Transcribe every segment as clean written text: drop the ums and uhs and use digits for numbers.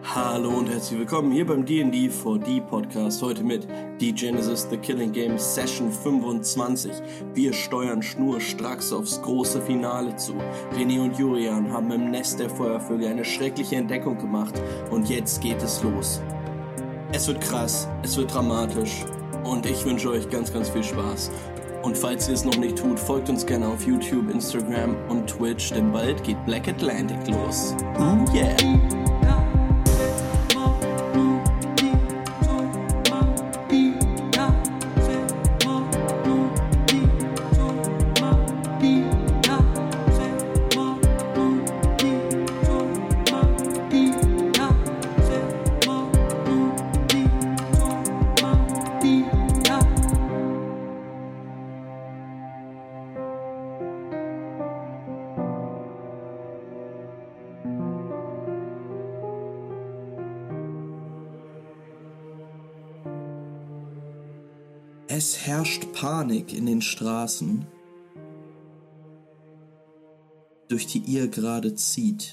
Hallo und herzlich willkommen hier beim D&D 4D Podcast, heute mit The Genesis The Killing Game Session 25. Wir steuern schnurstracks aufs große Finale zu. René und Julian haben im Nest der Feuervögel eine schreckliche Entdeckung gemacht und jetzt geht es los. Es wird krass, es wird dramatisch und ich wünsche euch ganz, ganz viel Spaß. Und falls ihr es noch nicht tut, folgt uns gerne auf YouTube, Instagram und Twitch, denn bald geht Black Atlantic los. Yeah! Es herrscht Panik in den Straßen, durch die ihr gerade zieht.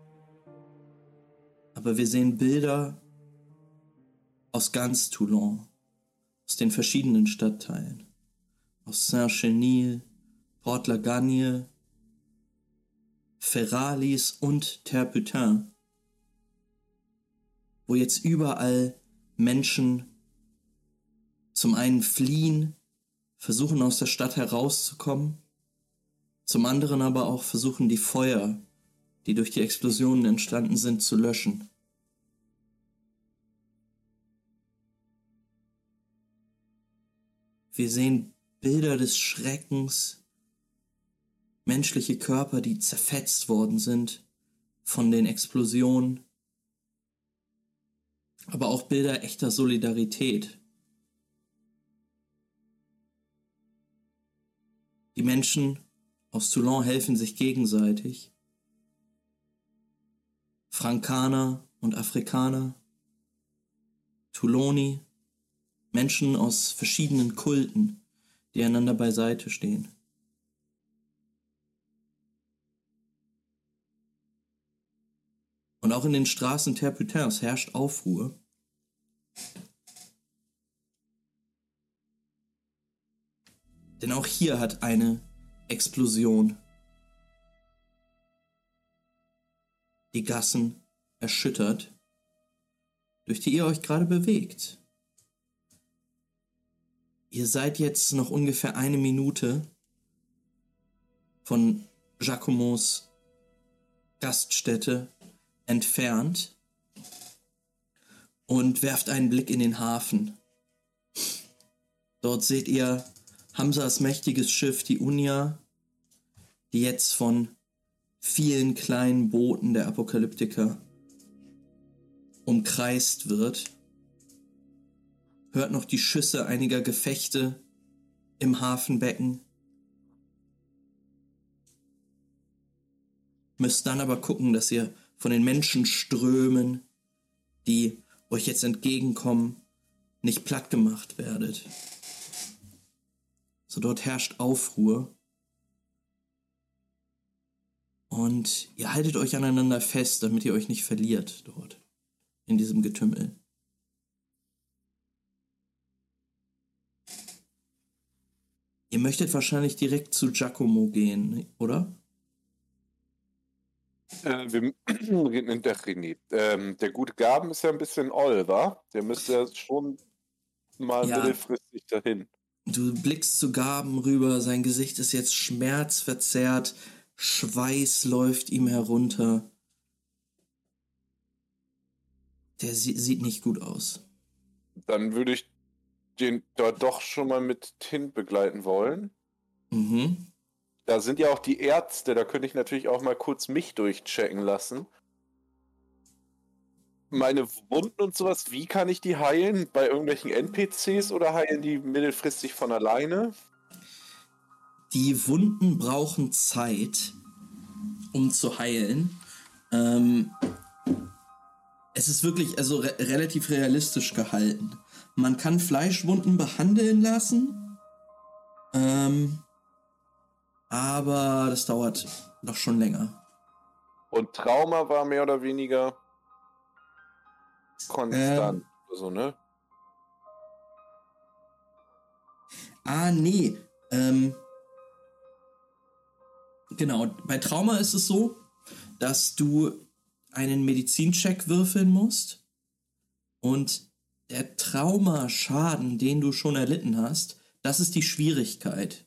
Aber wir sehen Bilder aus ganz Toulon, aus den verschiedenen Stadtteilen, aus Saint-Chenil, Port-Lagagne, Ferralis und Terre-Putin, wo jetzt überall Menschen zum einen fliehen, versuchen aus der Stadt herauszukommen, zum anderen aber auch versuchen die Feuer, die durch die Explosionen entstanden sind, zu löschen. Wir sehen Bilder des Schreckens, menschliche Körper, die zerfetzt worden sind von den Explosionen, aber auch Bilder echter Solidarität. Die Menschen aus Toulon helfen sich gegenseitig. Frankaner und Afrikaner, Touloni, Menschen aus verschiedenen Kulten, die einander beiseite stehen. Und auch in den Straßen Terre-Putins herrscht Aufruhr. Denn auch hier hat eine Explosion die Gassen erschüttert, durch die ihr euch gerade bewegt. Ihr seid jetzt noch ungefähr 1 Minute von Giacomos Gaststätte entfernt und werft einen Blick in den Hafen. Dort seht ihr Hamsas mächtiges Schiff, die Unia, die jetzt von vielen kleinen Booten der Apokalyptiker umkreist wird. Hört noch die Schüsse einiger Gefechte im Hafenbecken. Müsst dann aber gucken, dass ihr von den Menschenströmen, die euch jetzt entgegenkommen, nicht plattgemacht werdet. So, dort herrscht Aufruhr. Und ihr haltet euch aneinander fest, damit ihr euch nicht verliert dort, in diesem Getümmel. Ihr möchtet wahrscheinlich direkt zu Giacomo gehen, oder? Wir reden der René. Der gute Gaben ist ja ein bisschen oll, wa? Der müsste ja schon mal mittelfristig dahin. Du blickst zu Gaben rüber, sein Gesicht ist jetzt schmerzverzerrt, Schweiß läuft ihm herunter. Der sieht nicht gut aus. Dann würde ich den dort doch schon mal mit hin begleiten wollen. Mhm. Da sind ja auch die Ärzte, da könnte ich natürlich auch mal kurz mich durchchecken lassen. Meine Wunden und sowas, wie kann ich die heilen? Bei irgendwelchen NPCs oder heilen die mittelfristig von alleine? Die Wunden brauchen Zeit, um zu heilen. Es ist wirklich relativ realistisch gehalten. Man kann Fleischwunden behandeln lassen, aber das dauert noch schon länger. Und Trauma war mehr oder weniger... konstant. So, ne? Nee. Genau, bei Trauma ist es so, dass du einen Medizincheck würfeln musst und der Traumaschaden, den du schon erlitten hast, das ist die Schwierigkeit.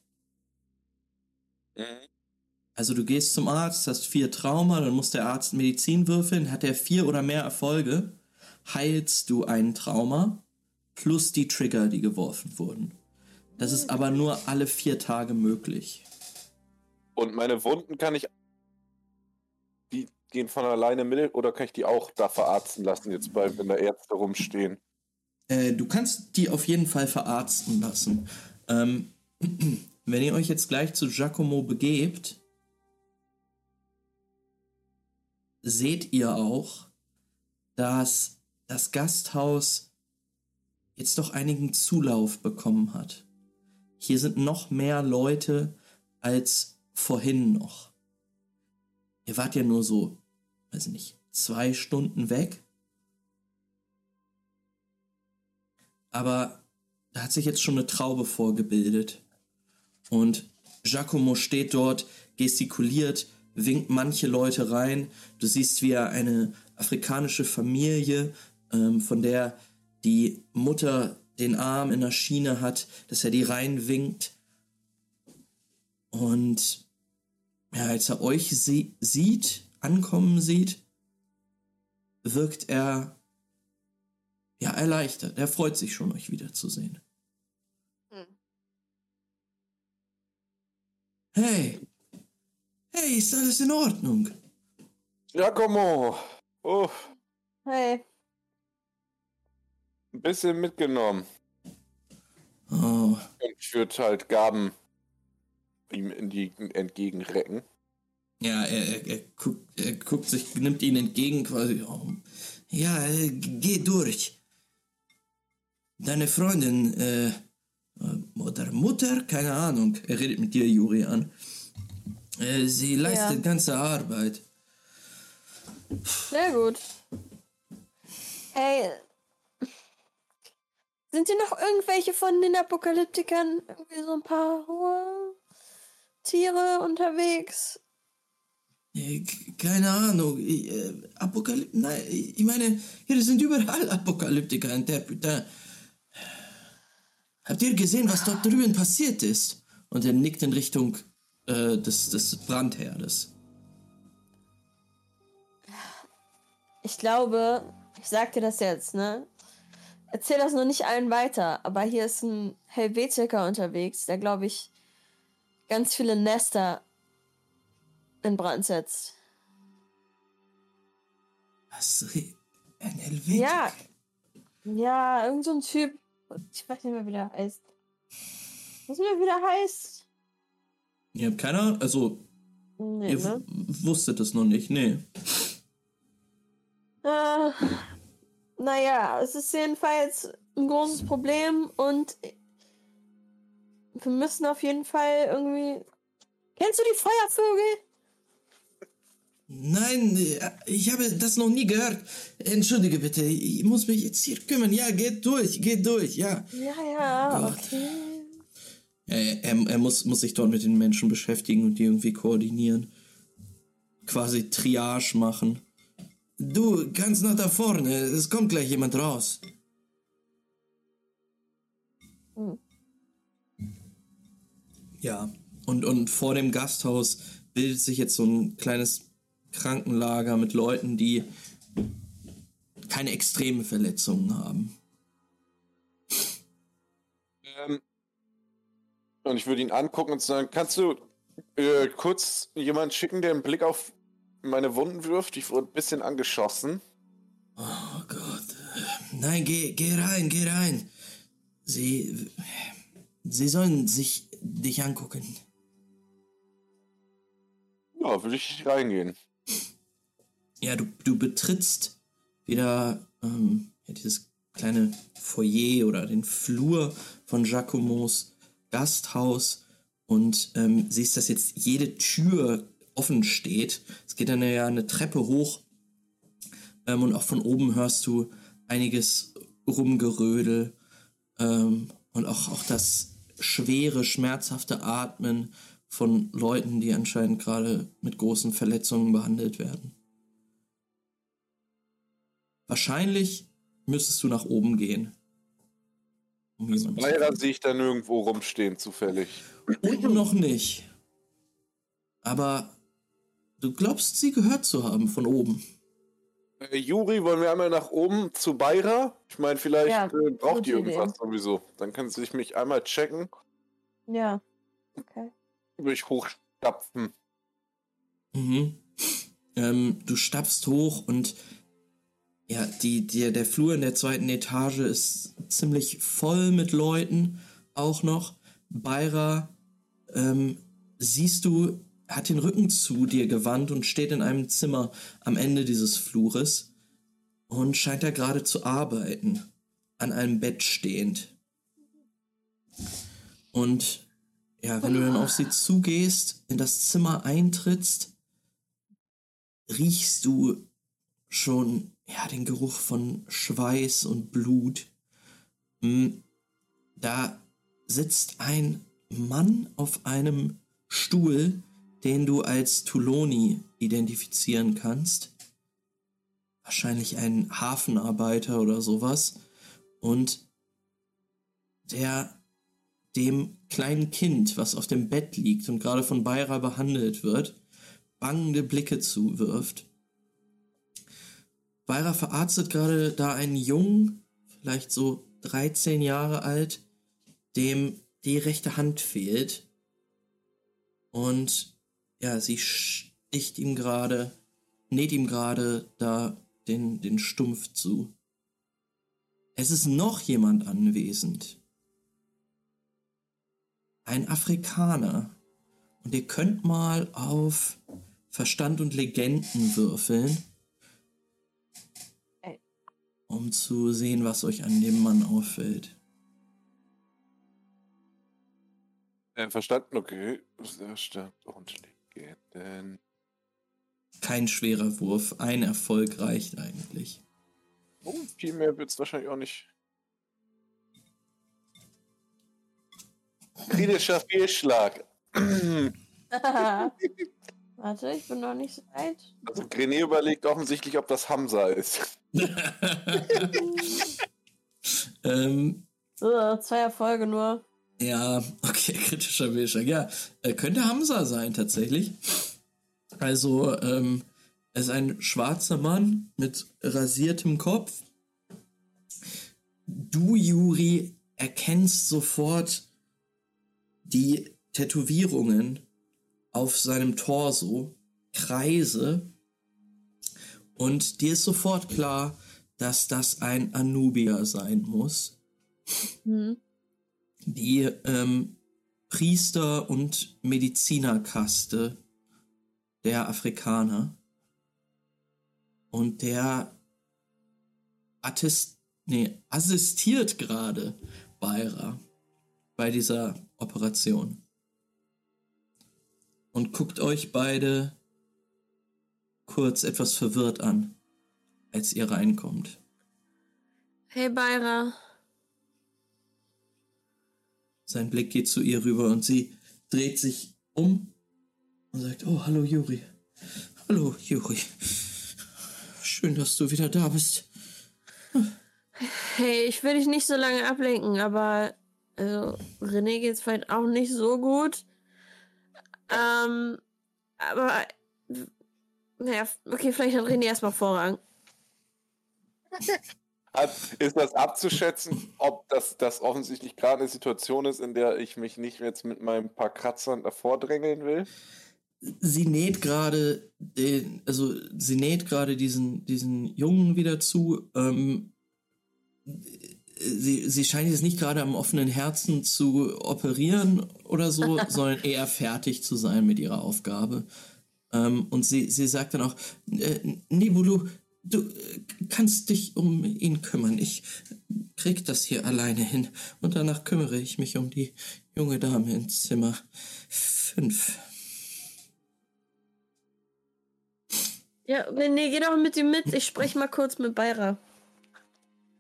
Also du gehst zum Arzt, hast 4 Trauma, dann muss der Arzt Medizin würfeln, hat er 4 oder mehr Erfolge, heilst du ein Trauma plus die Trigger, die geworfen wurden. Das ist aber nur alle 4 Tage möglich. Und meine Wunden die gehen von alleine mit, oder kann ich die auch da verarzten lassen, jetzt wenn da Ärzte rumstehen? Du kannst die auf jeden Fall verarzten lassen. Wenn ihr euch jetzt gleich zu Giacomo begebt, seht ihr auch, dass das Gasthaus jetzt doch einigen Zulauf bekommen hat. Hier sind noch mehr Leute als vorhin noch. Ihr wart ja nur so, weiß ich nicht, 2 Stunden weg. Aber da hat sich jetzt schon eine Traube vorgebildet. Und Giacomo steht dort, gestikuliert, winkt manche Leute rein. Du siehst, wie er eine afrikanische Familie, von der die Mutter den Arm in der Schiene hat, dass er die reinwinkt. Und ja, als er euch ankommen sieht, wirkt er erleichtert. Er freut sich schon, euch wiederzusehen. Hey, ist alles in Ordnung? Giacomo! Oh. Hey. Ein bisschen mitgenommen. Oh. Und ich würde halt Gaben ihm entgegenrecken. Ja, er guckt sich, nimmt ihn entgegen quasi. Oh. Ja, geh durch. Deine Freundin, oder Mutter, keine Ahnung. Er redet mit dir, Jurian. Sie leistet ganze Arbeit. Sehr gut. Hey, sind hier noch irgendwelche von den Apokalyptikern? Irgendwie so ein paar hohe Tiere unterwegs? Keine Ahnung. Nein, ich meine, hier sind überall Apokalyptiker in der Putain. Habt ihr gesehen, was dort drüben passiert ist? Und er nickt in Richtung des Brandherdes. Ich glaube, ich sag dir das jetzt, ne? Erzähl das nur nicht allen weiter, aber hier ist ein Helvetiker unterwegs, der, glaube ich, ganz viele Nester in Brand setzt. Was? Ein Helvetiker? Ja, irgend so ein Typ. Ich weiß nicht mehr, wie der heißt. Was mir wieder heißt? Ihr habt keine Ahnung? Also, Nee, ihr ne? wusstet es noch nicht, nee. Naja, es ist jedenfalls ein großes Problem und wir müssen auf jeden Fall irgendwie... Kennst du die Feuervögel? Nein, ich habe das noch nie gehört. Entschuldige bitte, ich muss mich jetzt hier kümmern. Ja, geht durch, ja. Ja, Gott. okay. Er muss sich dort mit den Menschen beschäftigen und die irgendwie koordinieren. Quasi Triage machen. Du, kannst nach da vorne, es kommt gleich jemand raus. Ja, und vor dem Gasthaus bildet sich jetzt so ein kleines Krankenlager mit Leuten, die keine extremen Verletzungen haben. Und ich würde ihn angucken und sagen, kannst du kurz jemanden schicken, der einen Blick auf meine Wunden wirft? Ich wurde ein bisschen angeschossen. Oh Gott. Nein, geh rein. Sie sollen sich dich angucken. Ja, würde ich reingehen. Ja, du betrittst wieder dieses kleine Foyer oder den Flur von Giacomos Gasthaus und siehst, dass jetzt jede Tür offen steht. Es geht dann ja eine Treppe hoch und auch von oben hörst du einiges Rumgerödel und auch das schwere, schmerzhafte Atmen von Leuten, die anscheinend gerade mit großen Verletzungen behandelt werden. Wahrscheinlich müsstest du nach oben gehen. Beira sehe ich da nirgendwo rumstehen, zufällig. Unten noch nicht. Aber du glaubst, sie gehört zu haben von oben. Juri, wollen wir einmal nach oben zu Beira? Ich meine, vielleicht braucht die irgendwas sowieso. Dann kann sie mich einmal checken. Ja, okay. Will ich hochstapfen. Mhm. Du stapfst hoch und ja, der Flur in der 2. Etage ist ziemlich voll mit Leuten, auch noch. Beira, siehst du, hat den Rücken zu dir gewandt und steht in einem Zimmer am Ende dieses Flures und scheint da gerade zu arbeiten, an einem Bett stehend. Und ja, wenn du dann auf sie zugehst, in das Zimmer eintrittst, riechst du schon den Geruch von Schweiß und Blut. Da sitzt ein Mann auf einem Stuhl, den du als Tuloni identifizieren kannst. Wahrscheinlich ein Hafenarbeiter oder sowas. Und der dem kleinen Kind, was auf dem Bett liegt und gerade von Beira behandelt wird, bangende Blicke zuwirft. Beira verarztet gerade da einen Jungen, vielleicht so 13 Jahre alt, dem die rechte Hand fehlt. Und ja, sie näht ihm gerade da den Stumpf zu. Es ist noch jemand anwesend. Ein Afrikaner. Und ihr könnt mal auf Verstand und Legenden würfeln, um zu sehen, was euch an dem Mann auffällt. Verstanden, okay. Verstand und Legenden. Kein schwerer Wurf, ein Erfolg reicht eigentlich. Oh, viel mehr wird es wahrscheinlich auch nicht. Kritischer Fehlschlag. Warte, ich bin noch nicht so weit. Also René überlegt offensichtlich, ob das Hamza ist. 2 Erfolge nur. Ja, okay, kritischer Fehlschlag. Ja, könnte Hamza sein tatsächlich. Also, es ist ein schwarzer Mann mit rasiertem Kopf. Du, Juri, erkennst sofort die Tätowierungen auf seinem Torso, Kreise. Und dir ist sofort klar, dass das ein Anubier sein muss. Die Priester- und Medizinerkaste der Afrikaner. Und der assistiert gerade Beira bei dieser Operation. Und guckt euch beide kurz etwas verwirrt an, als ihr reinkommt. Hey, Beira. Sein Blick geht zu ihr rüber und sie dreht sich um und sagt, oh, hallo Juri. Hallo Juri. Schön, dass du wieder da bist. Hey, ich will dich nicht so lange ablenken, aber René geht's vielleicht auch nicht so gut. Aber naja, okay, vielleicht hat René erstmal Vorrang. Ist das abzuschätzen, ob das offensichtlich gerade eine Situation ist, in der ich mich nicht jetzt mit meinen paar Kratzern davor drängeln will? Sie näht gerade diesen Jungen wieder zu. Sie scheint jetzt nicht gerade am offenen Herzen zu operieren oder so, sondern eher fertig zu sein mit ihrer Aufgabe. Und sie sagt dann auch, Nebulu, du kannst dich um ihn kümmern. Ich krieg das hier alleine hin. Und danach kümmere ich mich um die junge Dame in Zimmer 5. Ja, René, geh doch mit ihm mit. Ich spreche mal kurz mit Beira.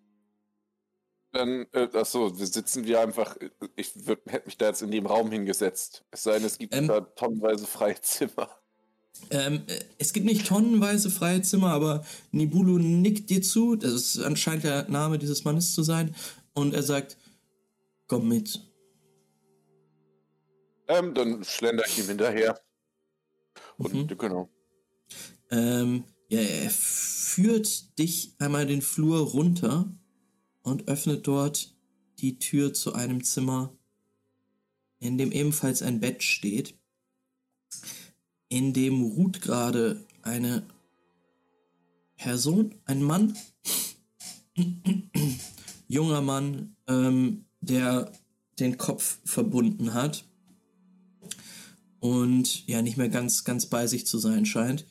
Dann, achso, sitzen wir einfach, hätte mich da jetzt in dem Raum hingesetzt. Es sei denn, es gibt da tonnenweise freie Zimmer. Es gibt nicht tonnenweise freie Zimmer, aber Nibulu nickt dir zu, das ist anscheinend der Name dieses Mannes zu sein, und er sagt, komm mit. Dann schlender ich ihm hinterher. Und genau. Ja, er führt dich einmal den Flur runter und öffnet dort die Tür zu einem Zimmer, in dem ebenfalls ein Bett steht. In dem ruht gerade eine Person, ein Mann, junger Mann, der den Kopf verbunden hat und ja nicht mehr ganz bei sich zu sein scheint.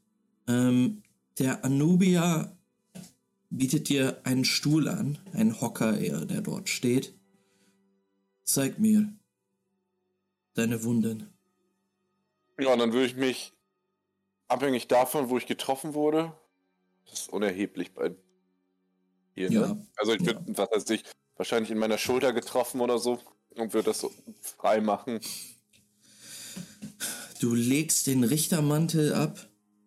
Der Anubia bietet dir einen Stuhl an, einen Hocker eher, der dort steht. Zeig mir deine Wunden. Ja, dann würde ich mich, abhängig davon, wo ich getroffen wurde, das ist unerheblich bei hier, Ja. ne? Also ich würde, was weiß ich, wahrscheinlich in meiner Schulter getroffen oder so und würde das so frei machen. Du legst den Richtermantel ab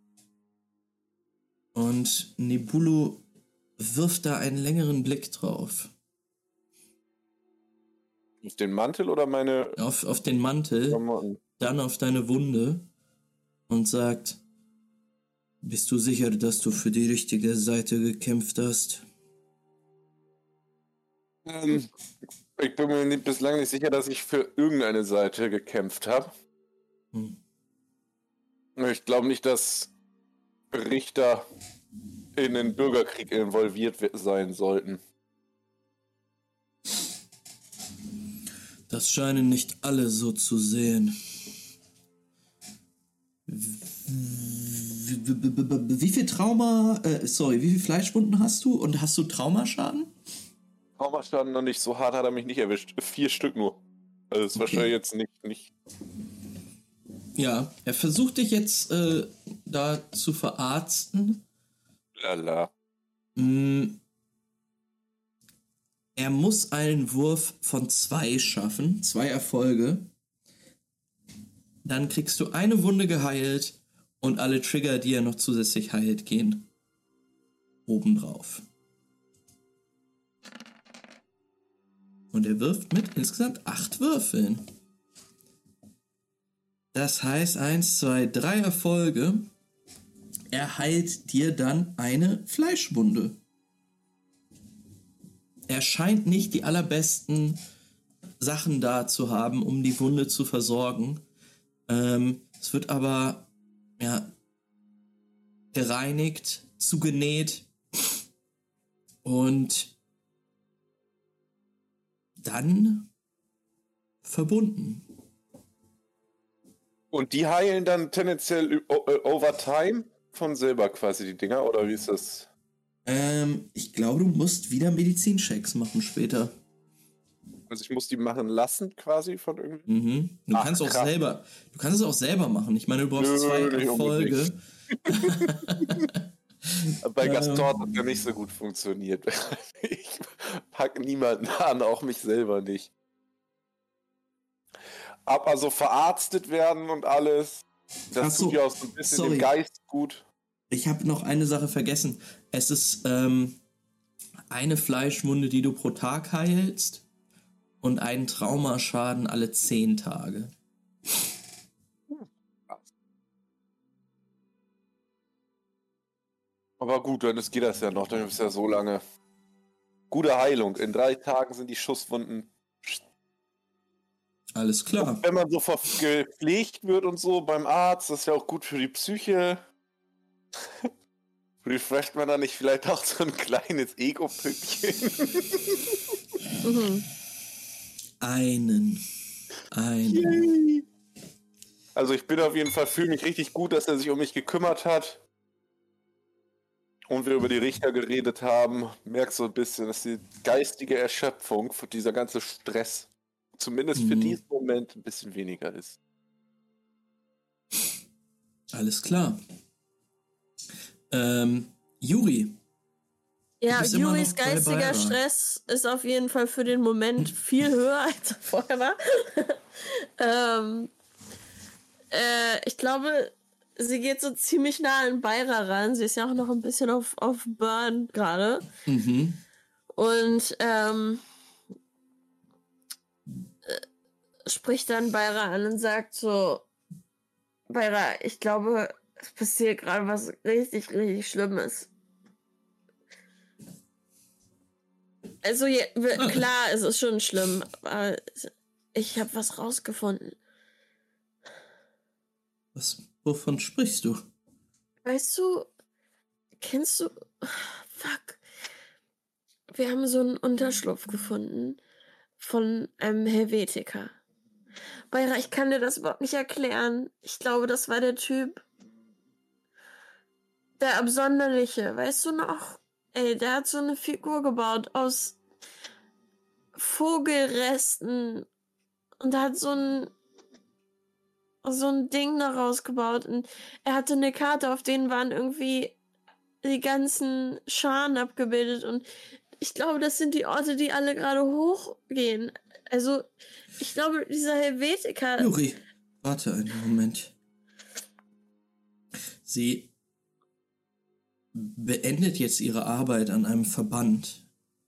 und Nibulu wirft da einen längeren Blick drauf. Auf den Mantel oder meine... Auf den Mantel, Klamotten? dann auf deine Wunde und sagt, bist du sicher, dass du für die richtige Seite gekämpft hast? Ich bin mir bislang nicht sicher, dass ich für irgendeine Seite gekämpft habe. Ich glaube nicht, dass Richter in den Bürgerkrieg involviert sein sollten. Das scheinen nicht alle so zu sehen. Wie viel wie viel Fleischwunden hast du? Und hast du Traumaschaden? Traumaschaden noch nicht, so hart hat er mich nicht erwischt. 4 Stück nur. Also das ist wahrscheinlich jetzt nicht... Ja, er versucht dich jetzt da zu verarzten. Lala. Er muss einen Wurf von 2 schaffen, 2 Erfolge. Dann kriegst du eine Wunde geheilt und alle Trigger, die er noch zusätzlich heilt, gehen obendrauf. Und er wirft mit insgesamt 8 Würfeln. Das heißt 1, 2, 3 Erfolge. Er heilt dir dann eine Fleischwunde. Er scheint nicht die allerbesten Sachen da zu haben, um die Wunde zu versorgen. Es wird aber gereinigt, zugenäht und dann verbunden. Und die heilen dann tendenziell over time von selber quasi die Dinger, oder wie ist das? Ich glaube, du musst wieder Medizinchecks machen später. Also ich muss die machen lassen quasi von irgendwie? Du kannst es auch selber machen. Ich meine, du brauchst 2 Erfolge. Bei Gaston hat ja nicht so gut funktioniert. Ich pack niemanden an, auch mich selber nicht. Aber so verarztet werden und alles, das tut ja auch so ein bisschen dem Geist gut. Ich habe noch eine Sache vergessen. Es ist eine Fleischwunde, die du pro Tag heilst und einen Traumaschaden alle 10 Tage. Aber gut, dann geht das ja noch, dann ist ja so lange. Gute Heilung. In 3 Tagen sind die Schusswunden. Alles klar. Und wenn man so gepflegt wird und so beim Arzt, das ist ja auch gut für die Psyche. Refresht man da nicht vielleicht auch so ein kleines Ego-Pünktchen? Einen. Also ich bin auf jeden Fall, fühle mich richtig gut, dass er sich um mich gekümmert hat. Und wir über die Richter geredet haben. Merkst so ein bisschen, dass die geistige Erschöpfung, dieser ganze Stress, zumindest für diesen Moment ein bisschen weniger ist. Alles klar. Juri. Ja, bist immer Juris noch bei geistiger Beira. Stress ist auf jeden Fall für den Moment viel höher, als er vorher war. Ich glaube, sie geht so ziemlich nah an Beira ran. Sie ist ja auch noch ein bisschen auf Burn gerade. Mhm. Und spricht dann Beira an und sagt so, Beira, ich glaube, es passiert gerade was richtig, richtig Schlimmes. Also klar, es ist schon schlimm, aber ich habe was rausgefunden. Wovon sprichst du? Weißt du, kennst du... Fuck. Wir haben so einen Unterschlupf gefunden von einem Helvetiker. Beira, ich kann dir das überhaupt nicht erklären. Ich glaube, das war der Typ. Der Absonderliche, weißt du noch? Ey, der hat so eine Figur gebaut aus Vogelresten und hat so ein Ding daraus gebaut. Und er hatte eine Karte, auf denen waren irgendwie die ganzen Scharen abgebildet. Und ich glaube, das sind die Orte, die alle gerade hochgehen. Also, ich glaube, dieser Helvetiker... Juri, warte einen Moment. Sie beendet jetzt ihre Arbeit an einem Verband,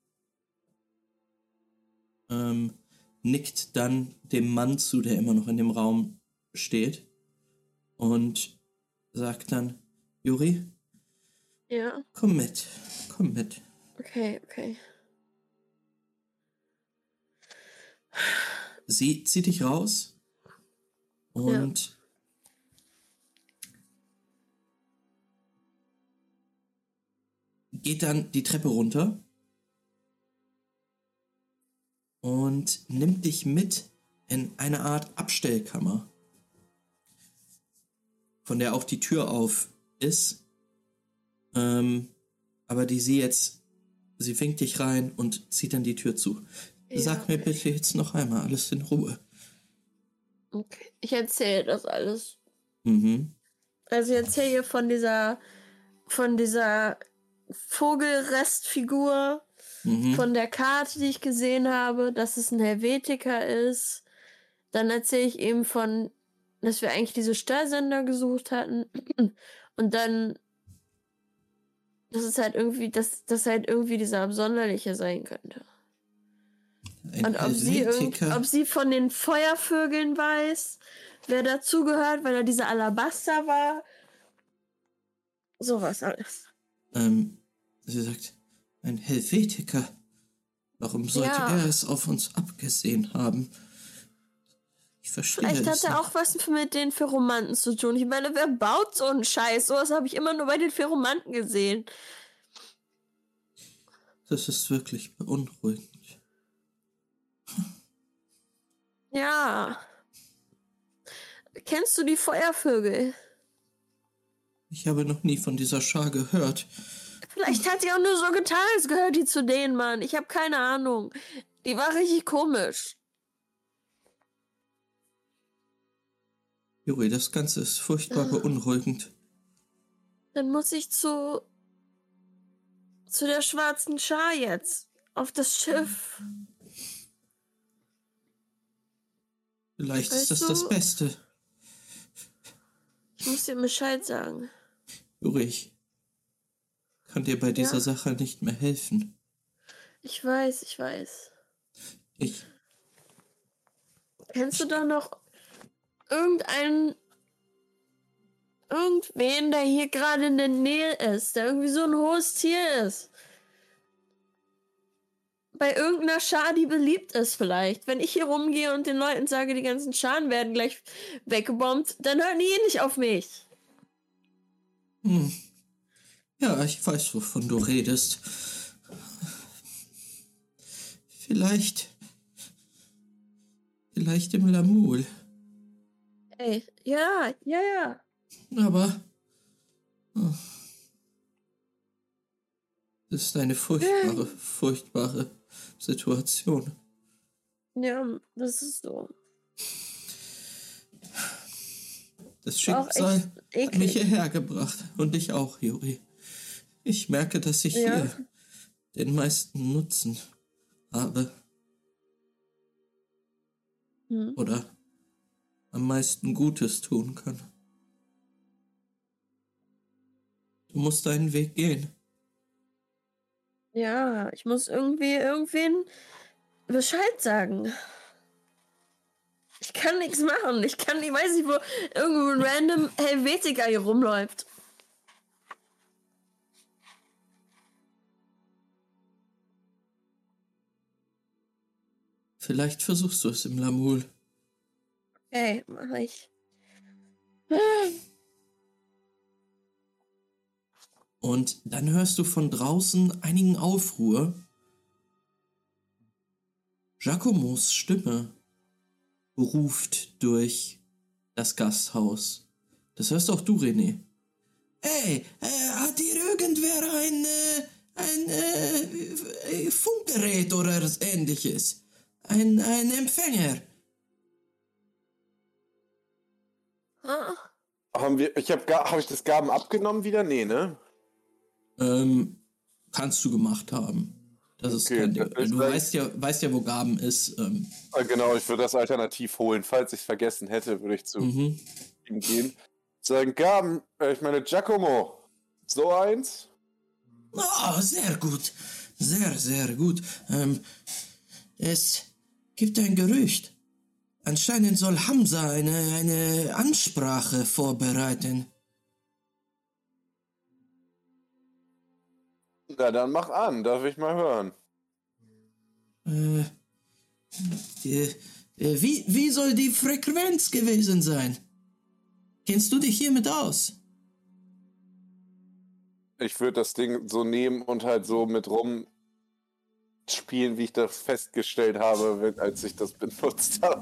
nickt dann dem Mann zu, der immer noch in dem Raum steht, und sagt dann, Juri, Ja, komm mit. okay. Sie zieht dich raus und geht dann die Treppe runter und nimmt dich mit in eine Art Abstellkammer, von der auch die Tür auf ist, aber sie winkt dich rein und zieht dann die Tür zu. Ja, Sag mir bitte jetzt noch einmal alles in Ruhe. Okay, ich erzähle das alles. Mhm. Also ich erzähle von dieser Vogelrestfigur, von der Karte, die ich gesehen habe, dass es ein Helvetiker ist. Dann erzähle ich eben von, dass wir eigentlich diese Steuersender gesucht hatten. Und dann, dass es halt irgendwie, dass halt irgendwie dieser Absonderliche sein könnte. Und ob sie von den Feuervögeln weiß, wer dazugehört, weil er dieser Alabaster war. Sowas alles. Sie sagt, ein Helvetiker. Warum sollte er es auf uns abgesehen haben? Ich verstehe Vielleicht es hat er nicht. auch was mit den Ferromanten zu tun. Ich meine, wer baut so einen Scheiß? Sowas habe ich immer nur bei den Ferromanten gesehen. Das ist wirklich beunruhigend. Ja. Kennst du die Feuervögel? Ich habe noch nie von dieser Schar gehört. Vielleicht hat sie auch nur so getan, als gehört die zu denen, Mann. Ich habe keine Ahnung. Die war richtig komisch. Juri, das Ganze ist furchtbar beunruhigend. Dann muss ich zu der schwarzen Schar jetzt. Auf das Schiff. Vielleicht Weißt ist das du? das Beste. Ich muss dir Bescheid sagen. Juri, ich kann dir bei dieser Sache nicht mehr helfen. Ich weiß. Kennst du da noch irgendwen, der hier gerade in der Nähe ist, der irgendwie so ein hohes Tier ist? Bei irgendeiner Schar, die beliebt ist vielleicht. Wenn ich hier rumgehe und den Leuten sage, die ganzen Scharen werden gleich weggebombt, dann hören die eh nicht auf mich. Ja, ich weiß, wovon du redest. Vielleicht im Lamul. Ey, ja. Aber das ist eine furchtbare Situation. Ja, das ist so. Das Schicksal hat mich hierher gebracht. Und dich auch, Juri. Ich merke, dass ich hier den meisten Nutzen habe. Oder am meisten Gutes tun kann. Du musst deinen Weg gehen. Ja, ich muss irgendwen Bescheid sagen. Ich kann nichts machen. Ich weiß nicht, wo irgendwo ein random Helvetiker hier rumläuft. Vielleicht versuchst du es im Lamul. Okay, mach ich. Und dann hörst du von draußen einigen Aufruhr. Giacomos Stimme ruft durch das Gasthaus. Das hörst auch du, René. Hey, hat hier irgendwer ein Funkgerät oder ähnliches? Ein Empfänger? Hab ich das Gaben abgenommen wieder? Nee, ne? Kannst du gemacht haben. Das ist Okay, kein Ding. Du weißt ja, wo Gaben ist. Genau, ich würde das alternativ holen. Falls ich es vergessen hätte, würde ich zu ihm gehen. Sagen, Gaben, ich meine Giacomo, so eins? Oh, sehr gut. Sehr, sehr gut. Es gibt ein Gerücht. Anscheinend soll Hamza eine Ansprache vorbereiten. Na, dann mach an, darf ich mal hören. Wie soll die Frequenz gewesen sein? Kennst du dich hiermit aus? Ich würde das Ding so nehmen und halt so mit rumspielen, wie ich das festgestellt habe, als ich das benutzt habe.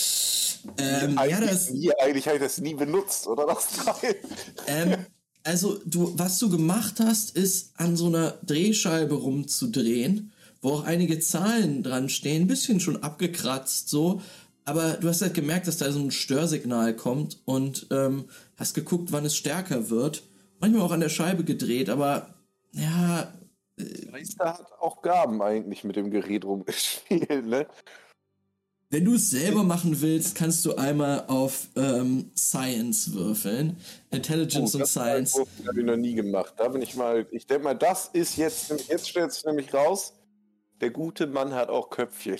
Eigentlich habe ich das nie benutzt, oder das Teil? Also, was du gemacht hast, ist an so einer Drehscheibe rumzudrehen, wo auch einige Zahlen dran stehen, ein bisschen schon abgekratzt so, aber du hast halt gemerkt, dass da so ein Störsignal kommt und hast geguckt, wann es stärker wird. Manchmal auch an der Scheibe gedreht, aber ja. Meister hat auch Gaben eigentlich mit dem Gerät rumgespielt, ne? Wenn du es selber machen willst, kannst du einmal auf Science würfeln. Intelligence und Science. Das habe ich noch nie gemacht. Da bin ich mal, ich denke mal, das ist jetzt stellt sich nämlich raus, der gute Mann hat auch Köpfchen.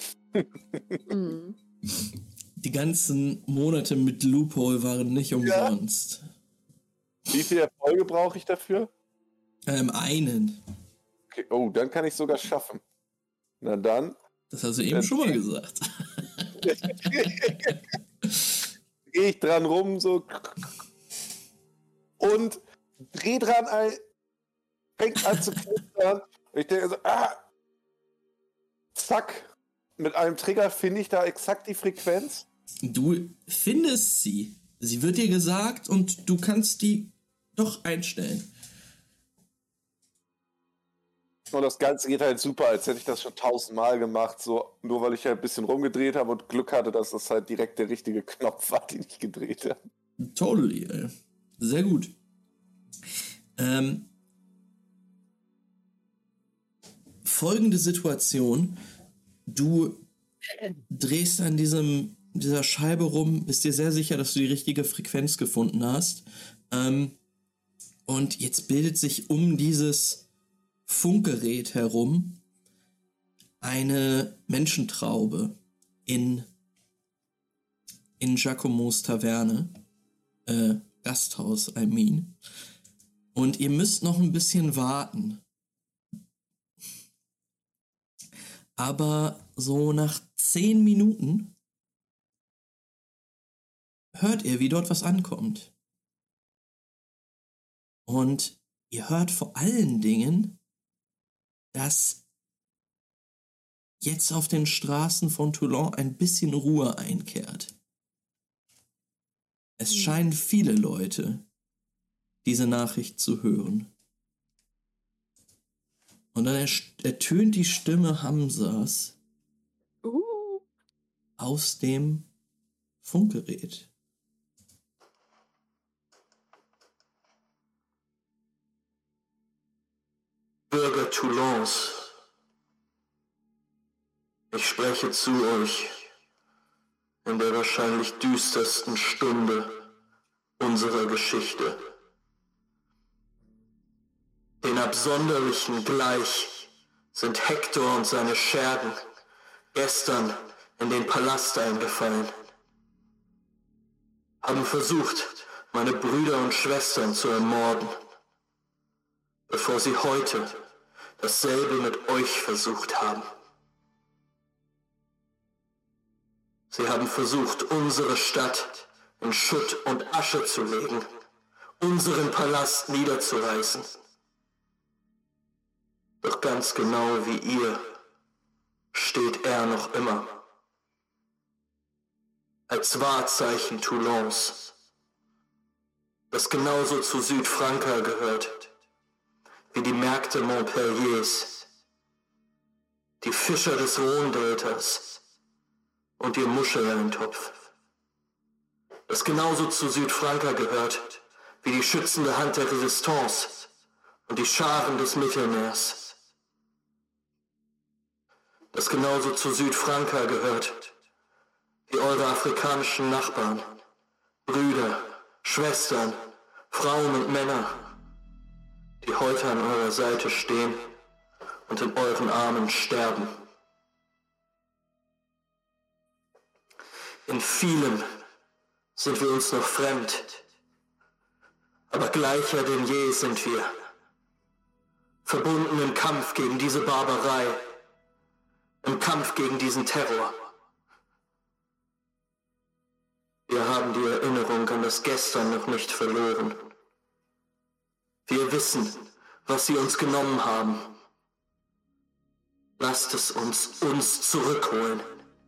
Die ganzen Monate mit Loophole waren nicht umsonst. Wie viele Erfolge brauche ich dafür? Einen. Okay. Oh, dann kann ich sogar schaffen. Na dann. Das hast du eben schon mal gesagt. Gehe ich dran rum, so. Und dreh dran ein. Fängt an zu knistern. Und ich denke so, zack. Mit einem Trigger finde ich da exakt die Frequenz. Du findest sie. Sie wird dir gesagt und du kannst die doch einstellen. Und das Ganze geht halt super, als hätte ich das schon 1000-mal gemacht, so nur weil ich halt ein bisschen rumgedreht habe und Glück hatte, dass das halt direkt der richtige Knopf war, den ich gedreht habe. Totally, ey. Sehr gut. Folgende Situation. Du drehst an dieser Scheibe rum, bist dir sehr sicher, dass du die richtige Frequenz gefunden hast. Und jetzt bildet sich um dieses Funkgerät herum eine Menschentraube in Giacomos Taverne, Gasthaus, I mean. Und ihr müsst noch ein bisschen warten. Aber so nach 10 Minuten hört ihr, wie dort was ankommt. Und ihr hört vor allen Dingen, dass jetzt auf den Straßen von Toulon ein bisschen Ruhe einkehrt. Es scheinen viele Leute diese Nachricht zu hören. Und dann ertönt die Stimme Hamzas aus dem Funkgerät. Bürger Toulons, Ich spreche zu euch in der wahrscheinlich düstersten Stunde unserer Geschichte. Den Absonderlichen gleich sind Hektor und seine Schergen gestern in den Palast eingefallen, haben versucht, meine Brüder und Schwestern zu ermorden, bevor sie heute dasselbe mit euch versucht haben. Sie haben versucht, unsere Stadt in Schutt und Asche zu legen, unseren Palast niederzureißen. Doch ganz genau wie ihr steht er noch immer. Als Wahrzeichen Toulons, das genauso zu Südfranka gehört, wie die Märkte Montpelliers, die Fischer des Rhône-Deltas und ihr Muscheleintopf, das genauso zu Südfranka gehört, wie die schützende Hand der Resistance und die Scharen des Mittelmeers, das genauso zu Südfranka gehört, wie eure afrikanischen Nachbarn, Brüder, Schwestern, Frauen und Männer, die heute an eurer Seite stehen und in euren Armen sterben. In vielem sind wir uns noch fremd, aber gleicher denn je sind wir, verbunden im Kampf gegen diese Barbarei, im Kampf gegen diesen Terror. Wir haben die Erinnerung an das Gestern noch nicht verloren. Wir wissen, was sie uns genommen haben. Lasst es uns zurückholen.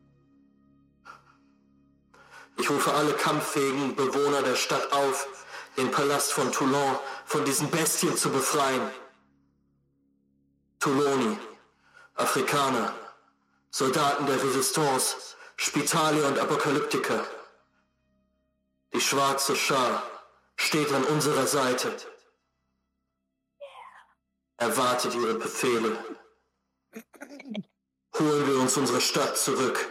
Ich rufe alle kampffähigen Bewohner der Stadt auf, den Palast von Toulon von diesen Bestien zu befreien. Touloni, Afrikaner, Soldaten der Resistance, Spitalier und Apokalyptiker. Die schwarze Schar steht an unserer Seite. Erwartet ihre Befehle. Holen wir uns unsere Stadt zurück.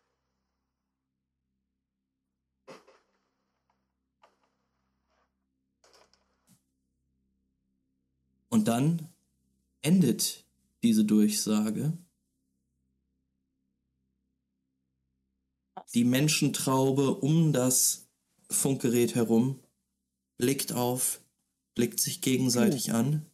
Und dann endet diese Durchsage. Die Menschentraube um das Funkgerät herum blickt auf, blickt sich gegenseitig an.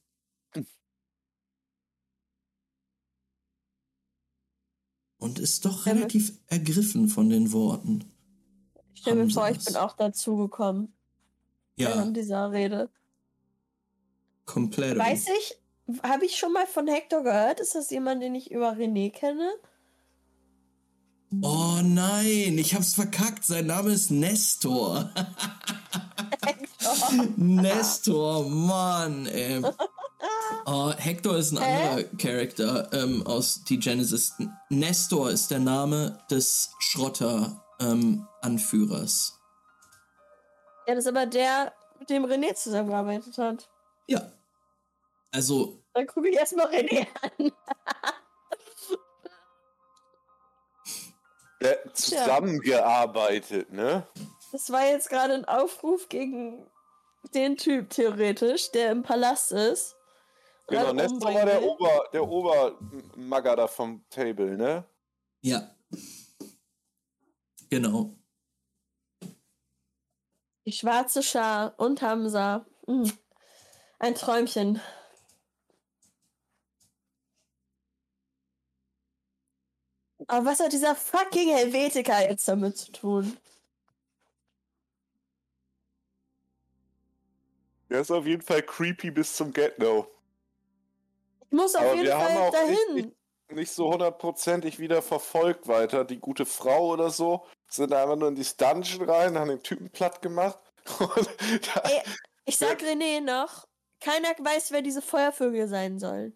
Und ist doch relativ ergriffen von den Worten. Ich stelle mir vor, ich bin auch dazugekommen. Ja. Während dieser Rede. Komplett. Weiß ich, habe ich schon mal von Hector gehört? Ist das jemand, den ich über René kenne? Oh nein, ich hab's verkackt. Sein Name ist Nestor. Nestor, Mann, ey. Oh, Hector ist ein anderer Charakter aus The Genesis. Nestor ist der Name des Schrotter-Anführers. Ja, das ist aber der, mit dem René zusammengearbeitet hat. Ja. Also. Dann gucke ich erstmal René an. Zusammengearbeitet, ne? Das war jetzt gerade ein Aufruf gegen den Typ, theoretisch, der im Palast ist. Genau, Nestor war der Obermagger da vom Table, ne? Ja. Genau. Die schwarze Schar und Hamza. Ein Träumchen. Aber was hat dieser fucking Helvetiker jetzt damit zu tun? Der ist auf jeden Fall creepy bis zum Get-No. Ich muss auf jeden Fall dahin. Nicht so hundertprozentig wieder verfolgt weiter. Die gute Frau oder so sind einfach nur in dieses Dungeon rein, haben den Typen platt gemacht. Ey, ich sag René noch, keiner weiß, wer diese Feuervögel sein sollen.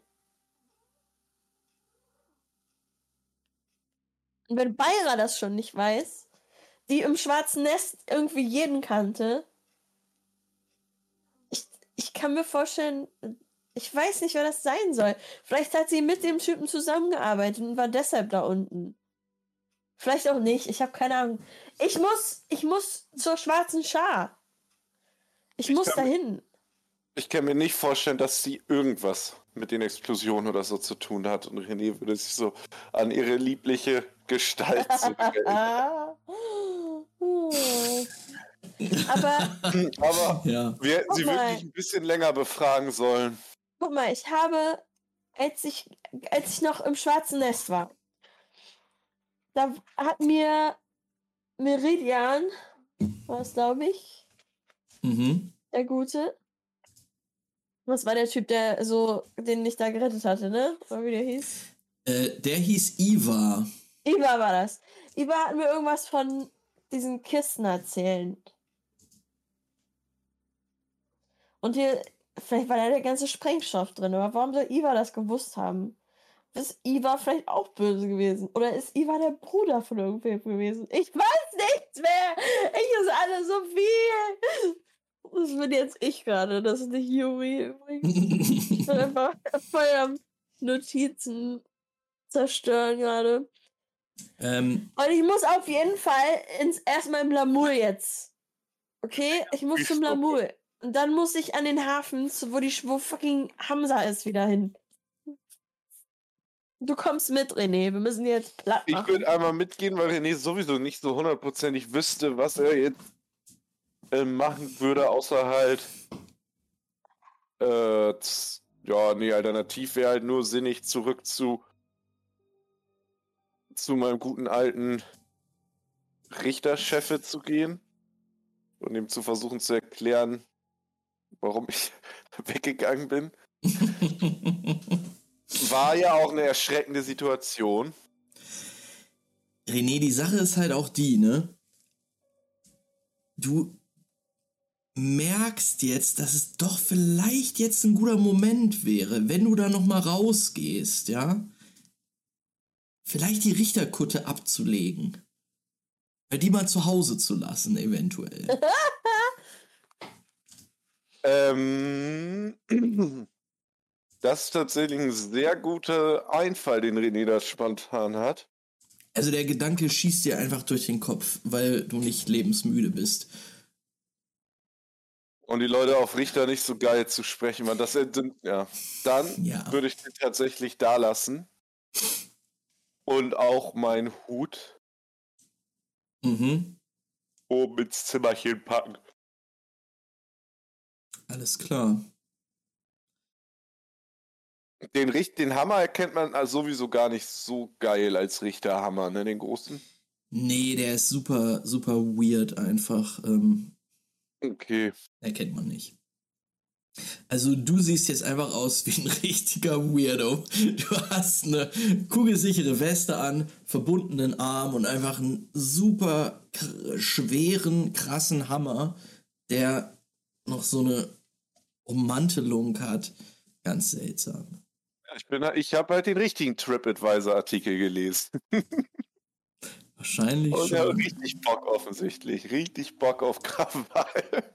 Und wenn Beira das schon nicht weiß, die im schwarzen Nest irgendwie jeden kannte, ich kann mir vorstellen, Ich weiß nicht, wer das sein soll. Vielleicht hat sie mit dem Typen zusammengearbeitet und war deshalb da unten. Vielleicht auch nicht. Ich habe keine Ahnung. Ich muss zur schwarzen Schar. Ich muss dahin. Ich kann mir nicht vorstellen, dass sie irgendwas mit den Explosionen oder so zu tun hat. Und René würde sich so an ihre liebliche Gestalt zurückerinnern. Aber Ja. wir hätten sie wirklich ein bisschen länger befragen sollen. Guck mal, ich habe, als ich noch im schwarzen Nest war, da hat mir Meridian, war es glaube ich, der Gute. Was war der Typ, den ich da gerettet hatte, ne? Oder wie der hieß? Der hieß Iva. Iva war das. Iva hat mir irgendwas von diesen Kisten erzählt. Und hier, vielleicht war da der ganze Sprengstoff drin, aber warum soll Iva das gewusst haben? Ist Iva vielleicht auch böse gewesen? Oder ist Iva der Bruder von irgendwem gewesen? Ich weiß nichts mehr! Ich ist alles so viel! Das bin jetzt ich gerade, das ist nicht Yumi übrigens. Ich bin einfach voll am Notizen zerstören gerade. Und ich muss auf jeden Fall erstmal im Lamur jetzt. Okay? Ich muss zum Lamur. Und dann muss ich an den Hafen, wo fucking Hamza ist, wieder hin. Du kommst mit, René. Wir müssen jetzt platt machen. Ich würde einmal mitgehen, weil René sowieso nicht so hundertprozentig wüsste, was er jetzt machen würde, außer halt alternativ wäre halt nur sinnig, zurück zu meinem guten alten Richterchef zu gehen und ihm zu versuchen zu erklären, warum ich weggegangen bin. War ja auch eine erschreckende Situation. René, die Sache ist halt auch die, ne? Du merkst jetzt, dass es doch vielleicht jetzt ein guter Moment wäre, wenn du da nochmal rausgehst, ja? Vielleicht die Richterkutte abzulegen. Weil die mal zu Hause zu lassen, eventuell. Das ist tatsächlich ein sehr guter Einfall, den René da spontan hat. Also der Gedanke schießt dir einfach durch den Kopf, weil du nicht lebensmüde bist. Und die Leute auf Richter nicht so geil zu sprechen, weil das dann würde ich den tatsächlich da lassen. Und auch meinen Hut oben ins Zimmerchen packen. Alles klar. Den Hammer erkennt man also sowieso gar nicht so geil als Richterhammer, ne, den großen? Nee, der ist super, super weird einfach. Okay. Erkennt man nicht. Also du siehst jetzt einfach aus wie ein richtiger Weirdo. Du hast eine kugelsichere Weste an, verbundenen Arm und einfach einen super schweren, krassen Hammer, der noch so eine Ummantelung hat. Ganz seltsam. Ich habe halt den richtigen TripAdvisor-Artikel gelesen. Wahrscheinlich und schon. Ja, richtig Bock offensichtlich. Richtig Bock auf Krawall.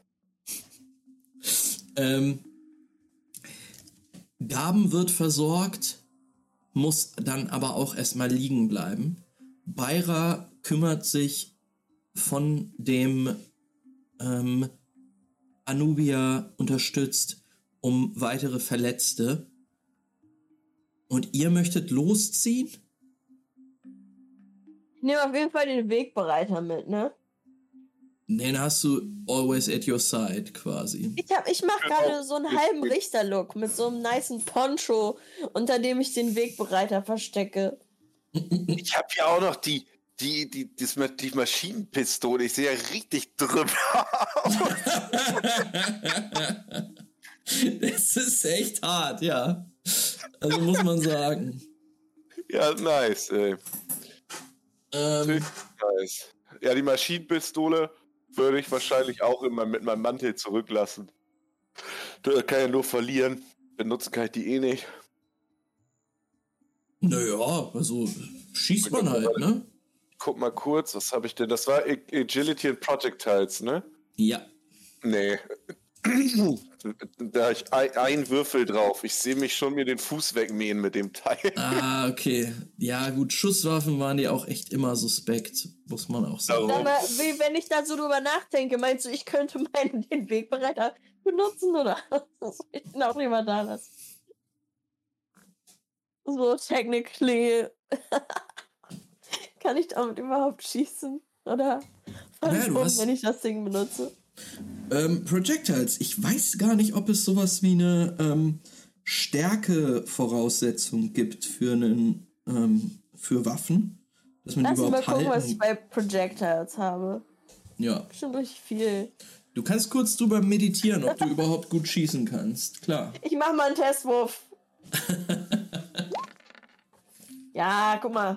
Gaben wird versorgt, muss dann aber auch erstmal liegen bleiben. Beira kümmert sich von dem Anubia unterstützt um weitere Verletzte. Und ihr möchtet losziehen? Ich nehme auf jeden Fall den Wegbereiter mit, ne? Den hast du always at your side, quasi. Ich mache gerade so einen halben Richter-Look mit so einem nicen Poncho, unter dem ich den Wegbereiter verstecke. Ich habe ja auch noch die Maschinenpistole. Ich sehe ja richtig drüber aus. Das ist echt hart, ja. Also muss man sagen. Ja, nice, ey. Nice. Ja, die Maschinenpistole würde ich wahrscheinlich auch immer mit meinem Mantel zurücklassen. Da kann ja nur verlieren. Benutzen kann ich die eh nicht. Naja, also schießt man halt, ne? Guck mal kurz, was habe ich denn? Das war Agility and Projectiles, ne? Ja. Nee. Da ich ein Würfel drauf. Ich sehe mich schon mir den Fuß wegmähen mit dem Teil. Ah, okay. Ja, gut, Schusswaffen waren die auch echt immer suspekt, muss man auch sagen. Darum. Aber wie, wenn ich da so drüber nachdenke, meinst du, ich könnte den Wegbereiter benutzen, oder? Ich bin auch lieber da lassen. So, technically. Kann ich damit überhaupt schießen? Oder Naja, du hast- wenn ich das Ding benutze? Projectiles, ich weiß gar nicht, ob es sowas wie eine Stärke-Voraussetzung gibt für für Waffen. Dass man die Lass mich mal überhaupt gucken, was ich halten. bei Projectiles habe. Ja. Bestimmt richtig viel. Du kannst kurz drüber meditieren, ob du überhaupt gut schießen kannst. Klar. Ich mach mal einen Testwurf. Ja, guck mal.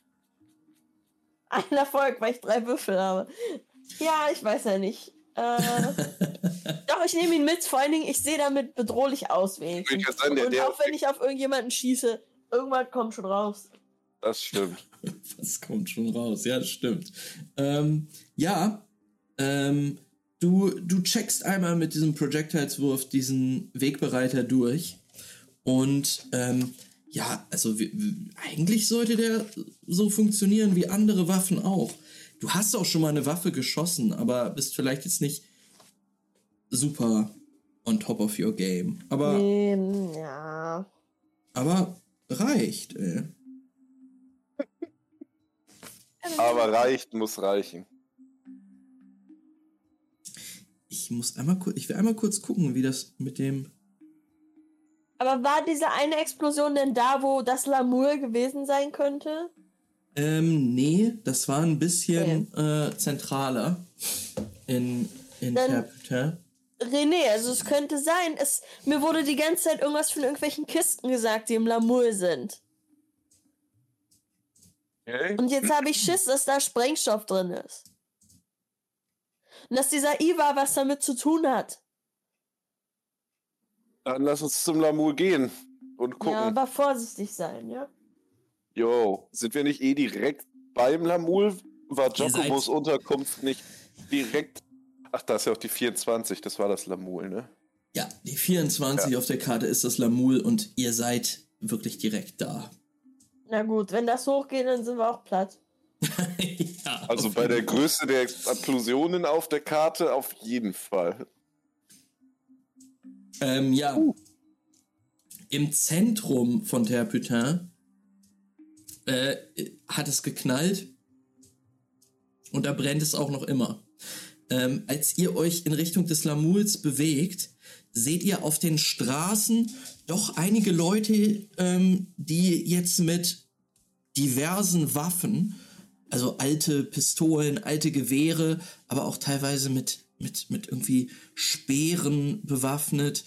Ein Erfolg, weil ich 3 Würfel habe. Ja, ich weiß ja nicht. Doch, ich nehme ihn mit. Vor allen Dingen, ich sehe damit bedrohlich aus, wenigstens. Ich kann sagen, Und auch wenn ich auf irgendjemanden schieße, irgendwann kommt schon raus. Das stimmt. Das kommt schon raus. Ja, das stimmt. Ja, du checkst einmal mit diesem Projectiles-Wurf diesen Wegbereiter durch. Und ja, also eigentlich sollte der so funktionieren wie andere Waffen auch. Du hast auch schon mal eine Waffe geschossen, aber bist vielleicht jetzt nicht super on top of your game. Aber, Ja. aber reicht, ey. Aber reicht, muss reichen. Ich will einmal kurz gucken, wie das mit dem... Aber war diese eine Explosion denn da, wo das Lamur gewesen sein könnte? Nee, das war ein bisschen zentraler in Dann- Terputin. René, also es könnte sein, mir wurde die ganze Zeit irgendwas von irgendwelchen Kisten gesagt, die im Lamur sind. Okay. Und jetzt habe ich Schiss, dass da Sprengstoff drin ist. Und dass dieser Iva was damit zu tun hat. Dann lass uns zum Lamur gehen und Ja, gucken. aber vorsichtig sein, ja? Jo, sind wir nicht direkt beim Lamul? War Ihr Jacobos seid- Unterkunft nicht direkt... Ach, da ist ja auch die 24, das war das Lamul, ne? Ja, die 24 auf der Karte ist das Lamul und ihr seid wirklich direkt da. Na gut, wenn das hochgeht, dann sind wir auch platt. Ja, Also auf bei jeden der Größe der Explosionen auf der Karte auf jeden Fall. Ja. Im Zentrum von Terputin hat es geknallt und da brennt es auch noch immer. Als ihr euch in Richtung des Lamuls bewegt, seht ihr auf den Straßen doch einige Leute, die jetzt mit diversen Waffen, also alte Pistolen, alte Gewehre, aber auch teilweise mit irgendwie Speeren bewaffnet,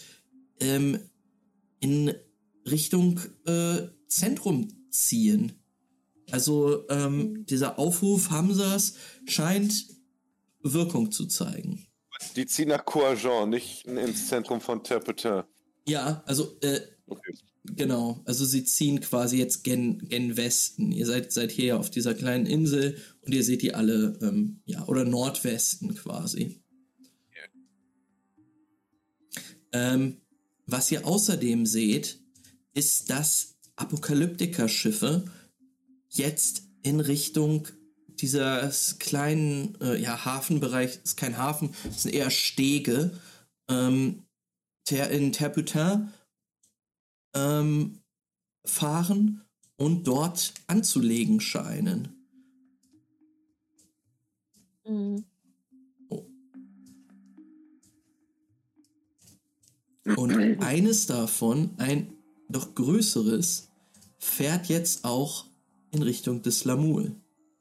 in Richtung Zentrum ziehen. Also dieser Aufruf Hamzas scheint Wirkung zu zeigen. Die ziehen nach Couragent, nicht ins Zentrum von Terputin. Ja, also Okay. genau, also sie ziehen quasi jetzt gen Westen. Ihr seid hier auf dieser kleinen Insel und ihr seht die alle, ja, oder Nordwesten quasi. Was ihr außerdem seht, ist, dass Apokalyptiker-Schiffe jetzt in Richtung dieses kleinen Hafenbereich, ist kein Hafen, es sind eher Stege, in Terputin fahren und dort anzulegen scheinen. Mhm. Und eines davon, ein noch größeres, fährt jetzt auch in Richtung des Lamul.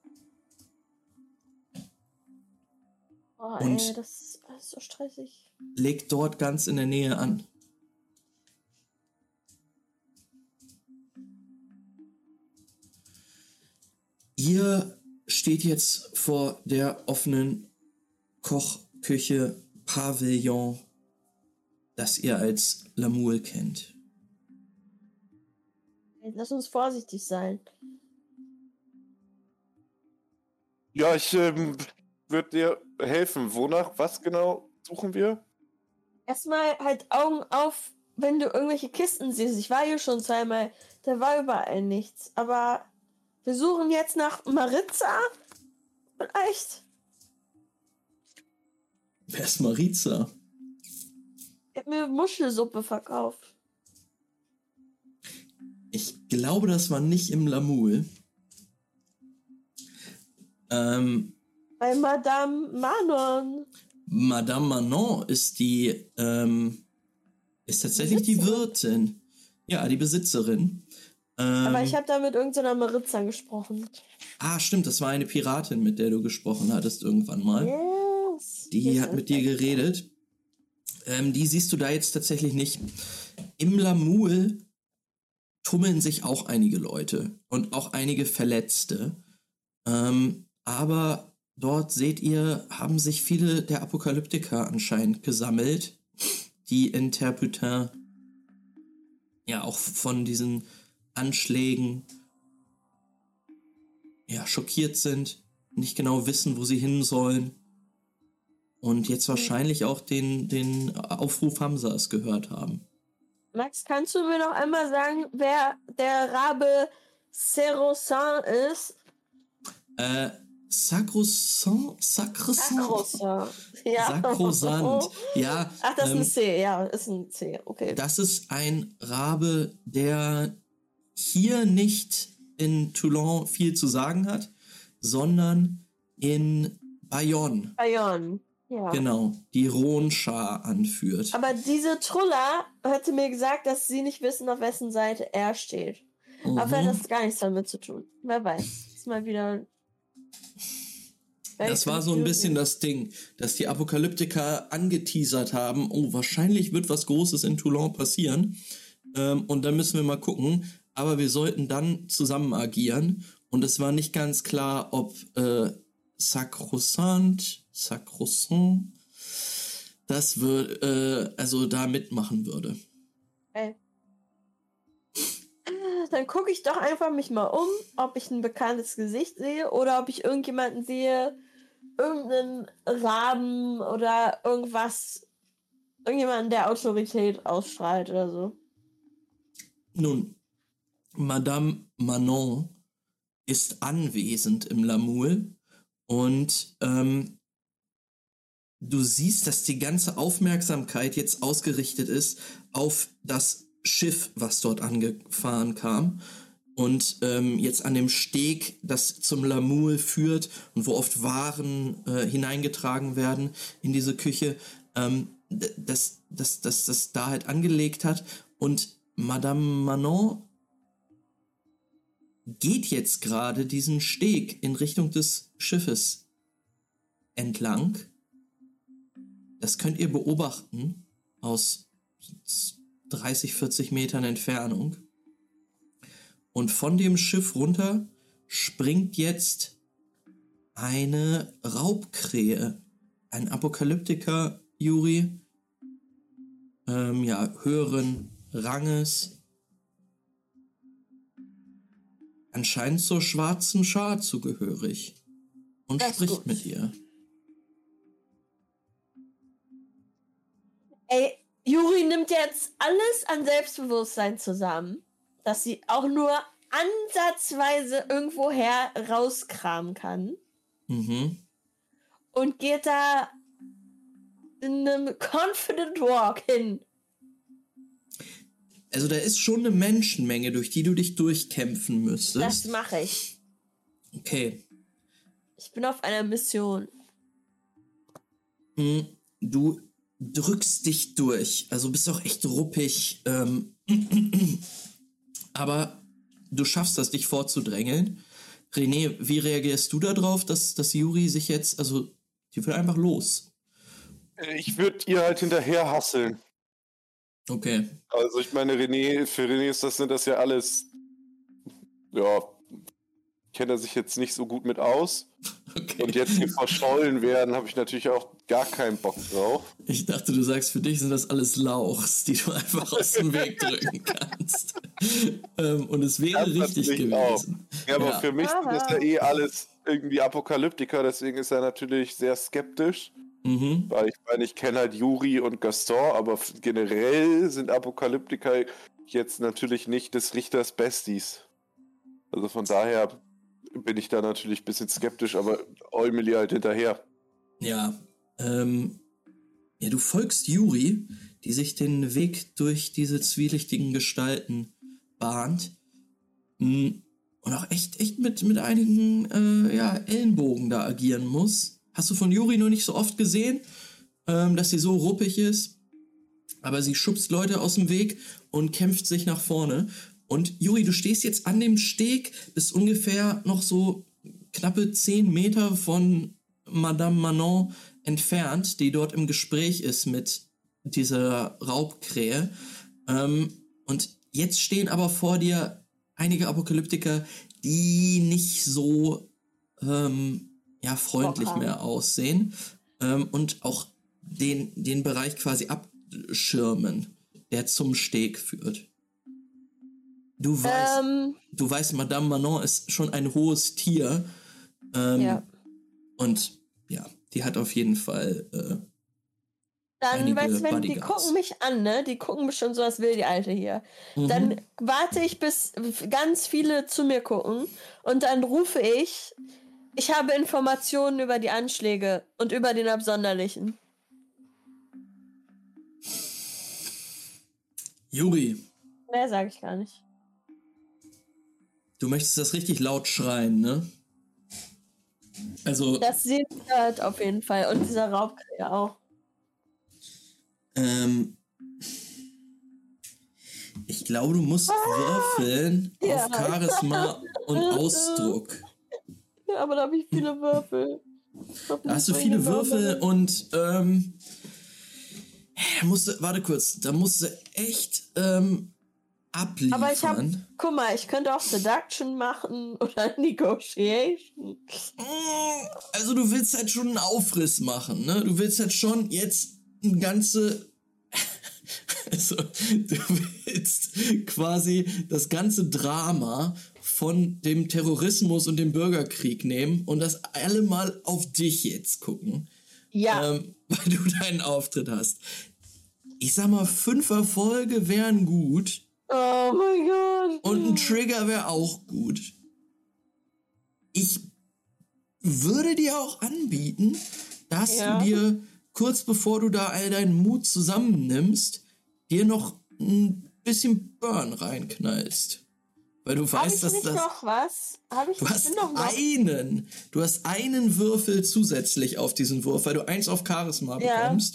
Oh, Und- ey, das ist alles so stressig. Legt dort ganz in der Nähe an. Ihr steht jetzt vor der offenen Kochküche Pavillon, das ihr als Lamul kennt. Ey, lass uns vorsichtig sein. Ja, ich würde dir helfen. Wonach, was genau suchen wir? Erstmal halt Augen auf, wenn du irgendwelche Kisten siehst. Ich war hier schon zweimal, da war überall nichts. Aber wir suchen jetzt nach Maritza. Vielleicht. Wer ist Maritza? Ich hab mir Muschelsuppe verkauft. Ich glaube, das war nicht im Lamul. Bei Madame Manon. Madame Manon ist ist tatsächlich die Wirtin. Ja, die Besitzerin. Aber ich habe da mit irgendeiner Maritza gesprochen. Ah, stimmt, das war eine Piratin, mit der du gesprochen hattest irgendwann mal. Yes. Die hat mit dir geredet. Die siehst du da jetzt tatsächlich nicht. Im Lamul tummeln sich auch einige Leute und auch einige Verletzte. Aber dort seht ihr, haben sich viele der Apokalyptiker anscheinend gesammelt, die in Terputin ja auch von diesen Anschlägen ja schockiert sind, nicht genau wissen, wo sie hin sollen und jetzt wahrscheinlich auch den Aufruf Hamzas gehört haben. Max, kannst du mir noch einmal sagen, wer der Rabe Serosan ist? Sakrosant? Ja. Sakrosant. Ja. Ach, das ist ein C. Ja, ist ein C. Okay. Das ist ein Rabe, der hier nicht in Toulon viel zu sagen hat, sondern in Bayonne. Bayonne, ja. Genau, die Rhône-Schar anführt. Aber diese Trulla hatte mir gesagt, dass sie nicht wissen, auf wessen Seite er steht. Aber vielleicht hat das gar nichts damit zu tun. Wer weiß. Ist mal wieder... Das war so ein bisschen das Ding, dass die Apokalyptiker angeteasert haben, oh, wahrscheinlich wird was Großes in Toulon passieren. Und dann müssen wir mal gucken. Aber wir sollten dann zusammen agieren. Und es war nicht ganz klar, ob Sakrosant, das also da mitmachen würde. Okay. Dann gucke ich doch einfach mich mal um, ob ich ein bekanntes Gesicht sehe oder ob ich irgendjemanden sehe, irgendeinen Raben oder irgendjemanden, der Autorität ausstrahlt oder so. Nun, Madame Manon ist anwesend im Lamul und du siehst, dass die ganze Aufmerksamkeit jetzt ausgerichtet ist auf das Schiff, was dort angefahren kam und jetzt an dem Steg, das zum Lamul führt und wo oft Waren hineingetragen werden in diese Küche, das da halt angelegt hat. Und Madame Manon geht jetzt gerade diesen Steg in Richtung des Schiffes entlang. Das könnt ihr beobachten aus 30, 40 Metern Entfernung. Und von dem Schiff runter springt jetzt eine Raubkrähe. Ein Apokalyptiker, Juri. Höheren Ranges. Anscheinend zur schwarzen Schar zugehörig. Und Das ist spricht gut. mit ihr. Ey, Juri nimmt jetzt alles an Selbstbewusstsein zusammen, dass sie auch nur ansatzweise irgendwoher rauskramen kann Mhm. und geht da in einem Confident Walk hin. Also da ist schon eine Menschenmenge, durch die du dich durchkämpfen Das müsstest. mache ich. Okay. Ich bin auf einer Mission. Du drückst dich durch. Also bist auch echt ruppig. Aber du schaffst das, dich vorzudrängeln. René, wie reagierst du darauf, dass Juri sich jetzt, also die will einfach los. Ich würde ihr halt hinterher hasseln. Okay. Also ich meine, für René sind das ja alles, ja, kennt er sich jetzt nicht so gut mit aus. Okay. Und jetzt hier verschollen werden, habe ich natürlich auch gar keinen Bock drauf. Ich dachte, du sagst, für dich sind das alles Lauchs, die du einfach aus dem Weg drücken kannst. Und es wäre Das richtig natürlich gewesen. auch. Ja, aber für mich sind das ja alles irgendwie Apokalyptiker, deswegen ist er natürlich sehr skeptisch. Weil ich meine, ich kenne halt Yuri und Gaston, aber generell sind Apokalyptiker jetzt natürlich nicht des Richters Besties. Also von daher bin ich da natürlich ein bisschen skeptisch, aber Eumeli halt hinterher. Ja, ja, du folgst Yuri, die sich den Weg durch diese zwielichtigen Gestalten bahnt. Und auch echt mit einigen Ellenbogen da agieren muss. Hast du von Yuri noch nicht so oft gesehen, dass sie so ruppig ist. Aber sie schubst Leute aus dem Weg und kämpft sich nach vorne. Und Yuri, du stehst jetzt an dem Steg, bist ungefähr noch so knappe 10 Meter von Madame Manon entfernt, die dort im Gespräch ist mit dieser Raubkrähe. Und jetzt stehen aber vor dir einige Apokalyptiker, die nicht so freundlich mehr aussehen und auch den Bereich quasi abschirmen, der zum Steg führt. Du weißt, Madame Manon ist schon ein hohes Tier. Und ja, die hat auf jeden Fall dann, weißt du, wenn die gucken mich an, ne? Die gucken mich schon so, als will die Alte hier. Dann warte ich, bis ganz viele zu mir gucken und dann rufe ich habe Informationen über die Anschläge und über den Absonderlichen. Yuri. Mehr sage ich gar nicht. Du möchtest das richtig laut schreien, ne? Also. Das sie hört auf jeden Fall. Und dieser Raubkrähe auch. Ich glaube, du musst würfeln auf Charisma und Ausdruck. Ja, aber da habe ich viele Würfel. Da hast du viele Würfel und warte kurz, da musst du echt abliefern. Aber guck mal, ich könnte auch Seduction machen oder Negotiation. Also du willst halt schon einen Aufriss machen, ne? Du willst halt schon jetzt ein ganze... Also, du willst quasi das ganze Drama von dem Terrorismus und dem Bürgerkrieg nehmen und das alle mal auf dich jetzt gucken. Ja. Weil du deinen Auftritt hast. Ich sag mal, 5 Erfolge wären gut. Oh mein Gott. Und ein Trigger wäre auch gut. Ich würde dir auch anbieten, dass du dir, kurz bevor du da all deinen Mut zusammennimmst, dir noch ein bisschen Burn reinknallst. Weil du weißt, dass das... noch was? Du hast einen Würfel zusätzlich auf diesen Wurf, weil du 1 auf Charisma bekommst.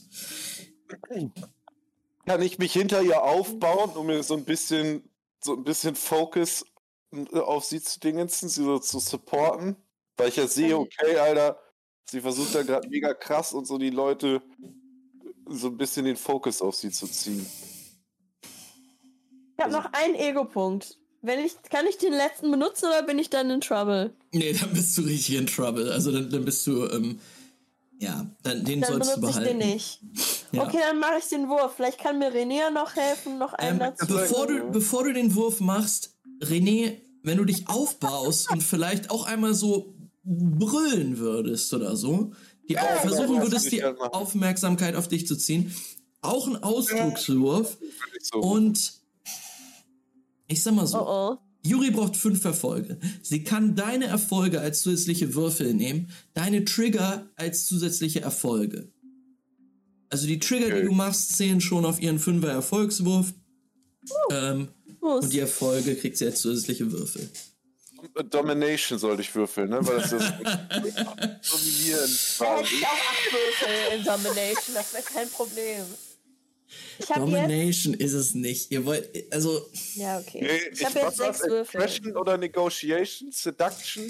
Kann ich mich hinter ihr aufbauen, um mir so ein bisschen Focus auf sie zu dingensen, sie so zu supporten? Weil ich ja sehe, okay, Alter, sie versucht da gerade mega krass und so die Leute so ein bisschen den Fokus auf sie zu ziehen. Ich habe noch einen Ego-Punkt. Kann ich den letzten benutzen oder bin ich dann in Trouble? Nee, dann bist du richtig in Trouble. Also dann bist du, den sollst du behalten. Dann benutze ich den nicht. Ja. Okay, dann mache ich den Wurf. Vielleicht kann mir René noch helfen, noch einen dazu. Bevor du den Wurf machst, René, wenn du dich aufbaust und vielleicht auch einmal so brüllen würdest oder so, versuchen würdest, die Aufmerksamkeit auf dich zu ziehen. Auch ein Ausdruckswurf. Und ich sag mal so, Yuri braucht 5 Erfolge. Sie kann deine Erfolge als zusätzliche Würfel nehmen, deine Trigger als zusätzliche Erfolge. Also die Trigger, die du machst, zählen schon auf ihren 5er Erfolgswurf. Und die Erfolge kriegt sie als zusätzliche Würfel. Domination sollte ich würfeln, ne? Weil das ist dominieren. Da hätte ich auch 8 Würfel in Domination, das wäre kein Problem. Domination ist es nicht. Ihr wollt, also... Ja, okay. Nee, ich habe jetzt 6 Würfel. Expression oder Negotiation? Seduction?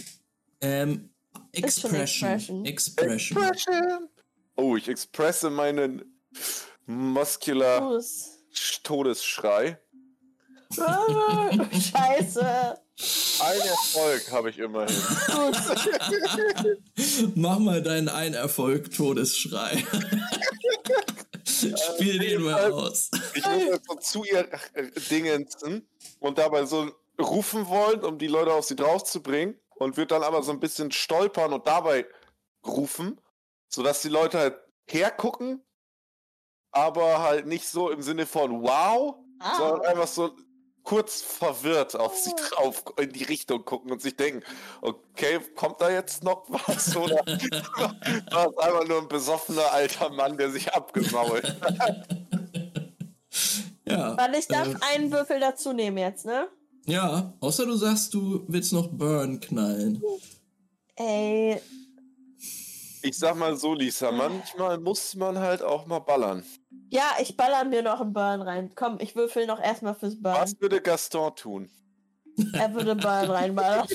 Expression. Oh, ich expresse meinen muscular Todesschrei. Scheiße. Ein Erfolg habe ich immerhin. Mach mal deinen Ein-Erfolg-Todesschrei. Spiel den mal aus. Ich muss jetzt so zu ihr dingensen und dabei so rufen wollen, um die Leute auf sie drauf zu bringen und wird dann aber so ein bisschen stolpern und dabei rufen, sodass die Leute halt hergucken, aber halt nicht so im Sinne von wow, sondern einfach so kurz verwirrt auf sie drauf in die Richtung gucken und sich denken, okay, kommt da jetzt noch was? Oder war es einfach nur ein besoffener alter Mann, der sich abgemault hat? Ja. Warte, ich darf einen Würfel dazu nehmen jetzt, ne? Ja, außer du sagst, du willst noch Burn knallen. Ey. Ich sag mal so, Lisa, manchmal muss man halt auch mal ballern. Ja, ich baller mir noch einen Burn rein. Komm, ich würfel noch erstmal fürs Burn. Was würde Gaston tun? Er würde Burn reinballern.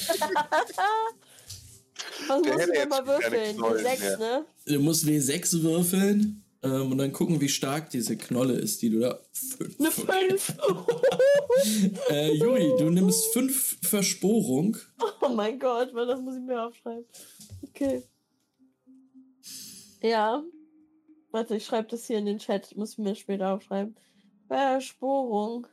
Was Der musst du hätte denn mal jetzt keine würfeln? Knollen 6, mehr. ne? Du musst W6 würfeln und dann gucken, wie stark diese Knolle ist, die du da... Eine 5. Juri, du nimmst 5 Versporung. Oh mein Gott, weil das muss ich mir aufschreiben. Okay. Ja. Warte, ich schreibe das hier in den Chat. Muss ich mir später aufschreiben. Versporung.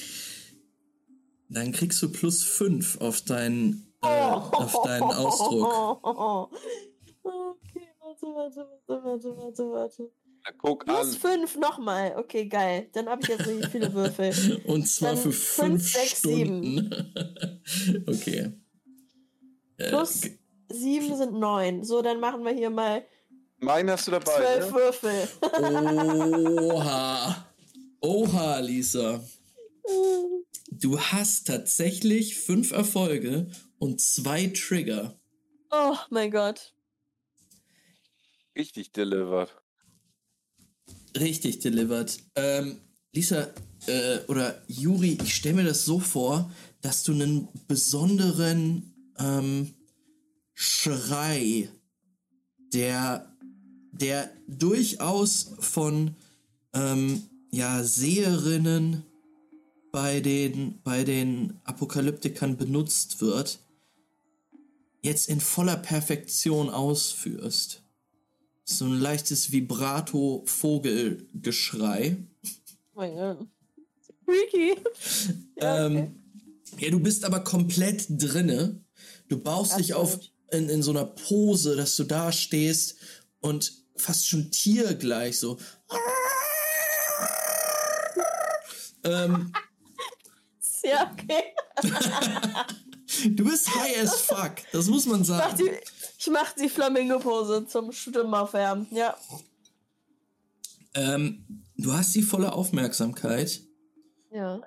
Dann kriegst du plus 5 auf deinen Ausdruck. Okay, warte. Na, guck Plus an. 5 nochmal. Okay, geil. Dann habe ich jetzt richtig viele Würfel. Und zwar Dann für 5, 5 6, Stunden. Okay. Plus 7 sind 9. So, dann machen wir hier mal Meinen hast du dabei, 12 ne? Würfel. Oha, Lisa. Du hast tatsächlich 5 Erfolge und 2 Trigger. Oh mein Gott. Richtig delivered. Richtig delivered. Lisa, oder Juri, ich stelle mir das so vor, dass du einen besonderen Schrei, der durchaus von Seherinnen bei den Apokalyptikern benutzt wird, jetzt in voller Perfektion ausführst. So ein leichtes Vibrato-Vogelgeschrei. Oh mein Gott. Freaky. Ja, okay. Ja, du bist aber komplett drinne. Du baust dich auf in so einer Pose, dass du da stehst und fast schon tiergleich so. Ja, okay. Du bist high as fuck, das muss man sagen. Ich mach die Flamingo-Pose zum Stimmaufwärmen, ja. Du hast die volle Aufmerksamkeit. Ja.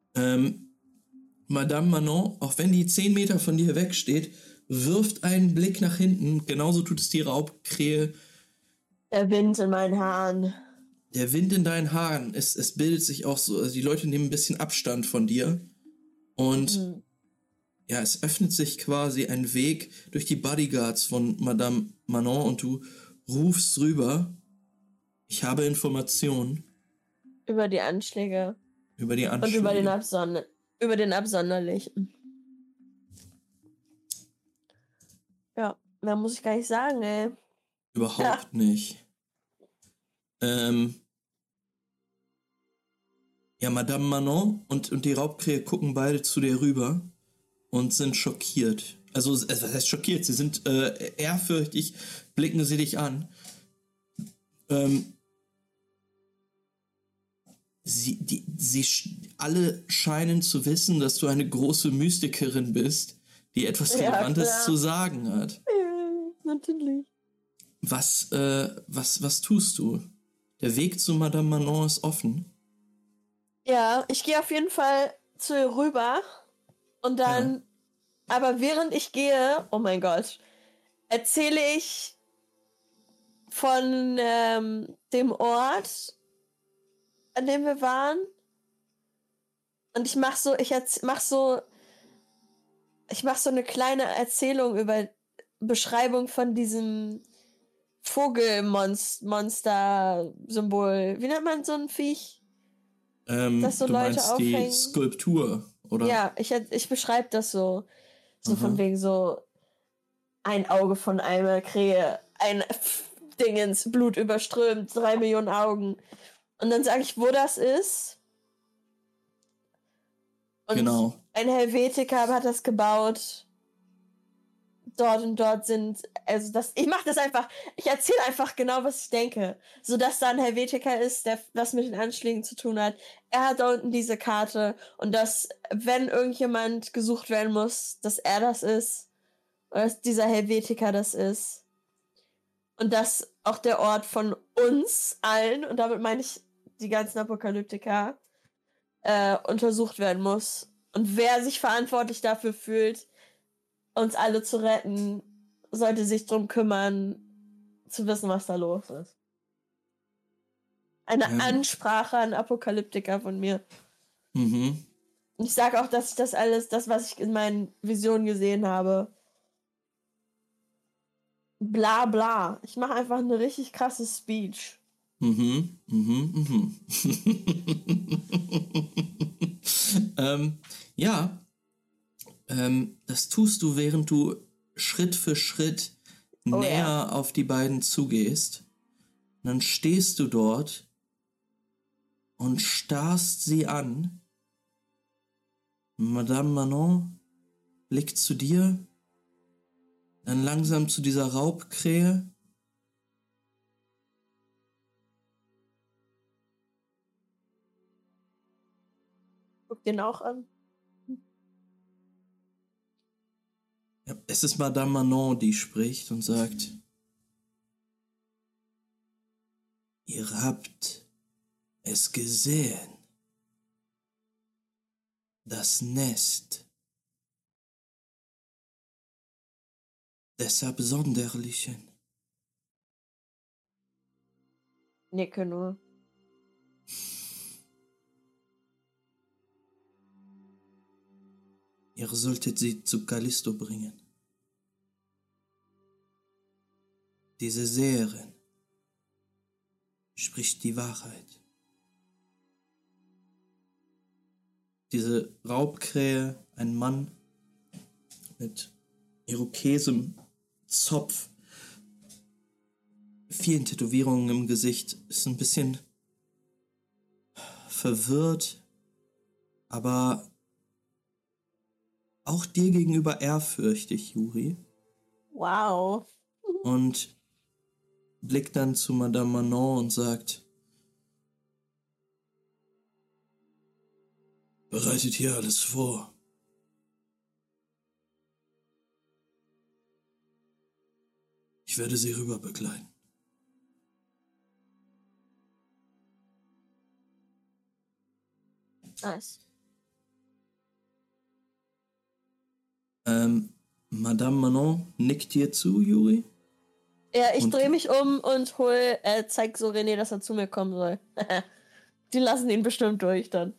Madame Manon, auch wenn die 10 Meter von dir wegsteht, wirft einen Blick nach hinten. Genauso tut es die Raubkrähe. Der Wind in meinen Haaren. Der Wind in deinen Haaren. Es bildet sich auch so. Also die Leute nehmen ein bisschen Abstand von dir. Und ja, es öffnet sich quasi ein Weg durch die Bodyguards von Madame Manon und du rufst rüber. Ich habe Informationen. Über die Anschläge. Über die Anschläge. Und über den Absonderlichen. Ja, mehr muss ich gar nicht sagen, ey. Überhaupt nicht. Ja, Madame Manon und die Raubkrähe gucken beide zu dir rüber und sind schockiert. Also, was heißt schockiert? Sie sind ehrfürchtig, blicken sie dich an. Sie alle scheinen zu wissen, dass du eine große Mystikerin bist, die etwas Relevantes zu sagen hat. Ja, natürlich. Was tust du? Der Weg zu Madame Manon ist offen. Ja, ich gehe auf jeden Fall zu ihr rüber und dann, aber während ich gehe, oh mein Gott, erzähle ich von dem Ort, an dem wir waren. Und ich mache so eine kleine Erzählung über Beschreibung von diesem Vogelmonster-Symbol. Wie nennt man so ein Viech? Das so du Leute meinst aufhängen? die Skulptur, oder? Ja, ich beschreibe das so. So von wegen so ein Auge von einer Krähe, ein Dingens, Blut überströmt, 3 Millionen Augen. Und dann sage ich, wo das ist. Und genau. ein Helvetiker hat das gebaut. dort und dort sind, also ich mache das einfach, ich erzähle einfach genau, was ich denke, sodass da ein Helvetiker ist, der was mit den Anschlägen zu tun hat. Er hat da unten diese Karte und dass, wenn irgendjemand gesucht werden muss, dass er das ist oder dass dieser Helvetiker das ist und dass auch der Ort von uns allen, und damit meine ich die ganzen Apokalyptiker, untersucht werden muss. Und wer sich verantwortlich dafür fühlt, uns alle zu retten, sollte sich drum kümmern, zu wissen, was da los ist. Eine Ansprache an Apokalyptiker von mir. Mhm. Und ich sage auch, dass ich das alles, das, was ich in meinen Visionen gesehen habe, bla bla. Ich mache einfach eine richtig krasse Speech. Mhm. Mhm. Mhm. Ja. Das tust du, während du Schritt für Schritt näher auf die beiden zugehst. Und dann stehst du dort und starrst sie an. Madame Manon blickt zu dir, dann langsam zu dieser Raubkrähe. Guck den auch an. Ja, es ist Madame Manon, die spricht und sagt: Ihr habt es gesehen. Das Nest des Absonderlichen. Nicke nur. Ihr solltet sie zu Callisto bringen. Diese Seherin spricht die Wahrheit. Diese Raubkrähe, ein Mann mit irokesem Zopf, vielen Tätowierungen im Gesicht, ist ein bisschen verwirrt, aber auch dir gegenüber ehrfürchtig, Juri. Wow. Und blickt dann zu Madame Manon und sagt: Bereitet hier alles vor. Ich werde sie rüber begleiten. Nice. Madame Manon nickt dir zu, Juri. Ja, ich Und- drehe mich um und zeig so René, dass er zu mir kommen soll. Die lassen ihn bestimmt durch dann.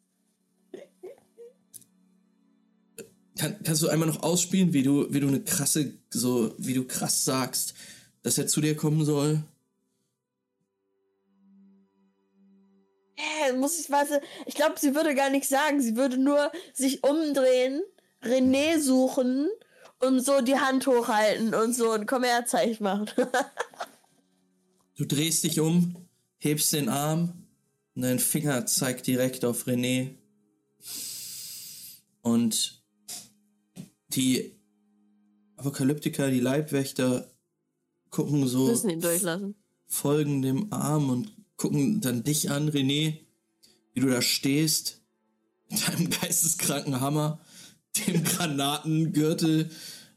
Kannst du einmal noch ausspielen, wie du eine krasse, so wie du krass sagst, dass er zu dir kommen soll? Warte, ich glaube, sie würde gar nichts sagen. Sie würde nur sich umdrehen, René suchen und so die Hand hochhalten und so ein Kommerzeichen machen. Du drehst dich um, hebst den Arm und dein Finger zeigt direkt auf René. Und die Apokalyptiker, die Leibwächter, gucken so, Müssen ihn durchlassen. folgen dem Arm und gucken dann dich an, René, wie du da stehst, mit deinem geisteskranken Hammer, dem Granatengürtel,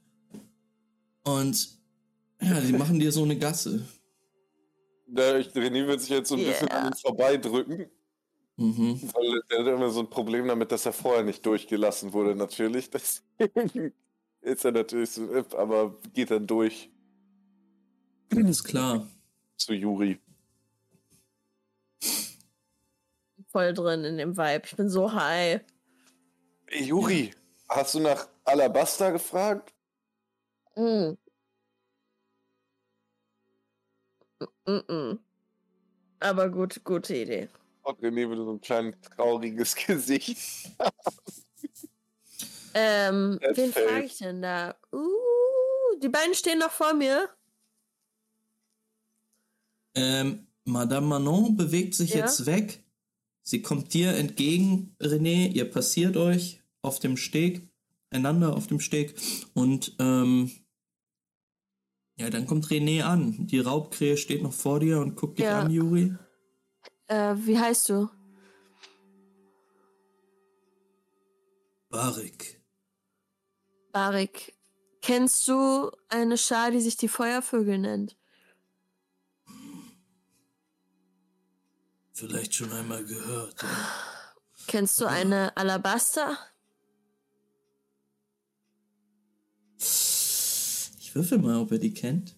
und ja, die machen dir so eine Gasse. René wird sich jetzt so ein bisschen an ihm vorbeidrücken, weil der hat immer so ein Problem damit, dass er vorher nicht durchgelassen wurde, natürlich. Deswegen ist er natürlich so, aber geht dann durch Alles klar. zu Juri. Voll drin in dem Vibe. Ich bin so high. Hey, Juri, hast du nach Alabaster gefragt? Mm. Aber gute Idee. Und René wieder so ein kleines trauriges Gesicht. Wen frage ich denn da? Die beiden stehen noch vor mir. Madame Manon bewegt sich jetzt weg. Sie kommt dir entgegen, René. Ihr passiert euch auf dem Steg. einander auf dem Steg. Und dann kommt René an. Die Raubkrähe steht noch vor dir und guckt dich an, Juri. Wie heißt du? Barik. Barik. Kennst du eine Schar, die sich die Feuervögel nennt? Vielleicht schon einmal gehört, ja. Kennst du eine Alabaster? Ich würfel mal, ob er die kennt.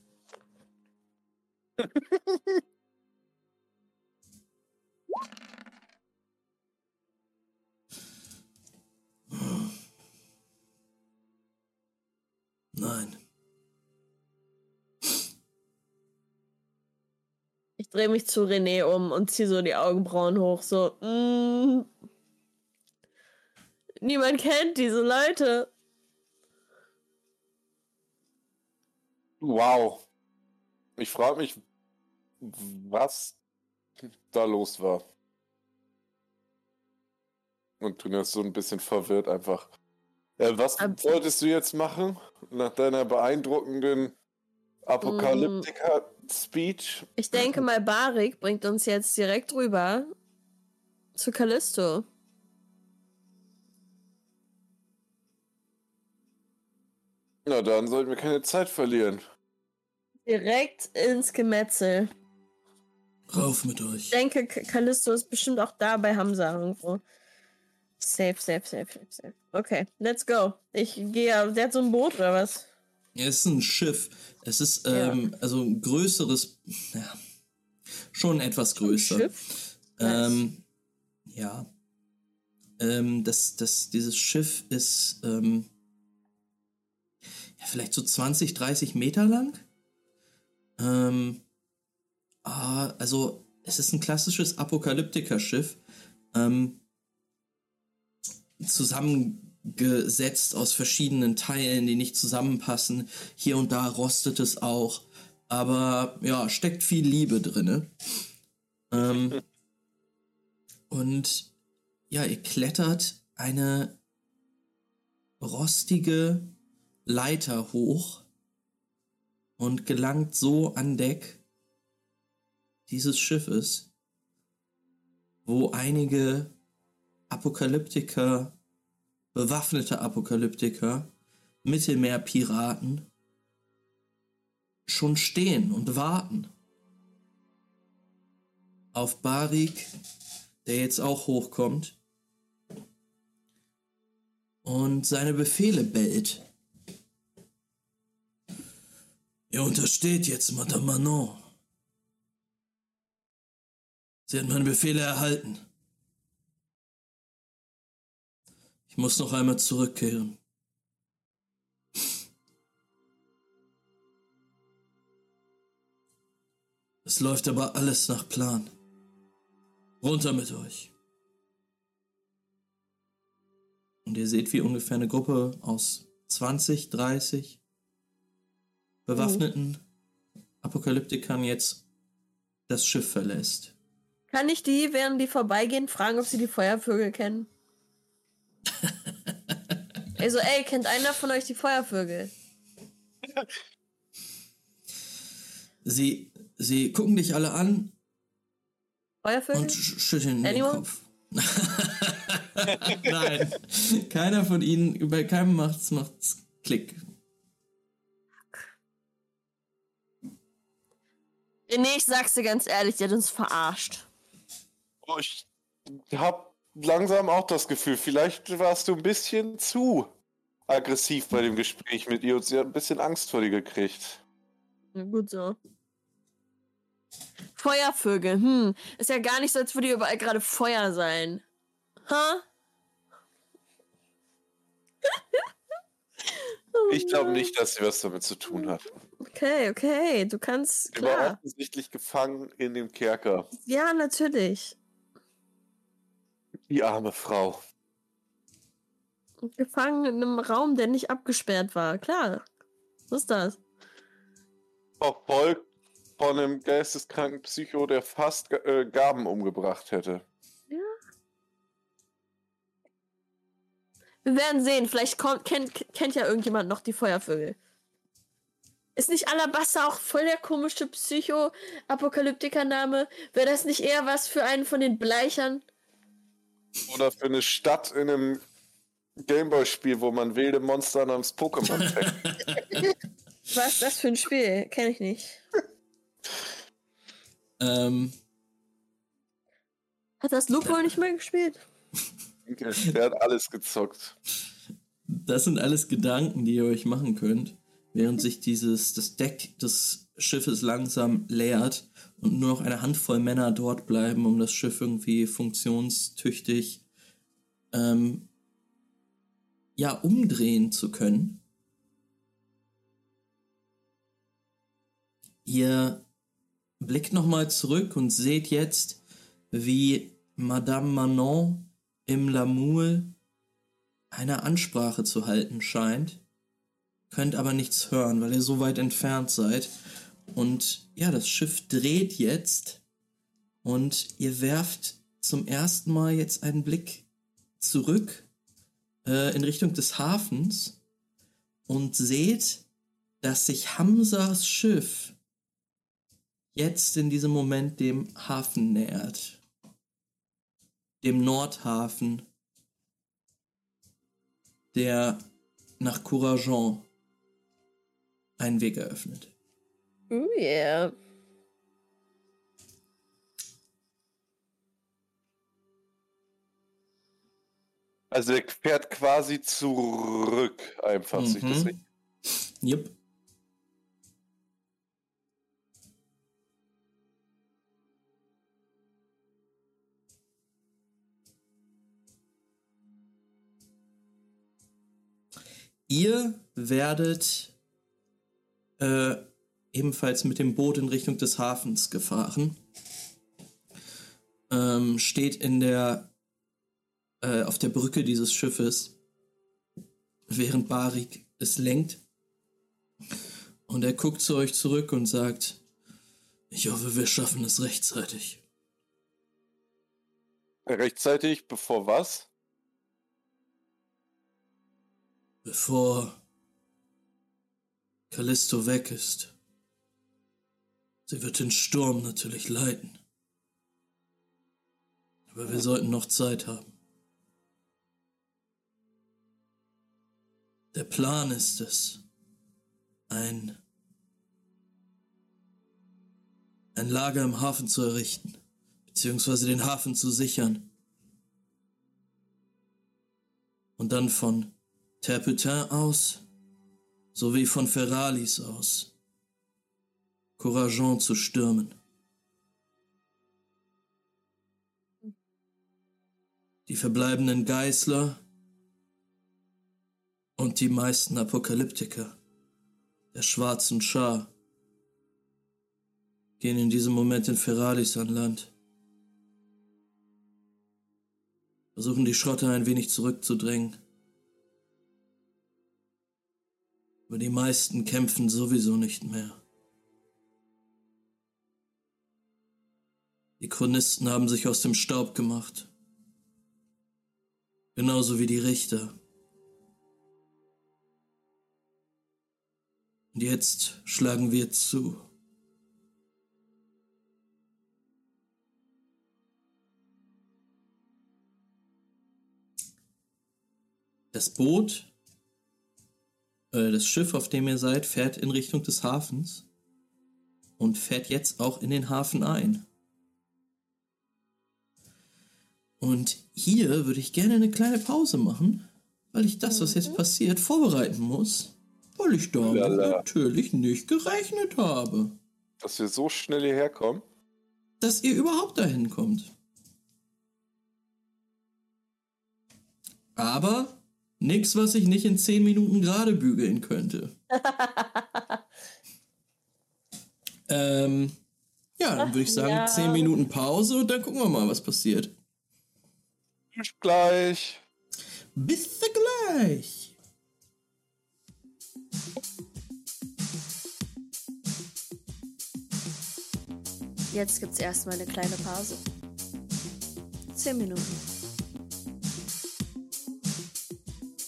Nein. Ich drehe mich zu René um und ziehe so die Augenbrauen hoch, so. Niemand kennt diese Leute. Wow. Ich frage mich, was da los war. Und du bist so ein bisschen verwirrt einfach. Was wolltest du jetzt machen? Nach deiner beeindruckenden Apokalyptiker-Speech? Ich denke mal, Barik bringt uns jetzt direkt rüber zu Callisto. Na, dann sollten wir keine Zeit verlieren. Direkt ins Gemetzel. Rauf mit euch. Ich denke, Callisto ist bestimmt auch da bei Hamza irgendwo. Safe. Okay, let's go. Ich gehe. Der hat so ein Boot oder was? Ja, es ist ein Schiff. Es ist also ein größeres, schon etwas größer. Ein Schiff? Dieses Schiff ist vielleicht so 20, 30 Meter lang. Also es ist ein klassisches Apokalyptiker-Schiff. Zusammengesetzt aus verschiedenen Teilen, die nicht zusammenpassen. Hier und da rostet es auch. Aber ja, steckt viel Liebe drin. Und ja, ihr klettert eine rostige Leiter hoch und gelangt so an Deck dieses Schiffes, wo einige Apokalyptiker, bewaffnete Apokalyptiker, Mittelmeerpiraten schon stehen und warten auf Barik, der jetzt auch hochkommt und seine Befehle bellt. Ihr untersteht jetzt, Madame Manon. Sie hat meine Befehle erhalten. Ich muss noch einmal zurückkehren. Es läuft aber alles nach Plan. Runter mit euch. Und ihr seht, wie ungefähr eine Gruppe aus 20, 30 bewaffneten Apokalyptikern jetzt das Schiff verlässt. Kann ich die, während die vorbeigehen, fragen, ob sie die Feuervögel kennen? Also, kennt einer von euch die Feuervögel? Sie gucken dich alle an Feuervögel? und schütteln den Kopf. Nein, keiner von ihnen, bei keinem macht's Klick. Nee, ich sag's dir ganz ehrlich, die hat uns verarscht. Oh, ich hab langsam auch das Gefühl, vielleicht warst du ein bisschen zu aggressiv bei dem Gespräch mit ihr und sie hat ein bisschen Angst vor dir gekriegt. Na gut so. Feuervögel, ist ja gar nicht so, als würde hier überall gerade Feuer sein. Ich glaube nicht, dass sie was damit zu tun hat. Okay, du kannst, Sie war klar. offensichtlich gefangen in dem Kerker. Ja, natürlich. Die arme Frau. Gefangen in einem Raum, der nicht abgesperrt war. Klar. Was ist das? Verfolgt von einem geisteskranken Psycho, der fast Gaben umgebracht hätte. Ja. Wir werden sehen. Vielleicht kennt ja irgendjemand noch die Feuervögel. Ist nicht Alabaster auch voll der komische Psycho-Apokalyptiker-Name? Wäre das nicht eher was für einen von den Bleichern? Oder für eine Stadt in einem Gameboy-Spiel, wo man wilde Monster namens Pokémon trägt. Was ist das für ein Spiel? Kenn ich nicht. Hat das Lupo nicht mehr gespielt? Der hat alles gezockt. Das sind alles Gedanken, die ihr euch machen könnt, während sich das Deck des Schiffes langsam leert und nur noch eine Handvoll Männer dort bleiben, um das Schiff irgendwie funktionstüchtig umdrehen zu können. Ihr blickt nochmal zurück und seht jetzt, wie Madame Manon im Lamoule eine Ansprache zu halten scheint. Könnt aber nichts hören, weil ihr so weit entfernt seid. Und ja, das Schiff dreht jetzt und ihr werft zum ersten Mal jetzt einen Blick zurück in Richtung des Hafens und seht, dass sich Hamzas Schiff jetzt in diesem Moment dem Hafen nähert. Dem Nordhafen, der nach Courageon einen Weg eröffnet. Oh yeah. Also er fährt quasi zurück, einfach. Sich das richtig. Yep. Ihr werdet ebenfalls mit dem Boot in Richtung des Hafens gefahren. Steht auf der Brücke dieses Schiffes, während Barik es lenkt. Und er guckt zu euch zurück und sagt, ich hoffe, wir schaffen es rechtzeitig. Rechtzeitig, bevor was? Bevor Callisto weg ist. Sie wird den Sturm natürlich leiten. Aber wir sollten noch Zeit haben. Der Plan ist es, ein Lager im Hafen zu errichten, beziehungsweise den Hafen zu sichern. Und dann von Terputin aus, sowie von Feralis aus, Courageon zu stürmen. Die verbleibenden Geißler und die meisten Apokalyptiker der schwarzen Schar gehen in diesem Moment in Feralis an Land. Versuchen die Schrotter ein wenig zurückzudrängen. Aber die meisten kämpfen sowieso nicht mehr. Die Chronisten haben sich aus dem Staub gemacht. Genauso wie die Richter. Und jetzt schlagen wir zu. Das Boot, das Schiff, auf dem ihr seid, fährt in Richtung des Hafens und fährt jetzt auch in den Hafen ein. Und hier würde ich gerne eine kleine Pause machen, weil ich das, was jetzt passiert, vorbereiten muss, weil ich damit natürlich nicht gerechnet habe. Dass wir so schnell hierher kommen? Dass ihr überhaupt dahin kommt. Aber nix, was ich nicht in 10 Minuten gerade bügeln könnte. Ja, dann würde ich sagen, 10 Minuten Pause und dann gucken wir mal, was passiert. Bis gleich. Bis gleich. Jetzt gibt's erstmal eine kleine Pause. 10 Minuten.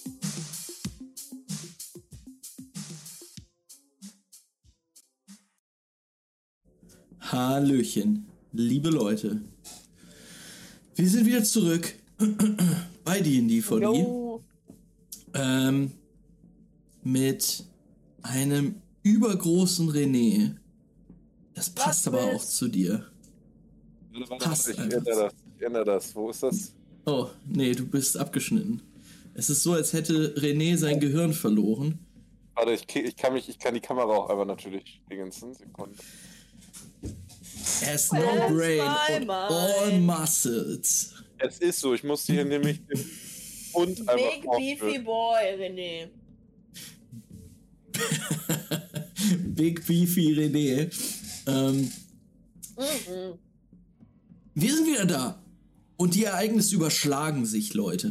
Hallöchen, liebe Leute. Wir sind wieder zurück bei D&D 4D. Jo. Mit einem übergroßen René. Das passt aber willst? auch zu dir. Passt ich einfach. ändere das. Wo ist das? Oh, nee, du bist abgeschnitten. Es ist so, als hätte René sein Gehirn verloren. Warte, ich kann die Kamera auch einfach natürlich dingensen. Sekunde. Has no brain and all muscles. Es ist so, ich musste hier nämlich den Hund einfach Big Beefy Boy, René. Big Beefy René. Wir sind wieder da. Und die Ereignisse überschlagen sich, Leute.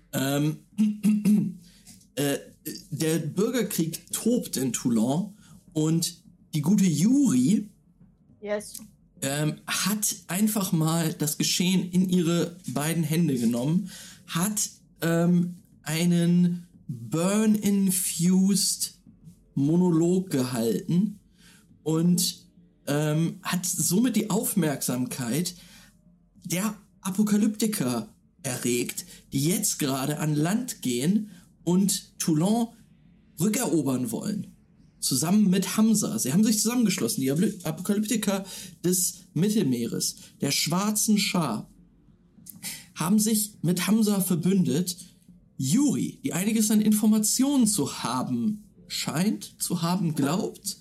Der Bürgerkrieg tobt in Toulon und die gute Yuri Yes. hat einfach mal das Geschehen in ihre beiden Hände genommen, hat einen Burn-Infused Monolog gehalten und hat somit die Aufmerksamkeit der Apokalyptiker erregt, die jetzt gerade an Land gehen und Toulon rückerobern wollen. Zusammen mit Hamza. Sie haben sich zusammengeschlossen, die Apokalyptiker des Mittelmeeres, der Schwarzen Schar, haben sich mit Hamza verbündet. Yuri, die einiges an Informationen zu haben scheint, zu haben glaubt,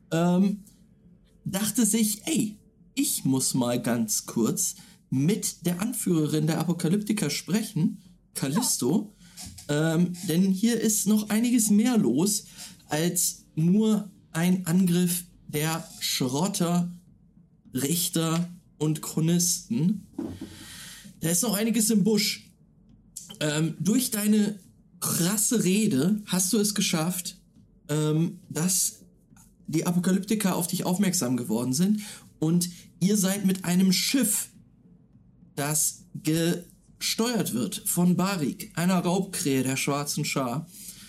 dachte sich, ey, ich muss mal ganz kurz mit der Anführerin der Apokalyptiker sprechen, Callisto, denn hier ist noch einiges mehr los als nur ein Angriff der Schrotter, Richter und Chronisten. Da ist noch einiges im Busch. Durch deine krasse Rede hast du es geschafft, dass die Apokalyptiker auf dich aufmerksam geworden sind und ihr seid mit einem Schiff, das gesteuert wird von Barik, einer Raubkrähe der Schwarzen Schar,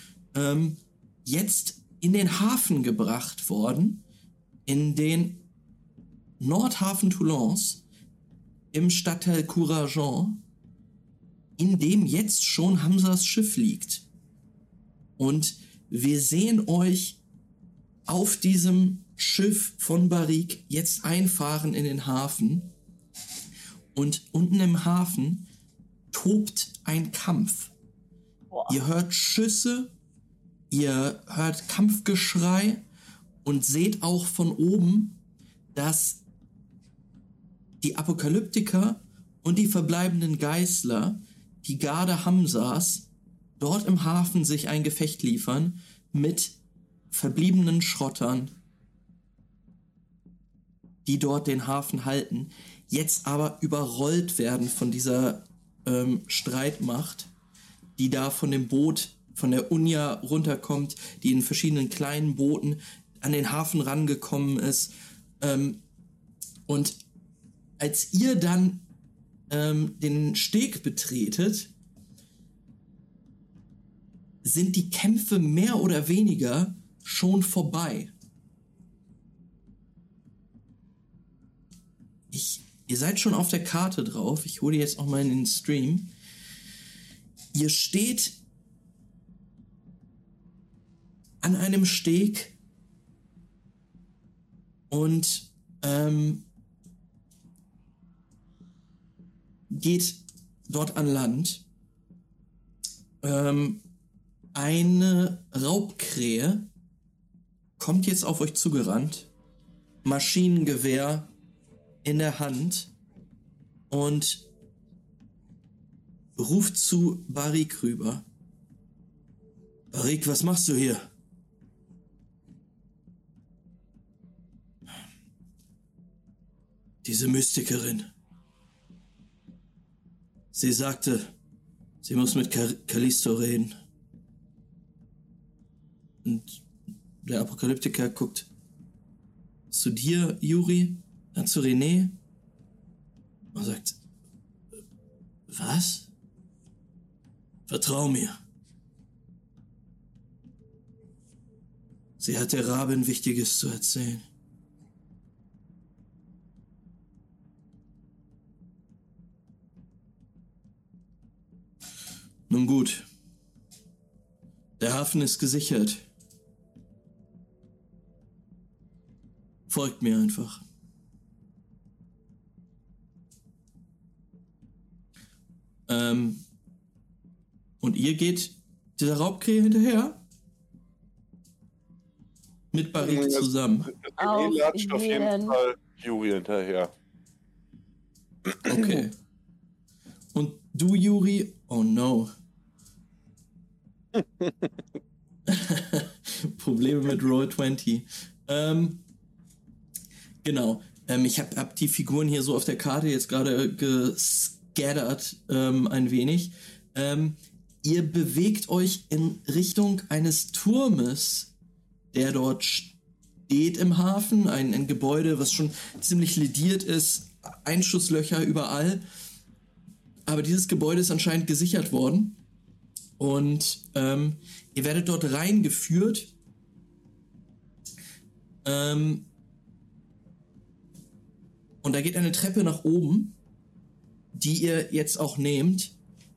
jetzt in den Hafen gebracht worden, in den Nordhafen Toulons, im Stadtteil Courageon, in dem jetzt schon Hamzas Schiff liegt. Und wir sehen euch auf diesem Schiff von Barik jetzt einfahren in den Hafen. Und unten im Hafen tobt ein Kampf. Ihr hört Schüsse, ihr hört Kampfgeschrei und seht auch von oben, dass die Apokalyptiker und die verbleibenden Geißler, die Garde Hamzas, dort im Hafen sich ein Gefecht liefern mit verbliebenen Schrottern, die dort den Hafen halten, jetzt aber überrollt werden von dieser Streitmacht, die da von dem Boot, von der Unia runterkommt, die in verschiedenen kleinen Booten an den Hafen rangekommen ist. Und als ihr dann den Steg betretet, sind die Kämpfe mehr oder weniger schon vorbei. Ihr seid schon auf der Karte drauf. Ich hole jetzt auch mal in den Stream. Ihr steht an einem Steg und geht dort an Land. Eine Raubkrähe kommt jetzt auf euch zugerannt. Maschinengewehr in der Hand und ruft zu Barik rüber. Barik, was machst du hier? Diese Mystikerin. Sie sagte, sie muss mit Callisto reden. Und der Apokalyptiker guckt zu dir, Yuri, dann zu René und sagt, was? Vertrau mir. Sie hat der Rabin Wichtiges zu erzählen. Nun gut. Der Hafen ist gesichert. Folgt mir einfach. Und ihr geht dieser Raubkrähe hinterher? Mit Barik zusammen. René latscht auf jeden Fall Juri hinterher. Okay. Und du, Juri? Oh no. Probleme mit Roll20. Genau. Ich hab die Figuren hier so auf der Karte jetzt gerade gescattert ein wenig. Ihr bewegt euch in Richtung eines Turmes, der dort steht im Hafen. Ein Gebäude, was schon ziemlich lediert ist. Einschusslöcher überall. Aber dieses Gebäude ist anscheinend gesichert worden. Und ihr werdet dort reingeführt. Und da geht eine Treppe nach oben, die ihr jetzt auch nehmt.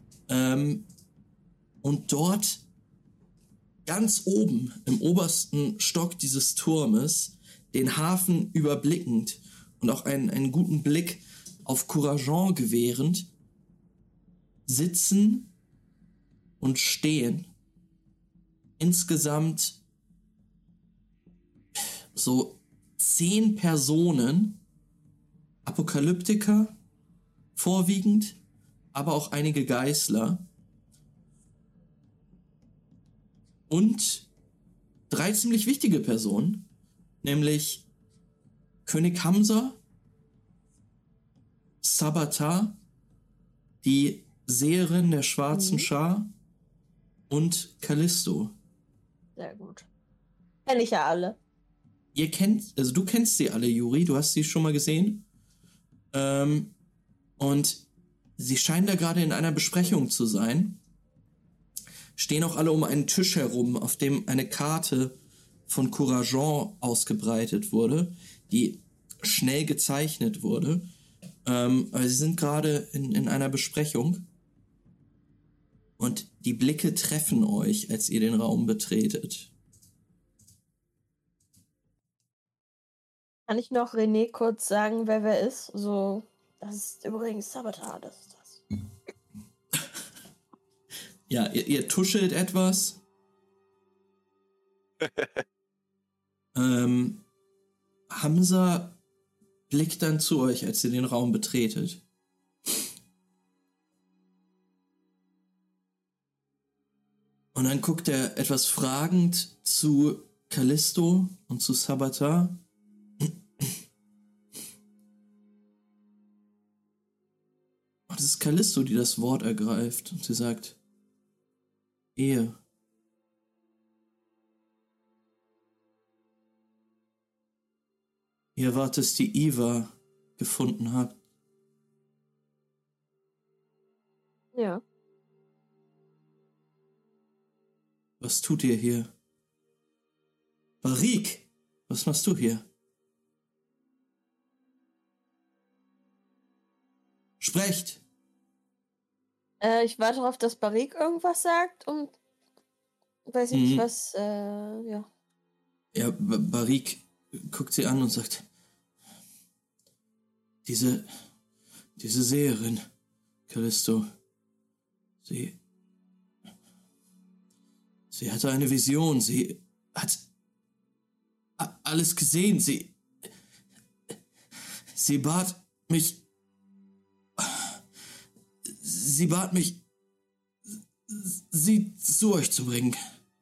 Und dort ganz oben im obersten Stock dieses Turmes, den Hafen überblickend und auch einen guten Blick auf Courageant gewährend, sitzen und stehen insgesamt so 10 Personen, Apokalyptiker vorwiegend, aber auch einige Geißler und 3 ziemlich wichtige Personen, nämlich König Hamza, Sabatar, die Seherin der Schwarzen Schar und Callisto. Sehr gut. Kenn ich ja alle. Du kennst sie alle, Juri, du hast sie schon mal gesehen. Und sie scheinen da gerade in einer Besprechung zu sein. Stehen auch alle um einen Tisch herum, auf dem eine Karte von Courageant ausgebreitet wurde, die schnell gezeichnet wurde. Aber sie sind gerade in einer Besprechung. Und die Blicke treffen euch, als ihr den Raum betretet. Kann ich noch René kurz sagen, wer ist? So, das ist übrigens Sabatar, das ist das. Ja, ihr tuschelt etwas. Hamza blickt dann zu euch, als ihr den Raum betretet. Und dann guckt er etwas fragend zu Callisto und zu Sabatar. Und es ist Callisto, die das Wort ergreift. Und sie sagt, Ehe. Ihr wart es, die Iva gefunden habt. Ja. Was tut ihr hier? Barik, was machst du hier? Sprecht! Ich warte darauf, dass Barik irgendwas sagt und weiß ich nicht, was, ja. Ja, Barik guckt sie an und sagt, diese Seherin, Callisto, sie hatte eine Vision, sie hat alles gesehen, sie bat mich, sie zu euch zu bringen.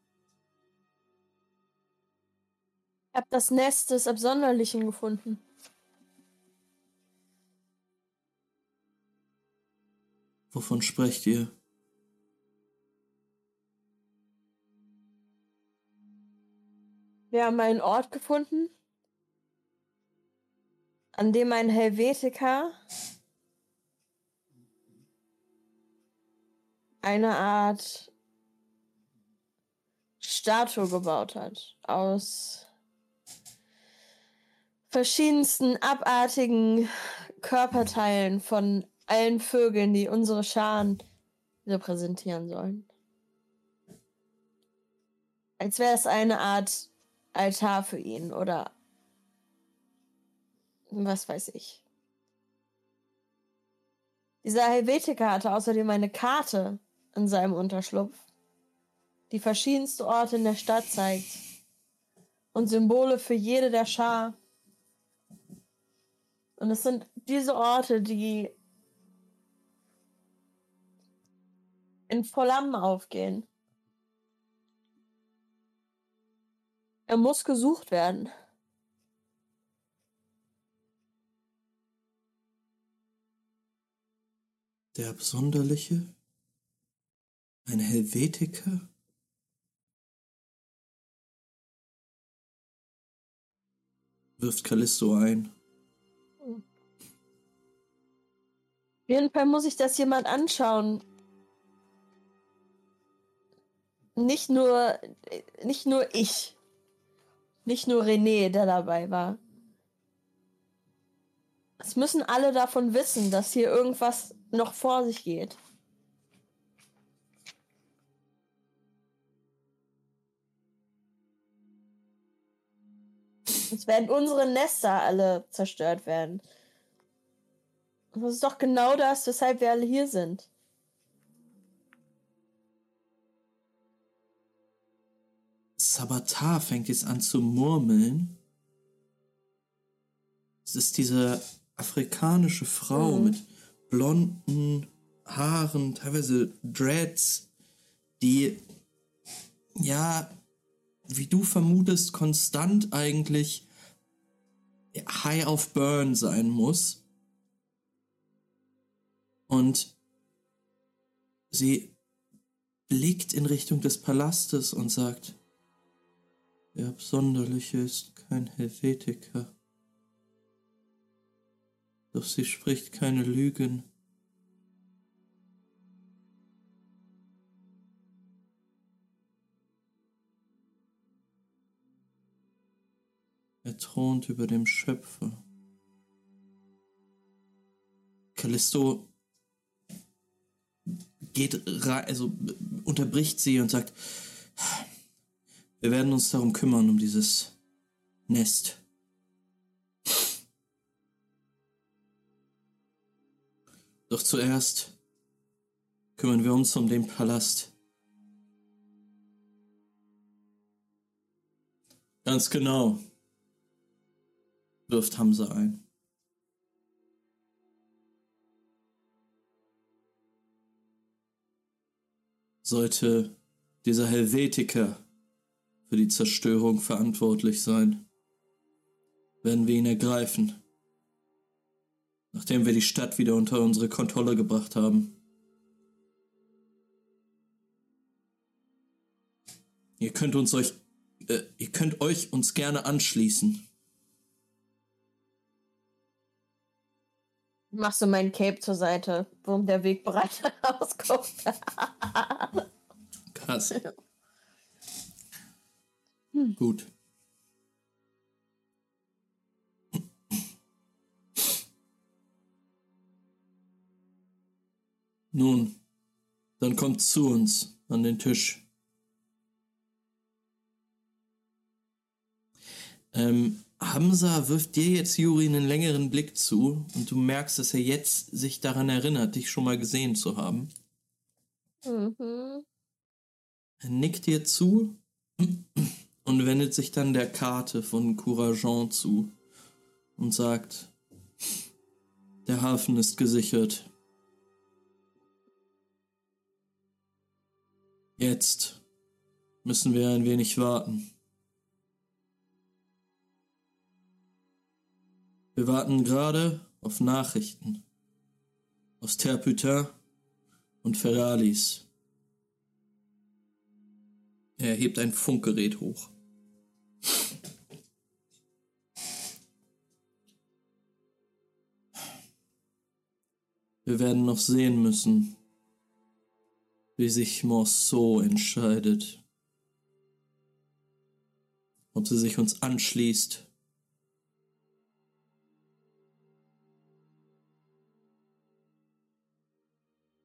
Ich habe das Nest des Absonderlichen gefunden. Wovon sprecht ihr? Wir haben einen Ort gefunden, an dem ein Helvetiker eine Art Statue gebaut hat aus verschiedensten abartigen Körperteilen von allen Vögeln, die unsere Scharen repräsentieren sollen. Als wäre es eine Art Altar für ihn oder was weiß ich. Dieser Helvetiker hatte außerdem eine Karte in seinem Unterschlupf, die verschiedenste Orte in der Stadt zeigt und Symbole für jede der Schar. Und es sind diese Orte, die in Flammen aufgehen. Er muss gesucht werden. Der Absonderliche? Ein Helvetiker? Wirft Callisto ein. Auf jeden Fall muss sich das jemand anschauen. Nicht nur ich. Nicht nur René, der dabei war. Es müssen alle davon wissen, dass hier irgendwas noch vor sich geht. Es werden unsere Nester alle zerstört werden. Und das ist doch genau das, weshalb wir alle hier sind. Sabatar fängt jetzt an zu murmeln. Es ist diese afrikanische Frau mit blonden Haaren, teilweise Dreads, die, ja, wie du vermutest, konstant eigentlich high auf Burn sein muss. Und sie blickt in Richtung des Palastes und sagt: Der Absonderliche ist kein Helvetiker. Doch sie spricht keine Lügen. Er thront über dem Schöpfer. Callisto geht rein, also unterbricht sie und sagt: Wir werden uns darum kümmern, um dieses Nest. Doch zuerst kümmern wir uns um den Palast. Ganz genau, wirft Hamza ein. Sollte dieser Helvetiker für die Zerstörung verantwortlich sein, werden wir ihn ergreifen, nachdem wir die Stadt wieder unter unsere Kontrolle gebracht haben. Ihr könnt euch uns gerne anschließen. Machst du meinen Cape zur Seite, wo der Wegbereiter rauskommt? Krass. Gut. Nun, dann kommt zu uns an den Tisch. Hamza wirft dir jetzt, Juri, einen längeren Blick zu und du merkst, dass er jetzt sich daran erinnert, dich schon mal gesehen zu haben. Mhm. Er nickt dir zu und wendet sich dann der Karte von Courageant zu und sagt: Der Hafen ist gesichert. Jetzt müssen wir ein wenig warten. Wir warten gerade auf Nachrichten aus Terputin und Feralis. Er hebt ein Funkgerät hoch. Wir werden noch sehen müssen, wie sich Morceau entscheidet. Ob sie sich uns anschließt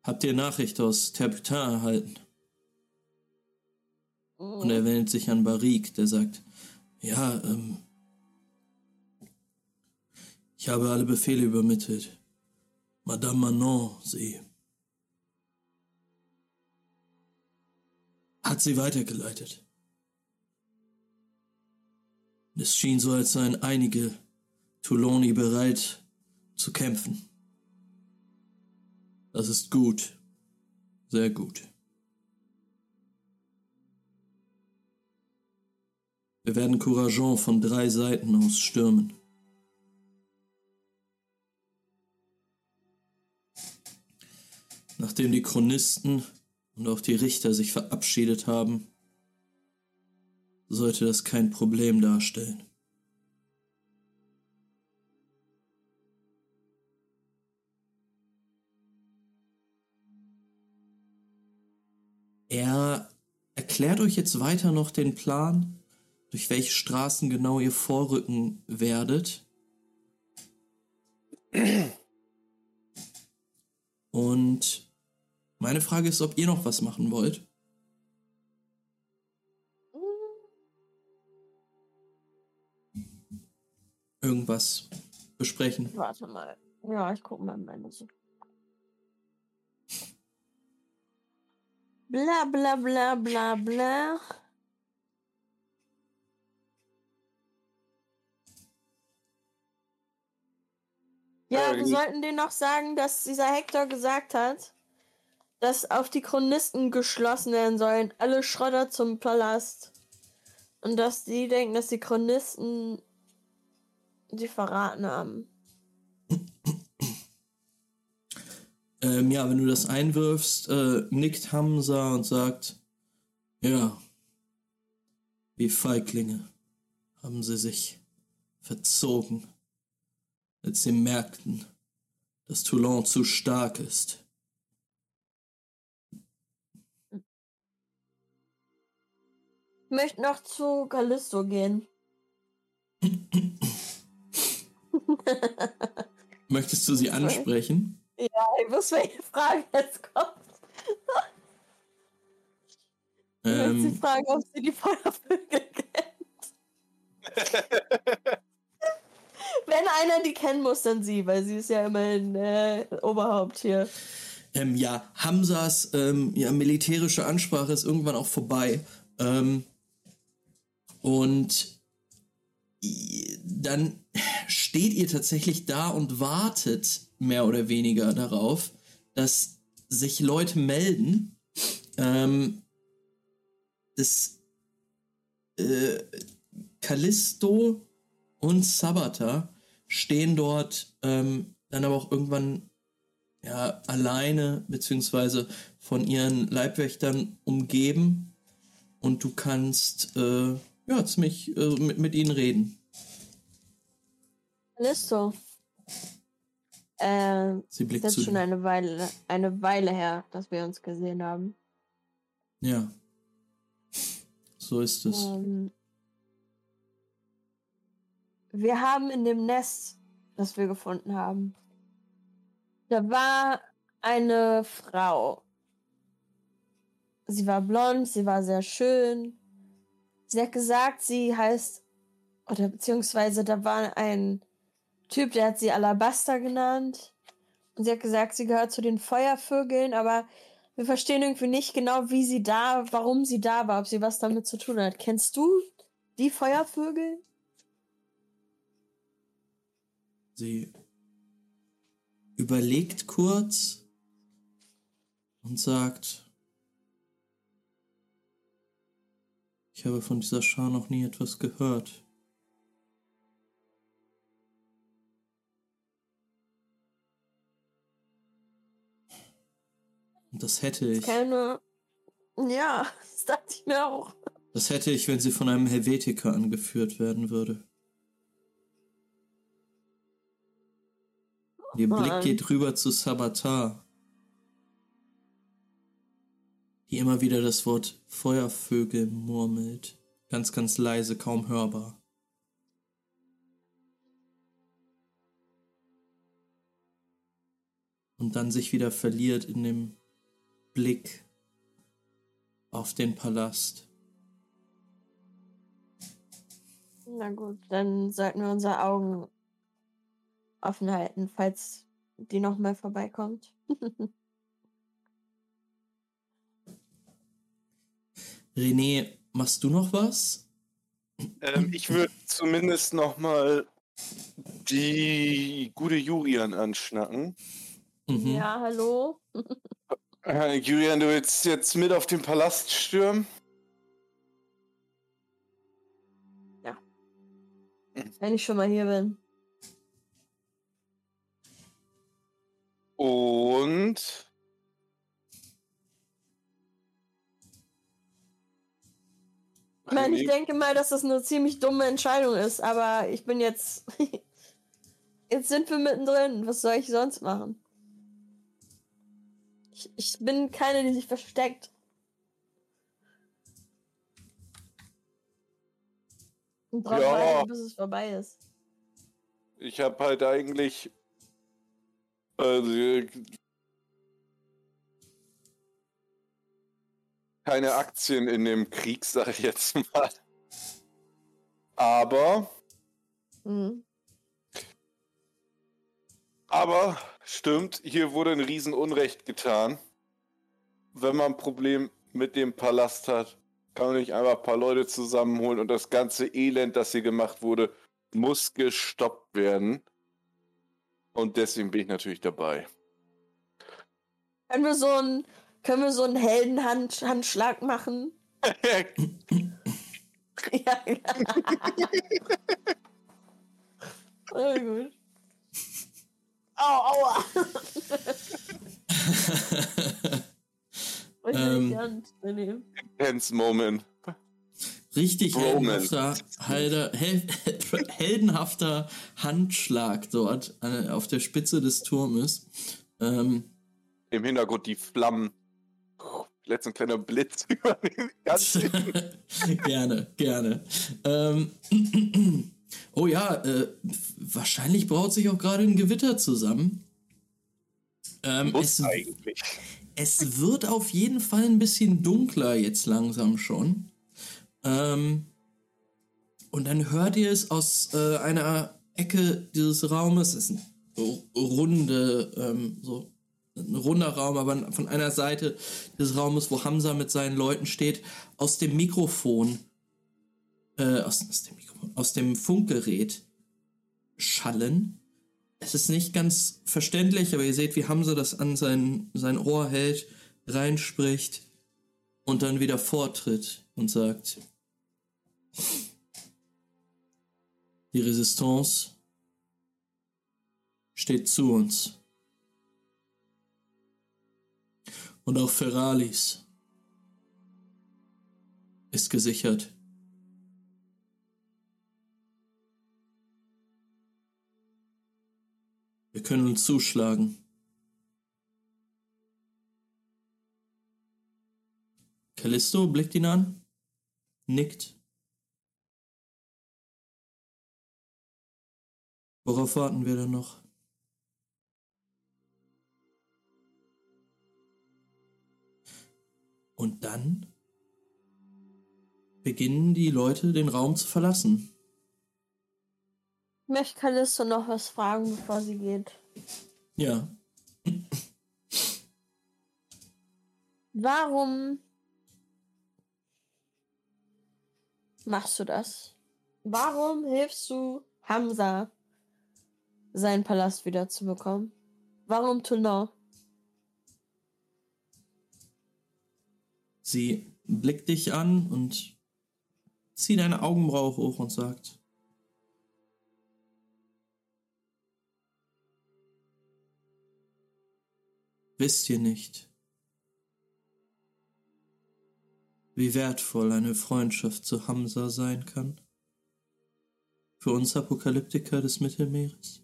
Habt ihr Nachricht aus Terputin erhalten? Und er wendet sich an Barik, der sagt, ja, ich habe alle Befehle übermittelt. Madame Manon, sie hat sie weitergeleitet. Es schien so, als seien einige Touloni bereit zu kämpfen. Das ist gut. Sehr gut. Wir werden Courageon von 3 Seiten aus stürmen. Nachdem die Chronisten und auch die Richter sich verabschiedet haben, sollte das kein Problem darstellen. Er erklärt euch jetzt weiter noch den Plan, durch welche Straßen genau ihr vorrücken werdet. Und meine Frage ist, ob ihr noch was machen wollt. Irgendwas besprechen. Warte mal. Ja, ich gucke mal meine Suche. Bla bla bla bla bla. Ja, wir sollten denen noch sagen, dass dieser Hector gesagt hat, dass auf die Chronisten geschlossen werden sollen, alle Schrotter zum Palast. Und dass die denken, dass die Chronisten sie verraten haben. Ja, wenn du das einwirfst, nickt Hamza und sagt, ja, wie Feiglinge haben sie sich verzogen, als sie merkten, dass Toulon zu stark ist. Ich möchte noch zu Callisto gehen. Möchtest du sie ansprechen? Ja, ich muss, welche Frage jetzt kommt. Ich möchte sie fragen, ob sie die Feuervögel kennt. Wenn einer die kennen muss, dann sie, weil sie ist ja immerhin Oberhaupt hier. Ja, Hamzas militärische Ansprache ist irgendwann auch vorbei. Und dann steht ihr tatsächlich da und wartet mehr oder weniger darauf, dass sich Leute melden, dass Callisto und Sabata stehen dort dann aber auch irgendwann alleine beziehungsweise von ihren Leibwächtern umgeben und du kannst ziemlich mit ihnen reden. Callisto. Sie blickt das ist zu schon dir. eine Weile her, dass wir uns gesehen haben. Ja. So ist es. Wir haben in dem Nest, das wir gefunden haben, da war eine Frau. Sie war blond, sie war sehr schön. Sie hat gesagt, sie heißt, oder beziehungsweise da war ein Typ, der hat sie Alabaster genannt. Und sie hat gesagt, sie gehört zu den Feuervögeln, aber wir verstehen irgendwie nicht genau, warum sie da war, ob sie was damit zu tun hat. Kennst du die Feuervögel? Sie überlegt kurz und sagt, ich habe von dieser Schar noch nie etwas gehört. Und das hätte ich. Ja, das dachte ich mir auch. Das hätte ich, wenn sie von einem Helvetiker angeführt werden würde. Ihr Blick geht rüber zu Sabata, die immer wieder das Wort Feuervögel murmelt. Ganz, ganz leise, kaum hörbar. Und und dann sich wieder verliert in dem Blick auf den Palast. Na gut, dann sollten wir unsere Augen offen halten, falls die nochmal vorbeikommt. René, machst du noch was? Ich würde zumindest nochmal die gute Julian anschnacken. Ja, hallo? Julian, du willst jetzt mit auf den Palast stürmen? Ja. Wenn ich schon mal hier bin. Und Ich meine, ich denke mal, dass das eine ziemlich dumme Entscheidung ist, aber ich bin jetzt... Jetzt sind wir mittendrin. Was soll ich sonst machen? Ich bin keine, die sich versteckt. Und drauf Ja. warten, bis es vorbei ist. ich habe halt eigentlich keine Aktien in dem Krieg, sag ich jetzt mal. Aber stimmt, hier wurde ein Riesenunrecht getan. Wenn man ein Problem mit dem Palast hat, kann man nicht einfach ein paar Leute zusammenholen und das ganze Elend, das hier gemacht wurde, muss gestoppt werden. Und deswegen bin ich natürlich dabei. Können wir so einen Heldenhandschlag machen? Ja. Oh, gut. Aua. Ich will nicht die Hand nehmen. Tense Moment. Richtig Roman. heldenhafter Handschlag dort auf der Spitze des Turmes. Im Hintergrund die Flammen. Letzten kleiner Blitz über den ganzen. Gerne. Oh ja, wahrscheinlich braut sich auch gerade ein Gewitter zusammen. Muss eigentlich. Es wird auf jeden Fall ein bisschen dunkler jetzt langsam schon. Und dann hört ihr es aus einer Ecke dieses Raumes. Es ist ein runder Raum, aber von einer Seite des Raumes, wo Hamza mit seinen Leuten steht, aus dem Mikrofon, aus dem Funkgerät schallen. Es ist nicht ganz verständlich, aber ihr seht, wie Hamza das an sein Ohr hält, reinspricht und dann wieder vortritt und sagt: Die Resistance steht zu uns. Und auch Feralis ist gesichert. Wir können uns zuschlagen. Callisto blickt ihn an, nickt. Worauf warten wir denn noch? Und dann beginnen die Leute, den Raum zu verlassen. Ich möchte Callisto noch was fragen, bevor sie geht. Ja. Warum machst du das? Warum hilfst du Hamza, seinen Palast wieder zu bekommen? Warum Toulon? Sie blickt dich an und zieht eine Augenbraue hoch und sagt: Wisst ihr nicht, wie wertvoll eine Freundschaft zu Hamza sein kann? Für uns Apokalyptiker des Mittelmeeres?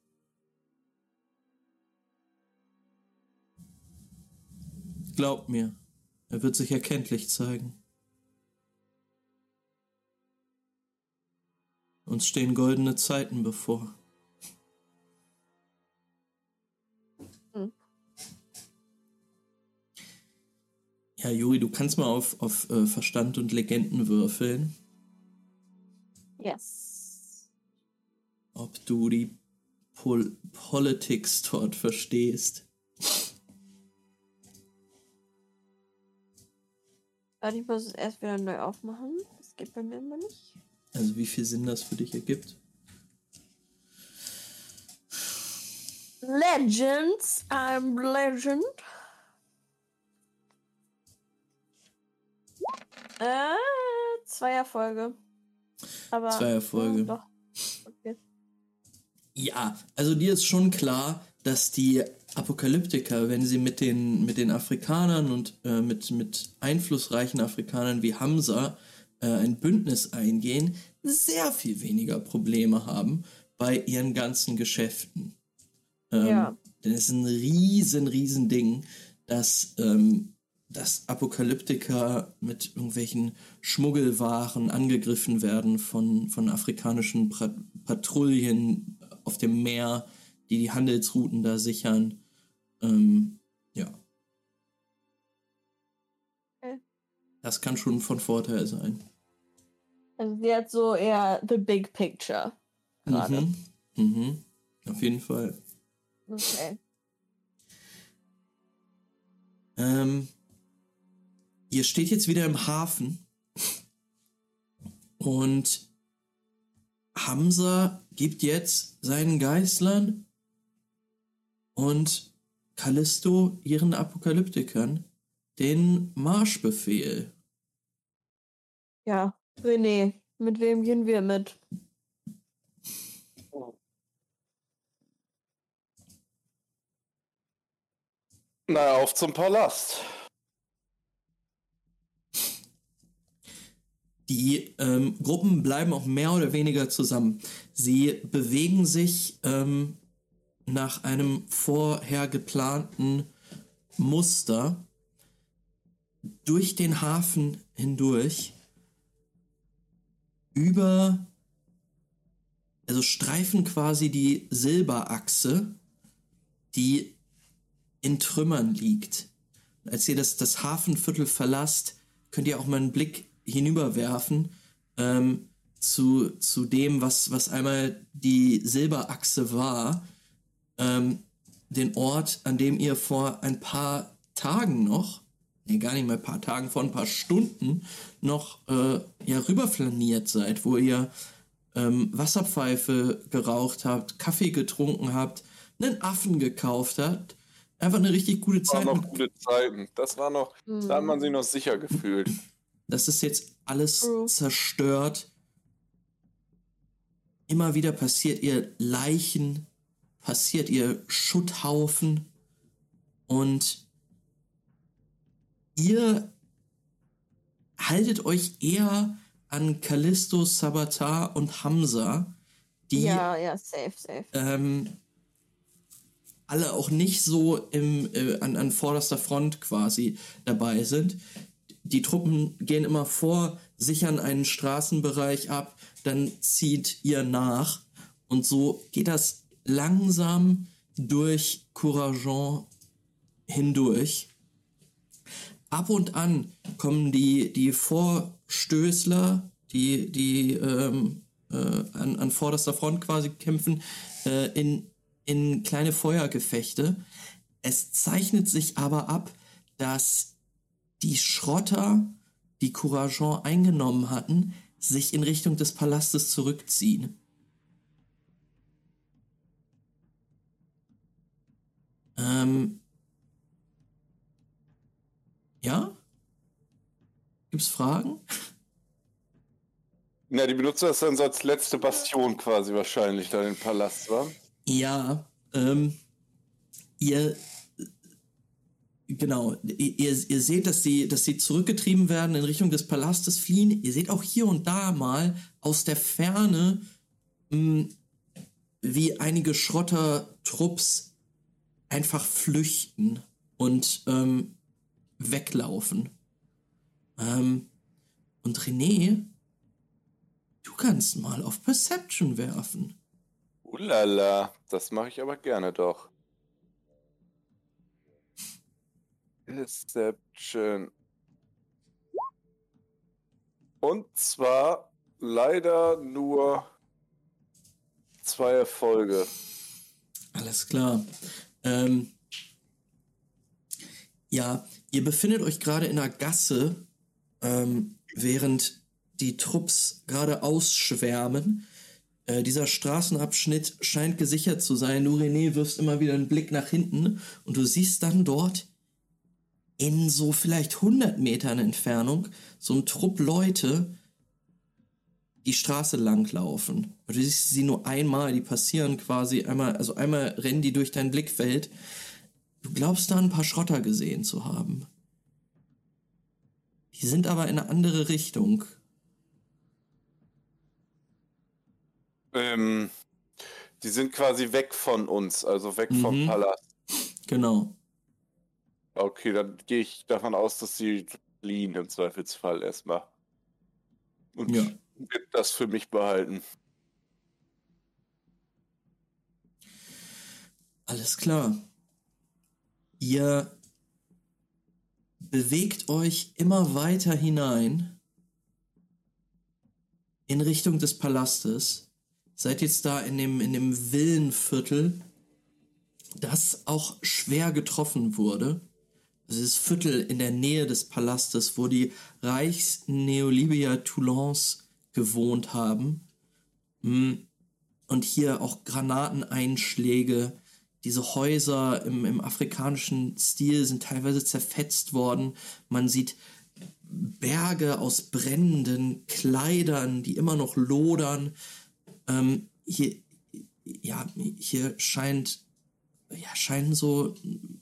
Glaubt mir, er wird sich erkenntlich zeigen. Uns stehen goldene Zeiten bevor. Ja, Juri, du kannst mal auf Verstand und Legenden würfeln, Yes. ob du die Politics dort verstehst. Warte, ich muss es erst wieder neu aufmachen. Das geht bei mir immer nicht. Also wie viel Sinn das für dich ergibt. Legends, I'm Legend. Zwei Aber. 2 Erfolge. Doch. Okay. Ja, also dir ist schon klar, dass die Apokalyptiker, wenn sie mit den Afrikanern und mit einflussreichen Afrikanern wie Hamza ein Bündnis eingehen, sehr viel weniger Probleme haben bei ihren ganzen Geschäften. Ja. Denn es ist ein riesen Ding, dass Apokalyptiker mit irgendwelchen Schmuggelwaren angegriffen werden von afrikanischen Patrouillen auf dem Meer, die Handelsrouten da sichern. Ja. Okay. Das kann schon von Vorteil sein. Also sie hat so eher the big picture gerade. Auf jeden Fall. Okay. Ihr steht jetzt wieder im Hafen und Hamza gibt jetzt seinen Geißlern und Callisto ihren Apokalyptikern den Marschbefehl. Ja, René, mit wem gehen wir mit? Na, auf zum Palast. Die Gruppen bleiben auch mehr oder weniger zusammen. Sie bewegen sich nach einem vorher geplanten Muster durch den Hafen hindurch also streifen quasi die Silberachse, die in Trümmern liegt. Als ihr das Hafenviertel verlasst, könnt ihr auch mal einen Blick hinüberwerfen zu dem, was einmal die Silberachse war. Den Ort, an dem ihr vor ein paar Tagen noch, gar nicht mal ein paar Tagen, vor ein paar Stunden noch rüberflaniert seid, wo ihr Wasserpfeife geraucht habt, Kaffee getrunken habt, einen Affen gekauft habt. Einfach eine richtig gute Zeit. Das waren noch gute Zeiten. Das war noch, da hat man sich noch sicher gefühlt. Das ist jetzt alles zerstört. Immer wieder passiert ihr Leichen, passiert ihr Schutthaufen und ihr haltet euch eher an Callisto, Sabatar und Hamza, die ja, safe. alle auch nicht so an vorderster Front quasi dabei sind. Die Truppen gehen immer vor, sichern einen Straßenbereich ab, dann zieht ihr nach und so geht das langsam durch Courageon hindurch. Ab und an kommen die Vorstößler, die an vorderster Front quasi kämpfen, in kleine Feuergefechte. Es zeichnet sich aber ab, dass die Schrotter, die Courageon eingenommen hatten, sich in Richtung des Palastes zurückziehen. Ja? Gibt's Fragen? Na, die benutzen das dann so als letzte Bastion quasi wahrscheinlich, da den Palast, wa? Ja, ihr seht, dass sie zurückgetrieben werden in Richtung des Palastes, fliehen. Ihr seht auch hier und da mal aus der Ferne, wie einige Schrottertrupps einfach flüchten und weglaufen. Und René, du kannst mal auf Perception werfen. Ulala, das mache ich aber gerne doch. Perception. Und zwar leider nur 2 Erfolge. Alles klar. Ja, ihr befindet euch gerade in einer Gasse, während die Trupps gerade ausschwärmen. Dieser Straßenabschnitt scheint gesichert zu sein. Du, René, wirfst immer wieder einen Blick nach hinten und du siehst dann dort in so vielleicht 100 Metern Entfernung so ein Trupp Leute die Straße langlaufen. Du siehst sie nur einmal, die passieren quasi einmal, also einmal rennen die durch dein Blickfeld. Du glaubst da ein paar Schrotter gesehen zu haben. Die sind aber in eine andere Richtung. Die sind quasi weg von uns, also weg vom Palast. Genau. Okay, dann gehe ich davon aus, dass sie fliehen im Zweifelsfall erstmal. Und Ja. wird das für mich behalten. Alles klar. Ihr bewegt euch immer weiter hinein in Richtung des Palastes. Seid jetzt da in dem Villenviertel, das auch schwer getroffen wurde. Dieses Viertel in der Nähe des Palastes, wo die Reichsneolibier Toulons gewohnt haben. Und hier auch Granateneinschläge. Diese Häuser im afrikanischen Stil sind teilweise zerfetzt worden. Man sieht Berge aus brennenden Kleidern, die immer noch lodern. Hier scheinen so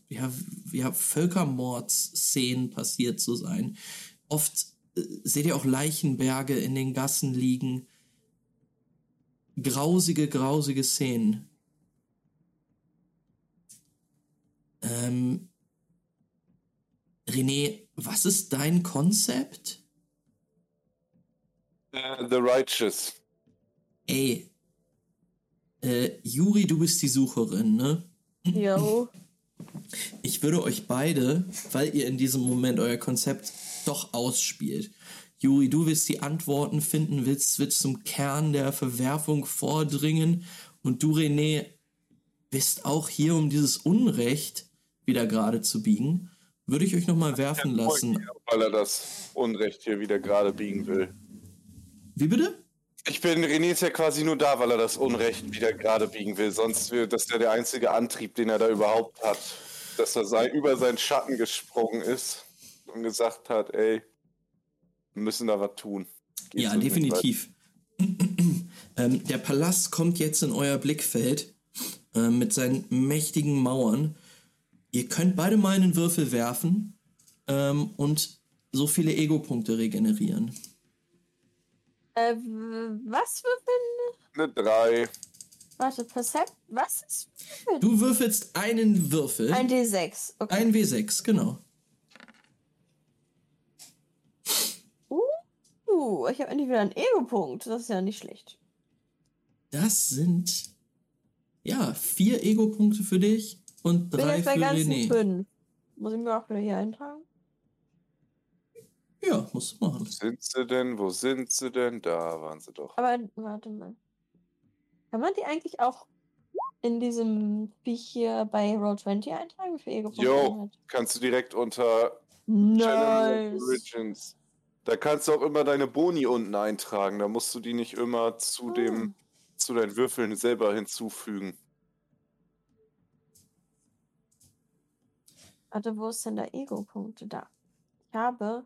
Völkermordsszenen passiert zu sein. Oft seht ihr auch Leichenberge in den Gassen liegen. Grausige Szenen. René, was ist dein Konzept? The Righteous. Ey, Juri, du bist die Sucherin, ne? Jo. Ich würde euch beide, weil ihr in diesem Moment euer Konzept doch ausspielt. Juri, du willst die Antworten finden, willst zum Kern der Verwerfung vordringen und du, René, bist auch hier, um dieses Unrecht wieder gerade zu biegen. Würde ich euch nochmal werfen lassen. Weil er das Unrecht hier wieder gerade biegen will. Wie bitte? René ist ja quasi nur da, weil er das Unrecht wieder gerade biegen will. Sonst wäre das ja der einzige Antrieb, den er da überhaupt hat. Dass er über seinen Schatten gesprungen ist und gesagt hat, ey, wir müssen da was tun. Geht's ja, definitiv. Der Palast kommt jetzt in euer Blickfeld mit seinen mächtigen Mauern. Ihr könnt beide mal einen Würfel werfen und so viele Ego-Punkte regenerieren. Was würfeln? Eine 3. Warte, Percept? Was ist? Du würfelst einen Würfel. Ein D6. Okay. Ein W6, genau. Ich habe endlich wieder einen Ego-Punkt. Das ist ja nicht schlecht. Das sind 4 Ego-Punkte für dich und 3 für René. 5. Muss ich mir auch wieder hier eintragen? Ja, musst du machen. Wo sind sie denn? Da waren sie doch. Aber warte mal. Kann man die eigentlich auch in diesem Viech hier bei Roll20 eintragen? Wie viele Ego-Punkte Jo, hat? kannst du direkt unter Nice. Origins. Da kannst du auch immer deine Boni unten eintragen. Da musst du die nicht immer zu deinen Würfeln selber hinzufügen. Warte, wo ist denn der Ego-Punkte? Da. Ich habe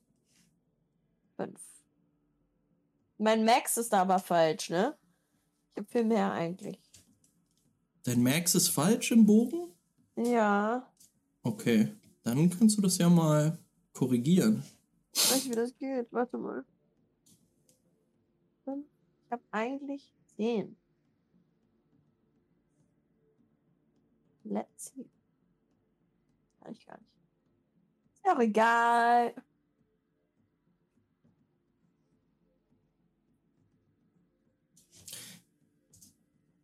5. Mein Max ist da aber falsch, ne? Ich habe viel mehr eigentlich. Dein Max ist falsch im Bogen? Ja. Okay, dann kannst du das ja mal korrigieren. Ich weiß nicht, wie das geht. Warte mal. Ich habe eigentlich 10. Let's see. Kann ich gar nicht. Ist ja auch egal.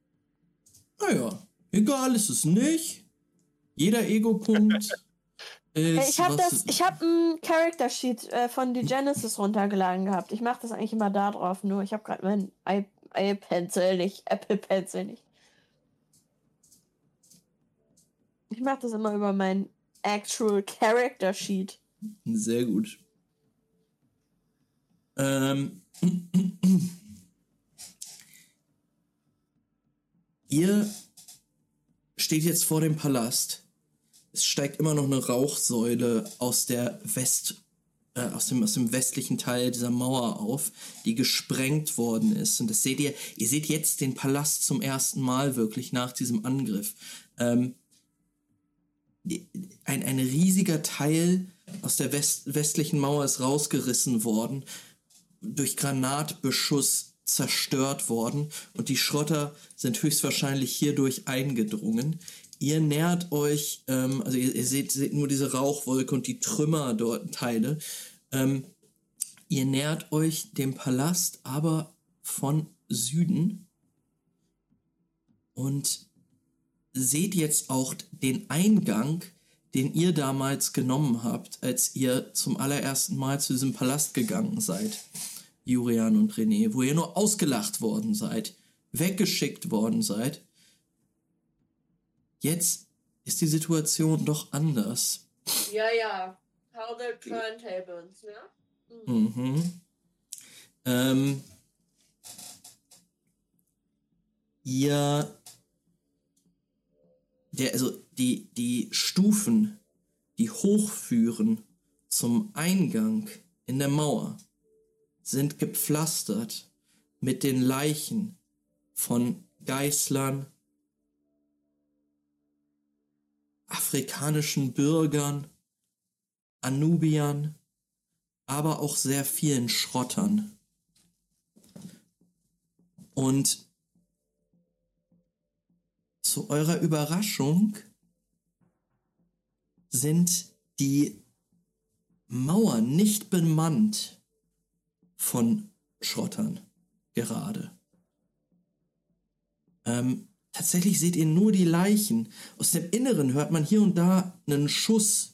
Naja, egal ist es nicht. Jeder Ego-Punkt Ich habe ein Character Sheet von The Genesis runtergeladen gehabt. Ich mache das eigentlich immer da drauf, nur ich habe gerade meinen iPencil nicht, Apple Pencil nicht. Ich mache das immer über mein Actual Character Sheet. Sehr gut. Ihr steht jetzt vor dem Palast. Es steigt immer noch eine Rauchsäule aus der aus dem westlichen Teil dieser Mauer auf, die gesprengt worden ist. Und das seht ihr seht jetzt den Palast zum ersten Mal wirklich nach diesem Angriff. Ein riesiger Teil aus der westlichen Mauer ist rausgerissen worden, durch Granatbeschuss zerstört worden und die Schrotter sind höchstwahrscheinlich hierdurch eingedrungen. Ihr nähert euch, also ihr seht nur diese Rauchwolke und die Trümmer dort Teile. Ihr nähert euch dem Palast, aber von Süden und seht jetzt auch den Eingang, den ihr damals genommen habt, als ihr zum allerersten Mal zu diesem Palast gegangen seid, Jurian und René, wo ihr nur ausgelacht worden seid, weggeschickt worden seid. Jetzt ist die Situation doch anders. Ja. How the turntables, ne? Die Stufen, die hochführen zum Eingang in der Mauer, sind gepflastert mit den Leichen von Geißlern, afrikanischen Bürgern, Anubiern, aber auch sehr vielen Schrottern. Und zu eurer Überraschung sind die Mauern nicht bemannt von Schrottern gerade. Tatsächlich seht ihr nur die Leichen. Aus dem Inneren hört man hier und da einen Schuss.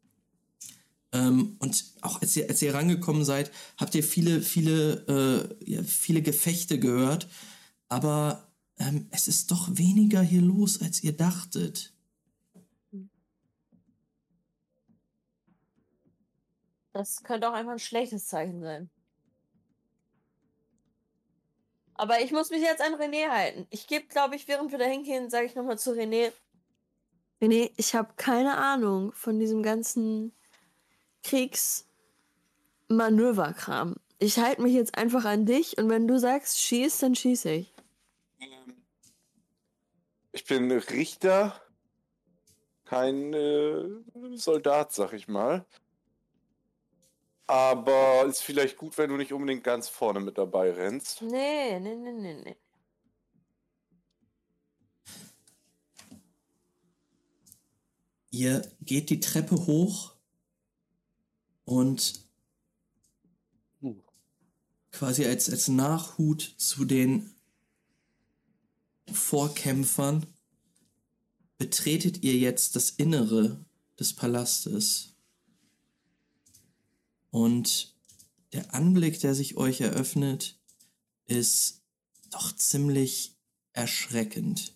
Und auch als ihr rangekommen seid, habt ihr viele Gefechte gehört. Aber es ist doch weniger hier los, als ihr dachtet. Das könnte auch einfach ein schlechtes Zeichen sein. Aber ich muss mich jetzt an René halten. Ich gebe, glaube ich, während wir da hingehen, sage ich nochmal zu René. René, ich habe keine Ahnung von diesem ganzen Kriegsmanöverkram. Ich halte mich jetzt einfach an dich und wenn du sagst, schieß, dann schieße ich. Ich bin Richter, kein Soldat, sag ich mal. Aber ist vielleicht gut, wenn du nicht unbedingt ganz vorne mit dabei rennst. Nee. Ihr geht die Treppe hoch und quasi als Nachhut zu den Vorkämpfern betretet ihr jetzt das Innere des Palastes. Und der Anblick, der sich euch eröffnet, ist doch ziemlich erschreckend.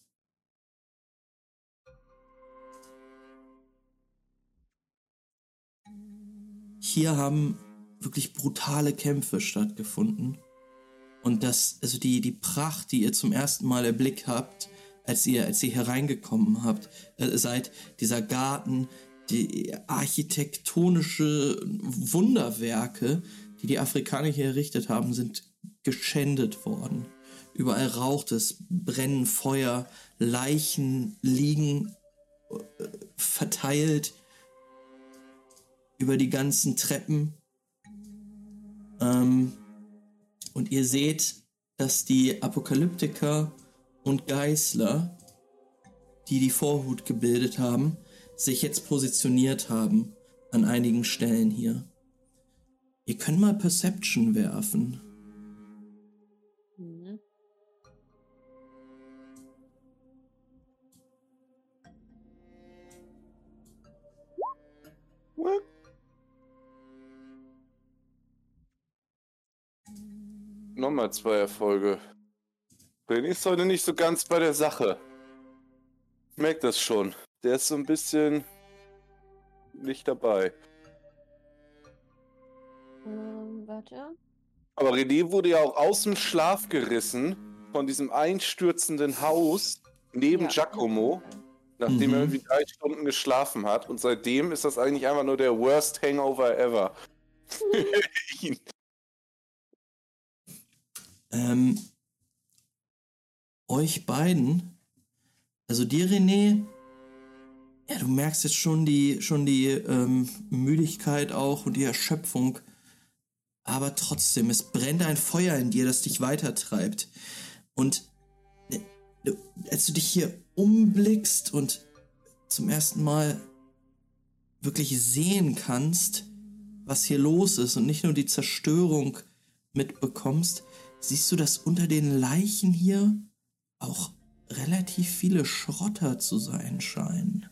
Hier haben wirklich brutale Kämpfe stattgefunden. Und die Pracht, die ihr zum ersten Mal erblickt habt, als ihr hereingekommen seid, dieser Garten, die architektonische Wunderwerke, die Afrikaner hier errichtet haben, sind geschändet worden. Überall raucht es, brennen Feuer, Leichen liegen verteilt über die ganzen Treppen. Und ihr seht, dass die Apokalyptiker und Geißler, die Vorhut gebildet haben, sich jetzt positioniert haben an einigen Stellen hier. Ihr könnt mal Perception werfen. Mhm. mal 2 Erfolge. René ist heute nicht so ganz bei der Sache. Ich merke das schon. Der ist so ein bisschen nicht dabei. Warte. Aber René wurde ja auch aus dem Schlaf gerissen von diesem einstürzenden Haus neben Ja. Giacomo, nachdem er irgendwie 3 Stunden geschlafen hat. Und seitdem ist das eigentlich einfach nur der worst Hangover ever. Euch beiden, also dir, René, ja, du merkst jetzt schon die Müdigkeit auch und die Erschöpfung. Aber trotzdem, es brennt ein Feuer in dir, das dich weitertreibt. Und als du dich hier umblickst und zum ersten Mal wirklich sehen kannst, was hier los ist und nicht nur die Zerstörung mitbekommst, siehst du, dass unter den Leichen hier auch relativ viele Schrotter zu sein scheinen.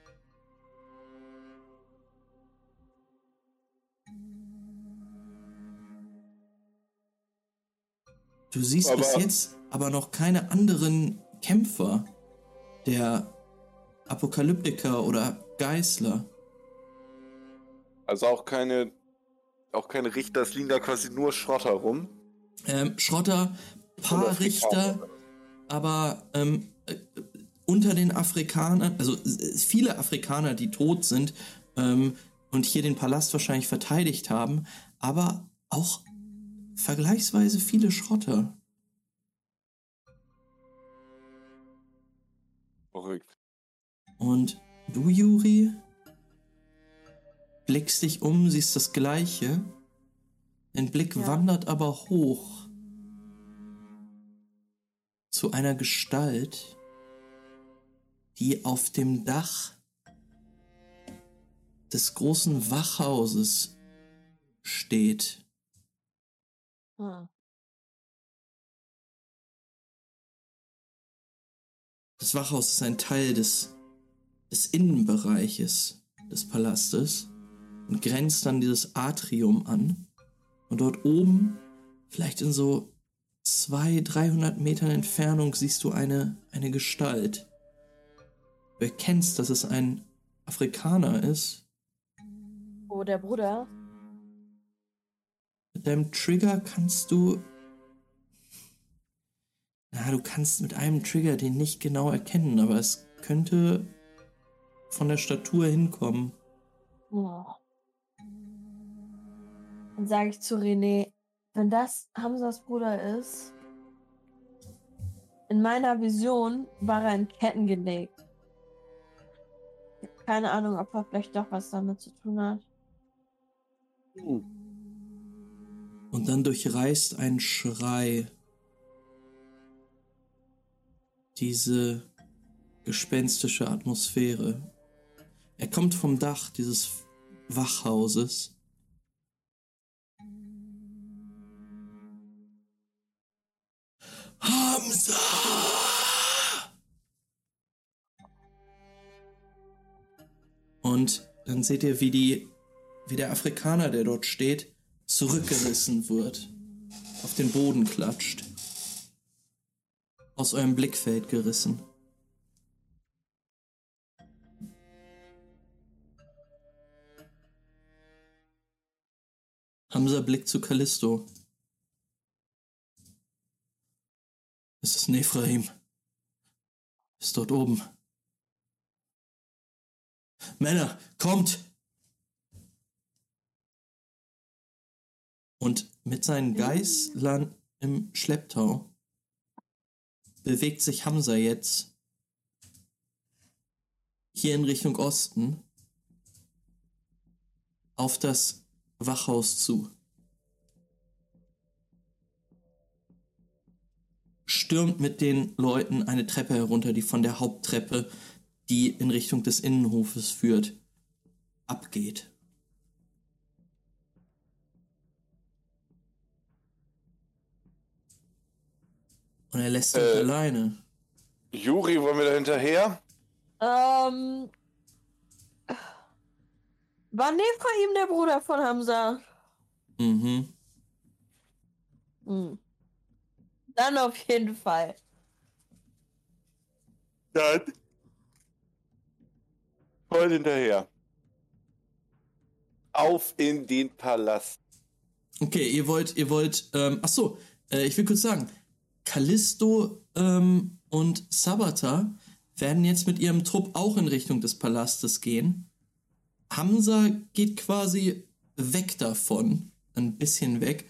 Du siehst bis jetzt aber noch keine anderen Kämpfer der Apokalyptiker oder Geißler. Also auch keine Richter, es liegen da quasi nur Schrotter rum. Schrotter, paar Richter, aber unter den Afrikanern, also viele Afrikaner, die tot sind und hier den Palast wahrscheinlich verteidigt haben, aber auch vergleichsweise viele Schrotter. Verrückt. Und du, Juri, blickst dich um, siehst das Gleiche. Dein Blick wandert aber hoch zu einer Gestalt, die auf dem Dach des großen Wachhauses steht. Das Wachhaus ist ein Teil des Innenbereiches des Palastes und grenzt dann dieses Atrium an. Und dort oben, vielleicht in so 200-300 Metern Entfernung, siehst du eine Gestalt. Du erkennst, dass es ein Afrikaner ist. Oh, der Bruder. Mit deinem Trigger kannst du... du kannst mit einem Trigger den nicht genau erkennen, aber es könnte von der Statur hinkommen. Oh. Dann sage ich zu René, wenn das Hamzas Bruder ist, in meiner Vision war er in Ketten gelegt. Keine Ahnung, ob er vielleicht doch was damit zu tun hat. Und dann durchreißt ein Schrei diese gespenstische Atmosphäre. Er kommt vom Dach dieses Wachhauses. Hamza! Und dann seht ihr, wie der Afrikaner, der dort steht, zurückgerissen wird, auf den Boden klatscht. Aus eurem Blickfeld gerissen. Hamza blickt zu Callisto. Es ist Nephraim. Ist dort oben. Männer, kommt! Und mit seinen Geißlern im Schlepptau bewegt sich Hamza jetzt hier in Richtung Osten auf das Wachhaus zu. Stürmt mit den Leuten eine Treppe herunter, die von der Haupttreppe, die in Richtung des Innenhofes führt, abgeht. Und er lässt euch alleine. Juri, wollen wir da hinterher? War Nephraim der Bruder von Hamza? Mhm. Hm. Dann auf jeden Fall. Dann voll hinterher. Auf in den Palast. Okay, ihr wollt, ich will kurz sagen, Callisto und Sabata werden jetzt mit ihrem Trupp auch in Richtung des Palastes gehen. Hamza geht quasi weg davon, ein bisschen weg,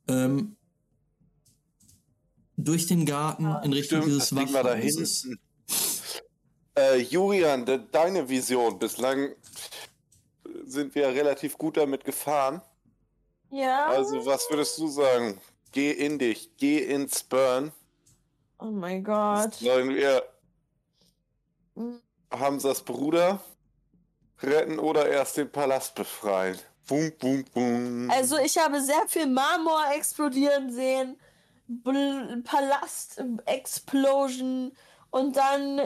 durch den Garten in Richtung dieses das Ding war da Wachhauses. hinten. Julian, deine Vision. Bislang sind wir relativ gut damit gefahren. Ja. Also, was würdest du sagen? Geh in dich, geh ins Burn. Oh mein Gott. Sollen wir Hm. Hamzas Bruder retten oder erst den Palast befreien? Bum, bum, bum. Also ich habe sehr viel Marmor explodieren sehen, Palast-Explosion und dann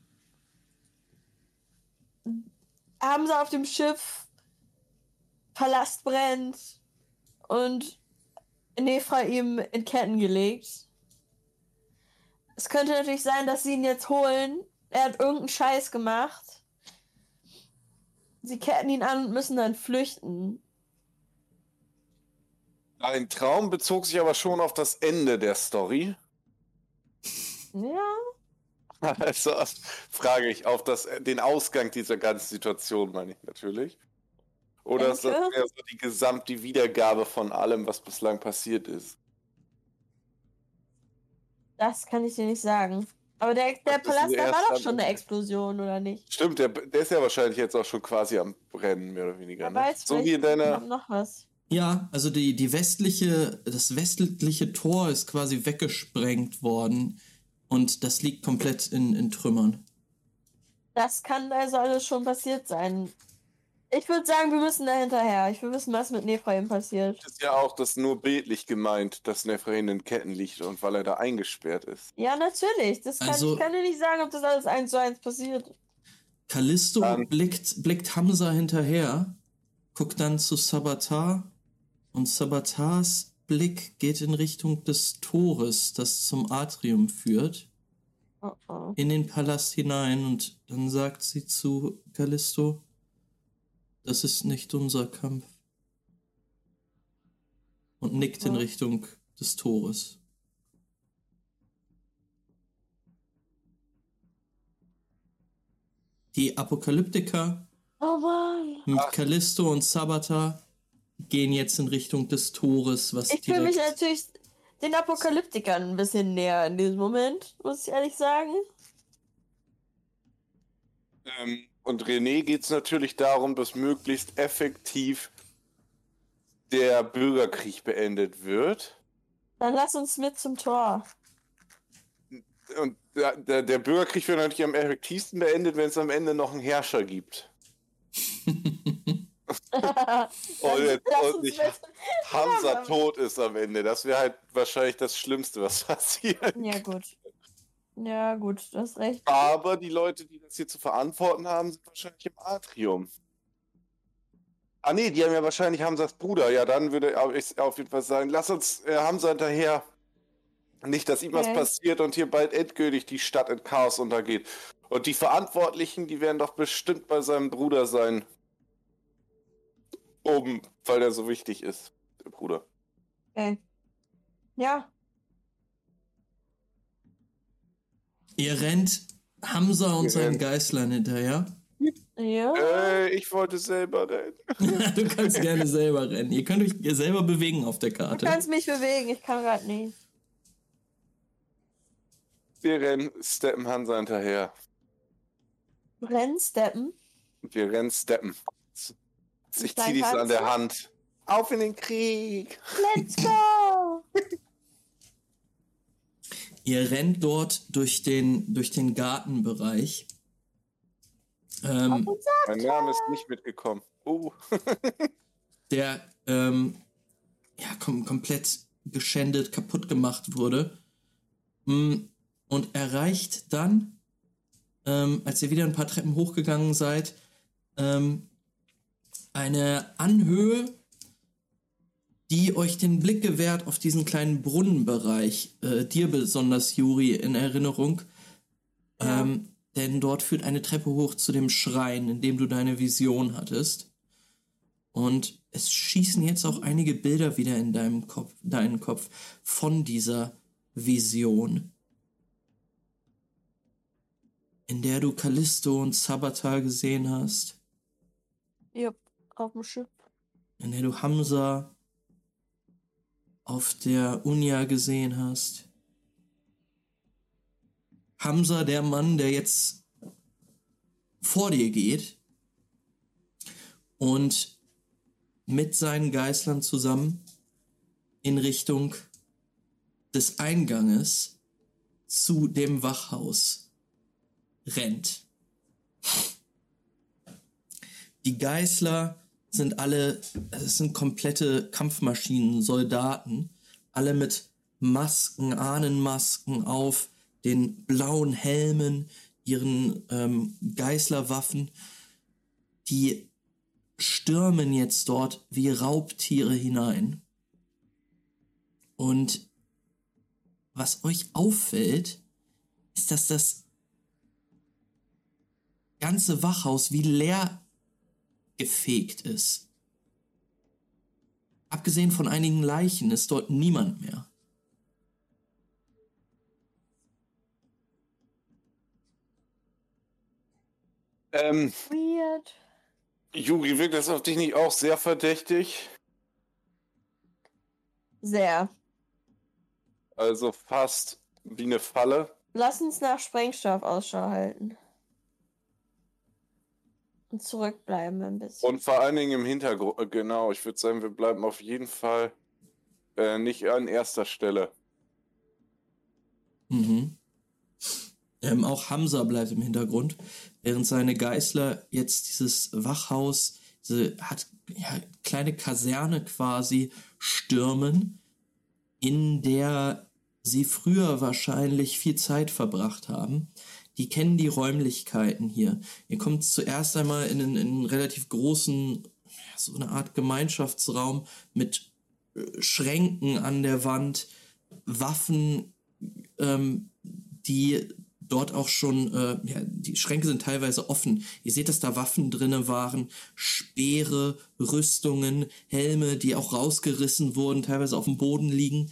haben sie auf dem Schiff Palast brennt und Nephraim in Ketten gelegt. Es könnte natürlich sein, dass sie ihn jetzt holen. Er hat irgendeinen Scheiß gemacht. Sie ketten ihn an und müssen dann flüchten. Ein Traum bezog sich aber schon auf das Ende der Story. Ja. Also frage ich auf den Ausgang dieser ganzen Situation, meine ich natürlich. Oder ist das Denke. eher so die gesamte Wiedergabe von allem, was bislang passiert ist? Das kann ich dir nicht sagen. Aber der Das Palast, ist da war erst doch am schon eine Ende. Explosion, oder nicht? Stimmt, der ist ja wahrscheinlich jetzt auch schon quasi am Brennen, mehr oder weniger. Wer Ne? weiß, So wie in vielleicht deiner. kommt noch was. Ja, also das westliche Tor ist quasi weggesprengt worden und das liegt komplett in Trümmern. Das kann also alles schon passiert sein. Ich würde sagen, wir müssen da hinterher. Ich will wissen, was mit Nephraim passiert. Ist ja auch das nur bildlich gemeint, dass Nephraim in Ketten liegt und weil er da eingesperrt ist. Ja, natürlich. Ich kann dir nicht sagen, ob das alles 1:1 passiert. Callisto Dann- blickt Hamza hinterher, guckt dann zu Sabatar und Sabatars Blick geht in Richtung des Tores, das zum Atrium führt, Oh oh. in den Palast hinein, und dann sagt sie zu Callisto: Das ist nicht unser Kampf. Und nickt in Ja. Richtung des Tores. Die Apokalyptiker Oh Mann. mit Ach. Callisto und Sabatar gehen jetzt in Richtung des Tores, was Ich fühle mich direkt... natürlich den Apokalyptikern ein bisschen näher in diesem Moment, muss ich ehrlich sagen. Und René geht es natürlich darum, dass möglichst effektiv der Bürgerkrieg beendet wird. Dann lass uns mit zum Tor. Und der Bürgerkrieg wird natürlich am effektivsten beendet, wenn es am Ende noch einen Herrscher gibt. Und nicht Hamza tot ist am Ende. Das wäre halt wahrscheinlich das Schlimmste, was passiert. Ja, gut. Ja, gut, du hast recht. Aber die Leute, die das hier zu verantworten haben, sind wahrscheinlich im Atrium. Ah nee, die haben ja wahrscheinlich Hamzas Bruder. Ja, dann würde ich auf jeden Fall sagen, lass uns Hamza hinterher. Nicht, dass ihm was Okay. passiert und hier bald endgültig die Stadt in Chaos untergeht. Und die Verantwortlichen, die werden doch bestimmt bei seinem Bruder sein. Oben, weil der so wichtig ist, der Bruder. Okay. Ja. Ihr rennt Hamza und Wir seinen rennen. Geißlern hinterher. Ja. Ich wollte selber rennen. Du kannst gerne selber rennen. Ihr könnt euch selber bewegen auf der Du Karte. kannst mich bewegen, ich kann gerade nicht. Wir rennen, steppen Hamza hinterher. Rennsteppen. Wir rennen, steppen. Ich dein zieh dich so an der Hamster? Hand. Auf in den Krieg! Let's go! Ihr rennt dort durch den Gartenbereich. Und sag, Mein Name ist nicht mitgekommen. Der komplett geschändet, kaputt gemacht wurde. Und erreicht dann, als ihr wieder ein paar Treppen hochgegangen seid, eine Anhöhe, die euch den Blick gewährt auf diesen kleinen Brunnenbereich, dir besonders, Juri, in Erinnerung. Ja. Denn dort führt eine Treppe hoch zu dem Schrein, in dem du deine Vision hattest. Und es schießen jetzt auch einige Bilder wieder in deinen Kopf von dieser Vision, in der du Callisto und Sabathar gesehen hast, Jupp, auf dem Schiff. in der du Hamza auf der Unia gesehen hast. Hamza, der Mann, der jetzt vor dir geht und mit seinen Geißlern zusammen in Richtung des Einganges zu dem Wachhaus rennt. Die Geißler sind alle, es sind komplette Kampfmaschinen, Soldaten, alle mit Masken, Ahnenmasken auf, den blauen Helmen, ihren Geißlerwaffen. Die stürmen jetzt dort wie Raubtiere hinein. Und was euch auffällt, ist, dass das ganze Wachhaus wie leer gefegt ist. Abgesehen von einigen Leichen ist dort niemand mehr. Weird. Juri, wirkt das auf dich nicht auch sehr verdächtig? Sehr. Also fast wie eine Falle. Lass uns nach Sprengstoff Ausschau halten. Und zurückbleiben ein bisschen. Und vor allen Dingen im Hintergrund, genau, ich würde sagen, wir bleiben auf jeden Fall nicht an erster Stelle. Mhm. Auch Hamza bleibt im Hintergrund, während seine Geißler jetzt dieses Wachhaus, kleine Kaserne quasi, stürmen, in der sie früher wahrscheinlich viel Zeit verbracht haben. Die kennen die Räumlichkeiten hier. Ihr kommt zuerst einmal in einen relativ großen, so eine Art Gemeinschaftsraum mit Schränken an der Wand, Waffen, die dort auch schon, die Schränke sind teilweise offen. Ihr seht, dass da Waffen drinne waren, Speere, Rüstungen, Helme, die auch rausgerissen wurden, teilweise auf dem Boden liegen.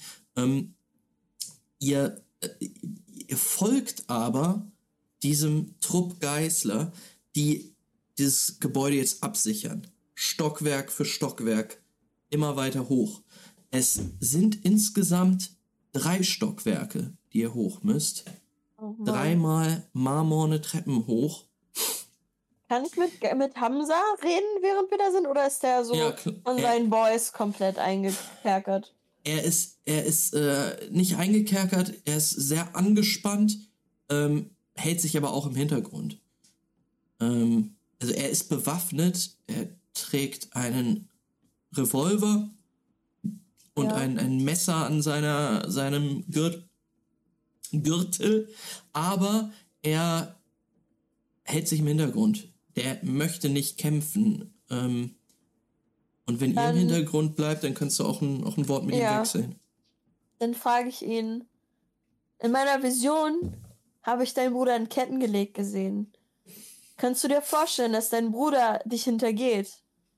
Ihr folgt aber diesem Trupp Geißler, die dieses Gebäude jetzt absichern. Stockwerk für Stockwerk, immer weiter hoch. Es sind insgesamt 3 Stockwerke, die ihr hoch müsst. Oh Mann. 3-mal marmorne Treppen hoch. Kann ich mit Hamza reden, während wir da sind? Oder ist der so Ja, von seinen Boys komplett eingekerkert? Er ist nicht eingekerkert, er ist sehr angespannt, hält sich aber auch im Hintergrund. Also er ist bewaffnet, er trägt einen Revolver und Ja. ein Messer an seinem Gürtel, aber er hält sich im Hintergrund. Der möchte nicht kämpfen. Und wenn ihr Dann- im Hintergrund bleibt, dann kannst du auch ein Wort mit ihm Ja. wechseln. Dann frage ich ihn, in meiner Vision habe ich deinen Bruder in Ketten gelegt gesehen. Kannst du dir vorstellen, dass dein Bruder dich hintergeht?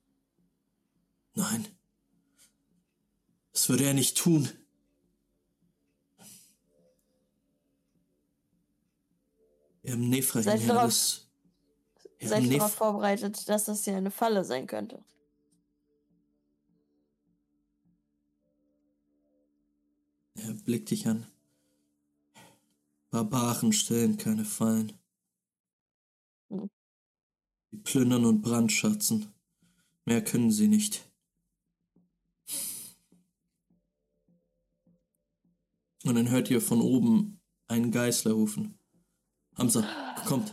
Nein. Das würde er nicht tun. Wir haben Nephraim Seid hier darauf- alles. Wir Seid haben ihr darauf vorbereitet, dass das hier eine Falle sein könnte? Er blickt dich an. Barbaren stellen keine Fallen. Hm. Die plündern und brandschatzen. Mehr können sie nicht. Und dann hört ihr von oben einen Geißler rufen. Hamza, kommt.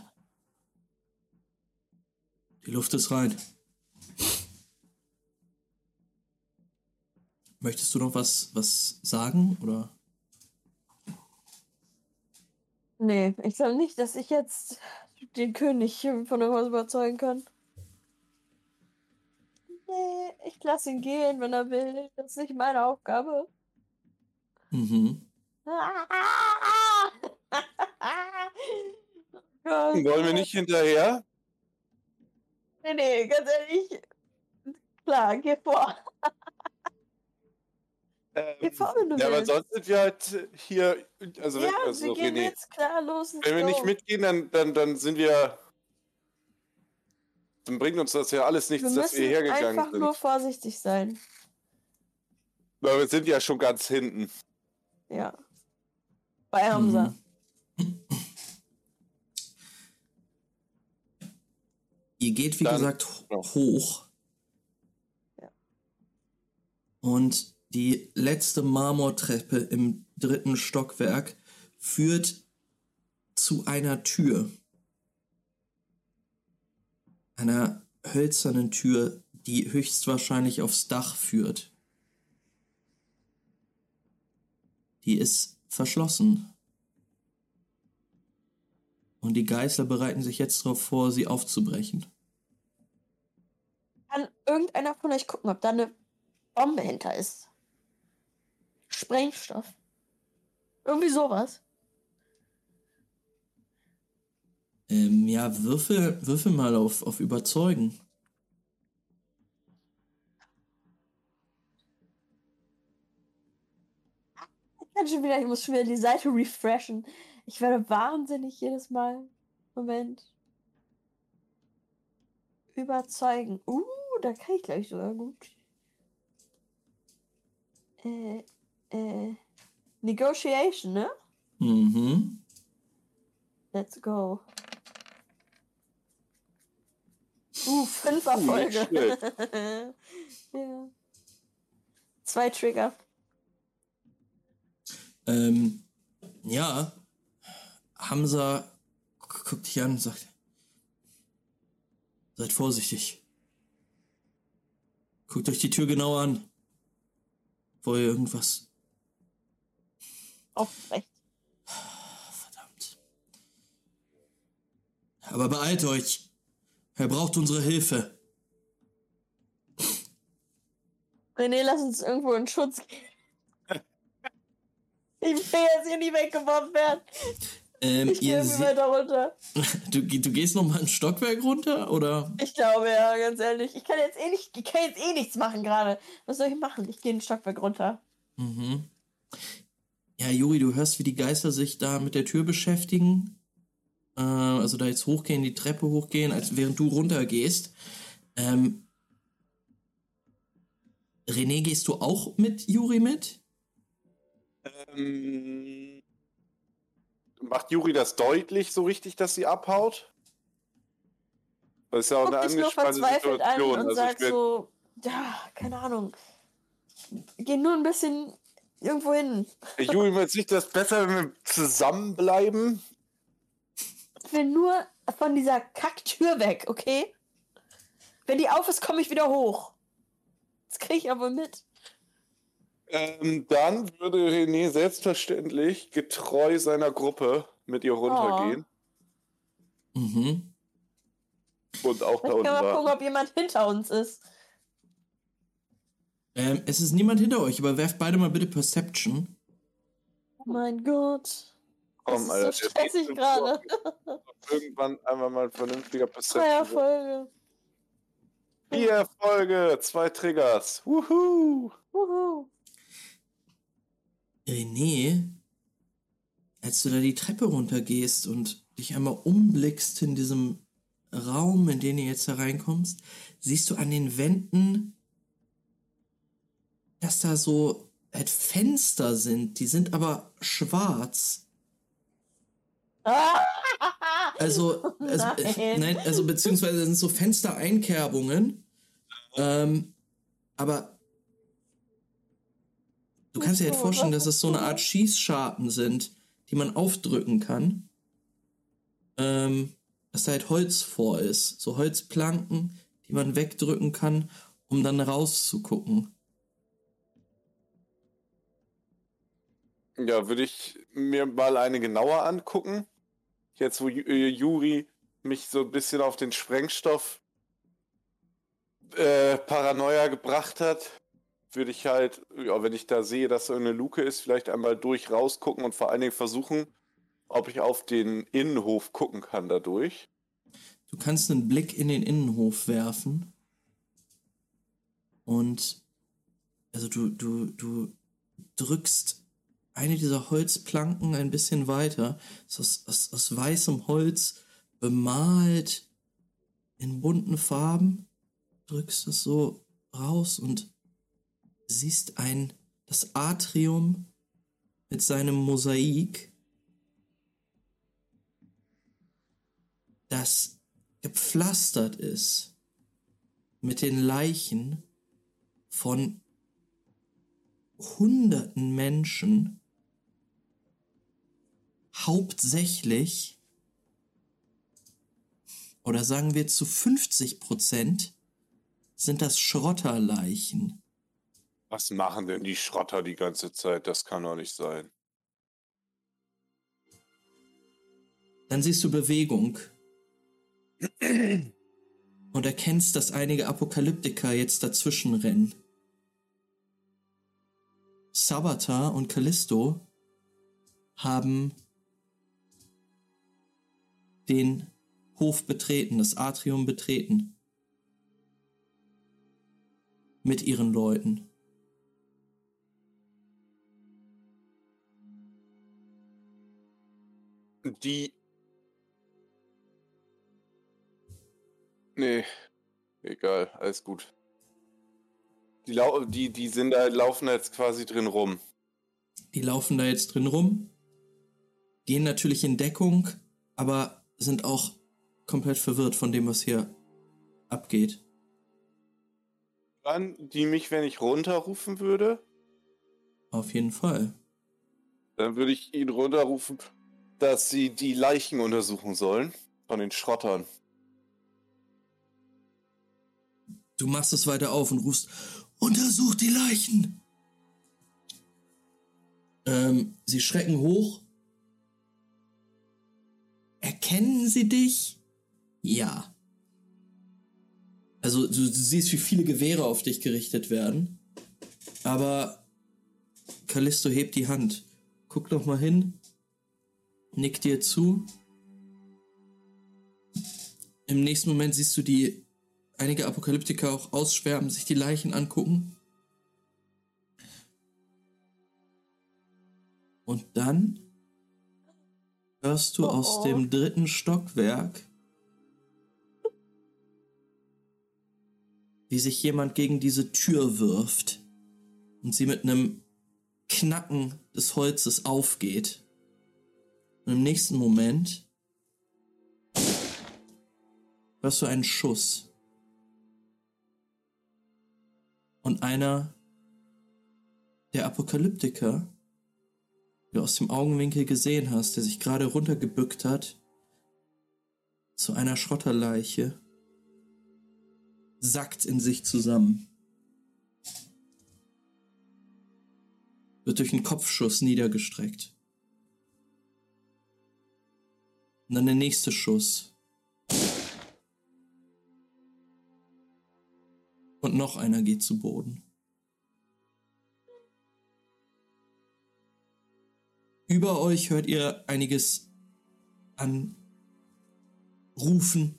Die Luft ist rein. Möchtest du noch was sagen, oder? Nee, ich glaube nicht, dass ich jetzt den König von irgendwas überzeugen kann. Nee, ich lasse ihn gehen, wenn er will. Das ist nicht meine Aufgabe. Mhm. Gott. Wollen wir nicht hinterher? Nee, ganz ehrlich. Klar, geh vor. Geh vor, wenn du Ja, aber willst. sonst sind wir halt hier, also, Ja, also wir gehen René, jetzt klar los. Let's wenn wir nicht go. mitgehen, dann sind wir, dann bringt uns das ja alles Wir nichts, dass wir müssen hergegangen einfach sind. nur vorsichtig sein. Weil wir sind ja schon ganz hinten. Ja. Bei Hamza. Ihr geht, wie Dann- gesagt, ja. hoch. Ja. Und die letzte Marmortreppe im 3. Stockwerk führt zu einer Tür. Einer hölzernen Tür, die höchstwahrscheinlich aufs Dach führt. Die ist verschlossen. Und die Geißler bereiten sich jetzt darauf vor, sie aufzubrechen. Kann irgendeiner von euch gucken, ob da eine Bombe hinter ist? Sprengstoff. Irgendwie sowas. Ja, würfel mal auf Überzeugen. Ich muss schon wieder die Seite refreshen. Ich werde wahnsinnig jedes Mal. Moment. Überzeugen. Da kann ich gleich sogar gut. Negotiation, ne? Mhm. Let's go. 5 Erfolge. nicht Ja. 2 Trigger. Ja, Hamza guckt dich an und sagt, seid vorsichtig. Guckt euch die Tür genau an. Wo ihr irgendwas... Aufrecht. Verdammt. Aber beeilt euch. Er braucht unsere Hilfe. René, lass uns irgendwo in Schutz gehen. Ich will jetzt hier nicht weggebombt werden. Ich gehe irgendwie weiter runter. Du gehst noch mal ein Stockwerk runter, oder? Ich glaube, ja, ganz ehrlich. Ich kann jetzt nichts machen gerade. Was soll ich machen? Ich gehe ein Stockwerk runter. Mhm. Ja, Juri, du hörst, wie die Geister sich da mit der Tür beschäftigen. Also da jetzt hochgehen, die Treppe hochgehen, als während du runtergehst. René, gehst du auch mit Juri mit? Macht Juri das deutlich so richtig, dass sie abhaut? Das ist ja auch Guck eine dich nur angespannte verzweifelt an Situation. und Also sag ich so, ja, keine Ahnung. Geh nur ein bisschen irgendwo hin. Juri, mir ist nicht das besser, wenn wir zusammenbleiben? Ich will nur von dieser Kacktür weg, okay? Wenn die auf ist, komme ich wieder hoch. Das kriege ich aber mit. Dann würde René selbstverständlich getreu seiner Gruppe mit ihr runtergehen Mhm. und auch da Ich unten kann mal warten. gucken, ob jemand hinter uns ist. Es ist niemand hinter euch, aber werft beide mal bitte Perception. Oh mein Gott. Das Komm, ist Alter, so der stressig nächste gerade. Irgendwann einmal mal ein vernünftiger 2 Perception. Erfolge. 4 Erfolge, 2 Triggers. Wuhu! Wuhu. René, als du da die Treppe runtergehst und dich einmal umblickst in diesem Raum, in den ihr jetzt hereinkommst, siehst du an den Wänden, dass da so halt Fenster sind. Die sind aber schwarz. Also Nein. also beziehungsweise sind so Fenstereinkerbungen. Aber du kannst dir halt vorstellen, dass es so eine Art Schießscharten sind, die man aufdrücken kann. Dass da halt Holz vor ist. So Holzplanken, die man wegdrücken kann, um dann rauszugucken. Ja, würde ich mir mal eine genauer angucken. Jetzt, wo Juri mich so ein bisschen auf den Sprengstoff Paranoia gebracht hat, würde ich halt, ja, wenn ich da sehe, dass so eine Luke ist, vielleicht einmal rausgucken und vor allen Dingen versuchen, ob ich auf den Innenhof gucken kann dadurch. Du kannst einen Blick in den Innenhof werfen und also du drückst eine dieser Holzplanken ein bisschen weiter. Es ist aus weißem Holz bemalt in bunten Farben. Drückst das so raus und siehst das Atrium mit seinem Mosaik, das gepflastert ist mit den Leichen von hunderten Menschen, hauptsächlich, oder sagen wir zu 50%, sind das Schrotterleichen. Was machen denn die Schrotter die ganze Zeit? Das kann doch nicht sein. Dann siehst du Bewegung und erkennst, dass einige Apokalyptiker jetzt dazwischen rennen. Sabathar und Callisto haben den Hof betreten, das Atrium betreten. Mit ihren Leuten. Nee, egal, alles gut. Die sind da, laufen da jetzt quasi drin rum. Die laufen da jetzt drin rum, gehen natürlich in Deckung, aber sind auch komplett verwirrt von dem, was hier abgeht. Dann die mich, wenn ich runterrufen würde? Auf jeden Fall. Dann würde ich ihn runterrufen, dass sie die Leichen untersuchen sollen von den Schrottern. Du machst es weiter auf und rufst, untersuch die Leichen! Sie schrecken hoch. Erkennen sie dich? Ja. Also du siehst, wie viele Gewehre auf dich gerichtet werden. Aber Callisto hebt die Hand. Guck doch mal hin. Nickt dir zu. Im nächsten Moment siehst du einige Apokalyptiker auch ausschwärmen, sich die Leichen angucken. Und dann hörst du aus dem 3. Stockwerk, wie sich jemand gegen diese Tür wirft und sie mit einem Knacken des Holzes aufgeht. Und im nächsten Moment hörst du einen Schuss. Und einer der Apokalyptiker, die du aus dem Augenwinkel gesehen hast, der sich gerade runtergebückt hat, zu einer Schrotterleiche, sackt in sich zusammen. Wird durch einen Kopfschuss niedergestreckt. Und dann der nächste Schuss. Und noch einer geht zu Boden. Über euch hört ihr einiges an Rufen.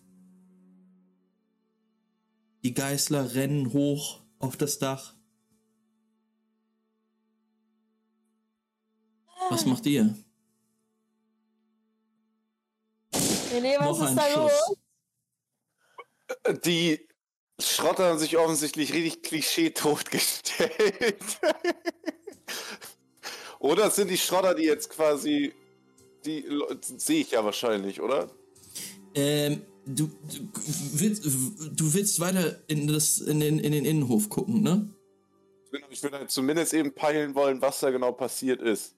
Die Geißler rennen hoch auf das Dach. Was macht ihr? Nee, was Noch ist ein da Schuss. los? Die Schrotter haben sich offensichtlich richtig klischee-tot gestellt. Oder sind die Schrotter, die jetzt quasi... Die sehe ich ja wahrscheinlich, oder? Du willst weiter in den Innenhof gucken, ne? Ich würde halt zumindest eben peilen wollen, was da genau passiert ist.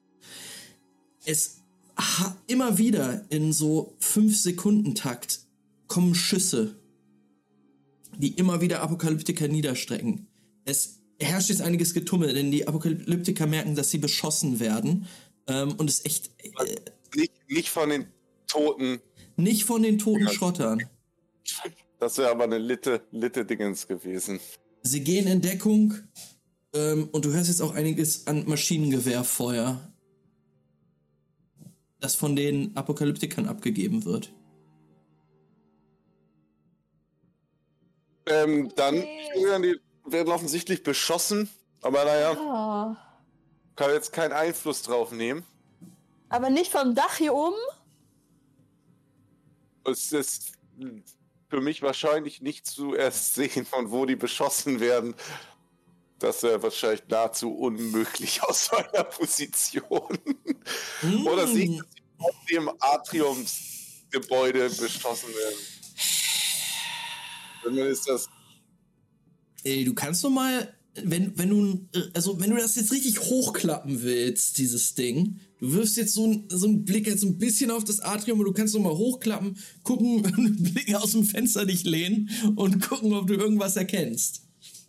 Immer wieder in so 5-Sekunden-Takt kommen Schüsse, die immer wieder Apokalyptiker niederstrecken. Es herrscht jetzt einiges Getummel, denn die Apokalyptiker merken, dass sie beschossen werden. Und es echt... Nicht von den Toten. Nicht von den toten Schrottern. Das wäre aber eine Litte-Dingens gewesen. Sie gehen in Deckung und du hörst jetzt auch einiges an Maschinengewehrfeuer, das von den Apokalyptikern abgegeben wird. Dann die werden offensichtlich beschossen, aber naja, Oh. kann jetzt keinen Einfluss drauf nehmen. Aber nicht vom Dach hier oben? Es ist für mich wahrscheinlich nicht zuerst sehen, von wo die beschossen werden. Das wäre wahrscheinlich nahezu unmöglich aus meiner Position. Oder sehe ich, dass sie auf dem Atriumsgebäude beschossen werden? Dann ist das... Ey, du kannst doch mal, wenn du das jetzt richtig hochklappen willst, dieses Ding, du wirfst jetzt so einen Blick jetzt so ein bisschen auf das Atrium und du kannst doch mal hochklappen, gucken, einen Blick aus dem Fenster dich lehnen und gucken, ob du irgendwas erkennst.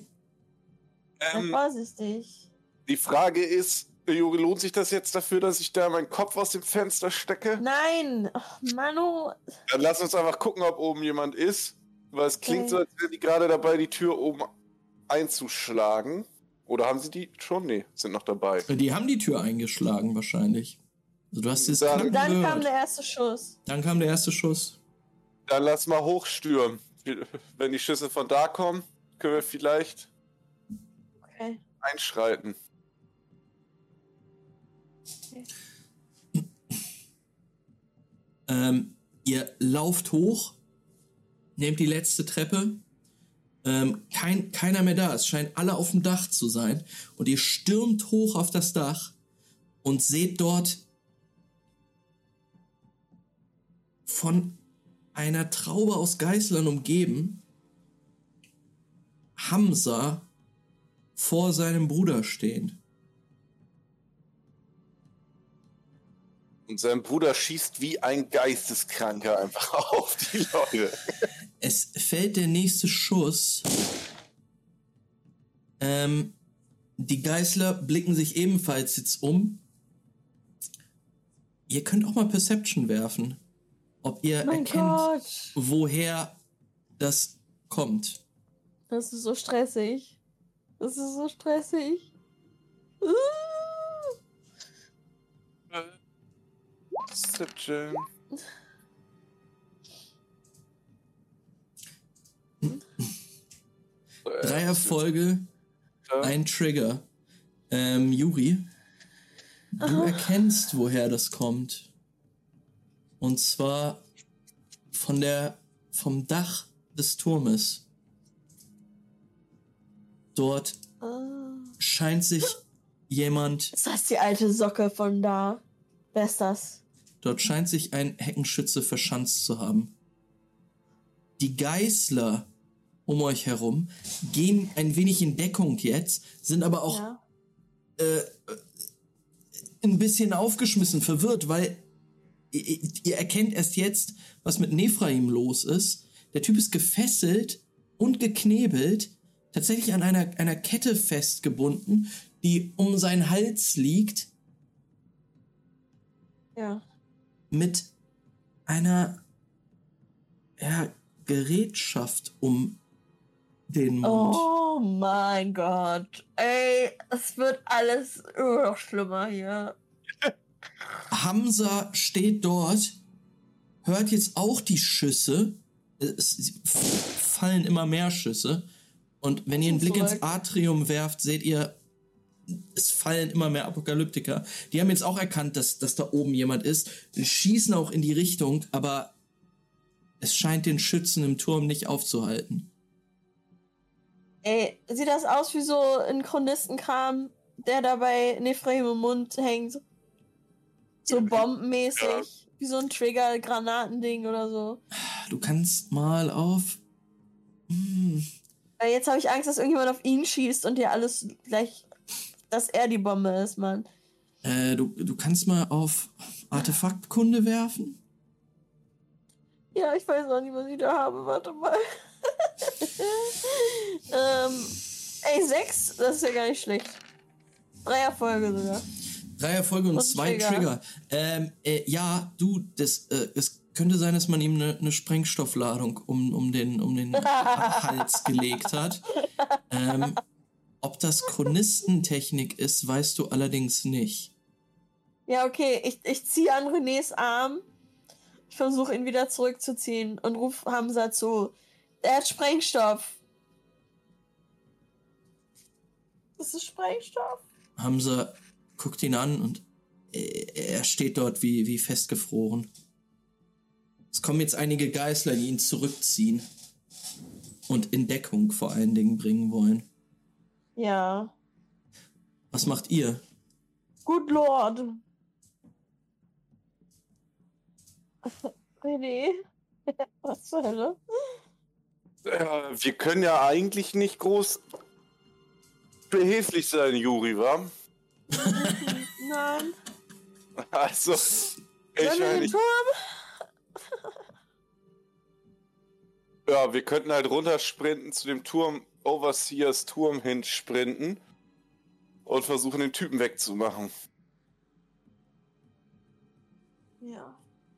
Vorsichtig. Die Frage ist, Jogi, lohnt sich das jetzt dafür, dass ich da meinen Kopf aus dem Fenster stecke? Nein! Oh, Manu! Dann lass uns einfach gucken, ob oben jemand ist. Weil es klingt so, als wären die gerade dabei, die Tür oben einzuschlagen. Oder haben sie die schon? Nee, sind noch dabei. Die haben die Tür eingeschlagen wahrscheinlich. Also du hast das Dann Dann gehört. kam der erste Schuss. Dann kam der erste Schuss. Dann lass mal hochstürmen. Wenn die Schüsse von da kommen, können wir vielleicht Okay. einschreiten. Ihr lauft hoch, nehmt die letzte Treppe. Keiner mehr da. Es scheinen alle auf dem Dach zu sein. Und ihr stürmt hoch auf das Dach und seht dort von einer Traube aus Geißlern umgeben Hamza vor seinem Bruder stehen. Und sein Bruder schießt wie ein Geisteskranker einfach auf die Leute. Es fällt der nächste Schuss. Die Geißler blicken sich ebenfalls jetzt um. Ihr könnt auch mal Perception werfen. Ob ihr Mein erkennt, Gott! woher das kommt. Das ist so stressig. Das ist so stressig. Perception. Drei Erfolge, ein Trigger. Juri, du erkennst, woher das kommt. Und zwar vom Dach des Turmes. Dort scheint sich jemand... Das ist die alte Socke von da. Wer ist das? Dort scheint sich ein Heckenschütze verschanzt zu haben. Die Geißler um euch herum gehen ein wenig in Deckung jetzt, sind aber auch Ja. ein bisschen aufgeschmissen, verwirrt, weil ihr erkennt erst jetzt, was mit Nephraim los ist. Der Typ ist gefesselt und geknebelt, tatsächlich an einer Kette festgebunden, die um seinen Hals liegt, Ja. mit einer Gerätschaft um den Mund. Oh mein Gott. Ey, es wird alles noch schlimmer hier. Hamza steht dort, hört jetzt auch die Schüsse. Es fallen immer mehr Schüsse. Und wenn ihr einen Blick ins Atrium werft, seht ihr, es fallen immer mehr Apokalyptiker. Die haben jetzt auch erkannt, dass da oben jemand ist. Die schießen auch in die Richtung, aber es scheint den Schützen im Turm nicht aufzuhalten. Ey, sieht das aus wie so ein Chronistenkram, der dabei Nephraim im Mund hängt? So bombenmäßig. Ja. Wie so ein Trigger-Granatending oder so. Du kannst mal auf... Weil jetzt habe ich Angst, dass irgendjemand auf ihn schießt und dir alles gleich, dass er die Bombe ist, Mann. Du kannst mal auf Artefaktkunde werfen. Ja, ich weiß auch nicht, was ich da habe. Warte mal. 6, das ist ja gar nicht schlecht. 3 Erfolge sogar. 3 Erfolge und 2 Trigger. Ja, es könnte sein, dass man ihm eine Sprengstoffladung um den Hals gelegt hat. Ob das Chronistentechnik ist, weißt du allerdings nicht. Ja, okay, ich ziehe an Renés Arm. Ich versuche ihn wieder zurückzuziehen und rufe Hamza zu. Er hat Sprengstoff. Das ist Sprengstoff. Hamza guckt ihn an und er steht dort wie festgefroren. Es kommen jetzt einige Geißler, die ihn zurückziehen und in Deckung vor allen Dingen bringen wollen. Ja. Was macht ihr? Good Lord. René. Was zur Hölle? Wir können ja eigentlich nicht groß behilflich sein, Juri, wa? Nein. Also, ich meine, ja, wir könnten halt runtersprinten zu dem Turm, Overseers Turm hinsprinten und versuchen, den Typen wegzumachen. Ja.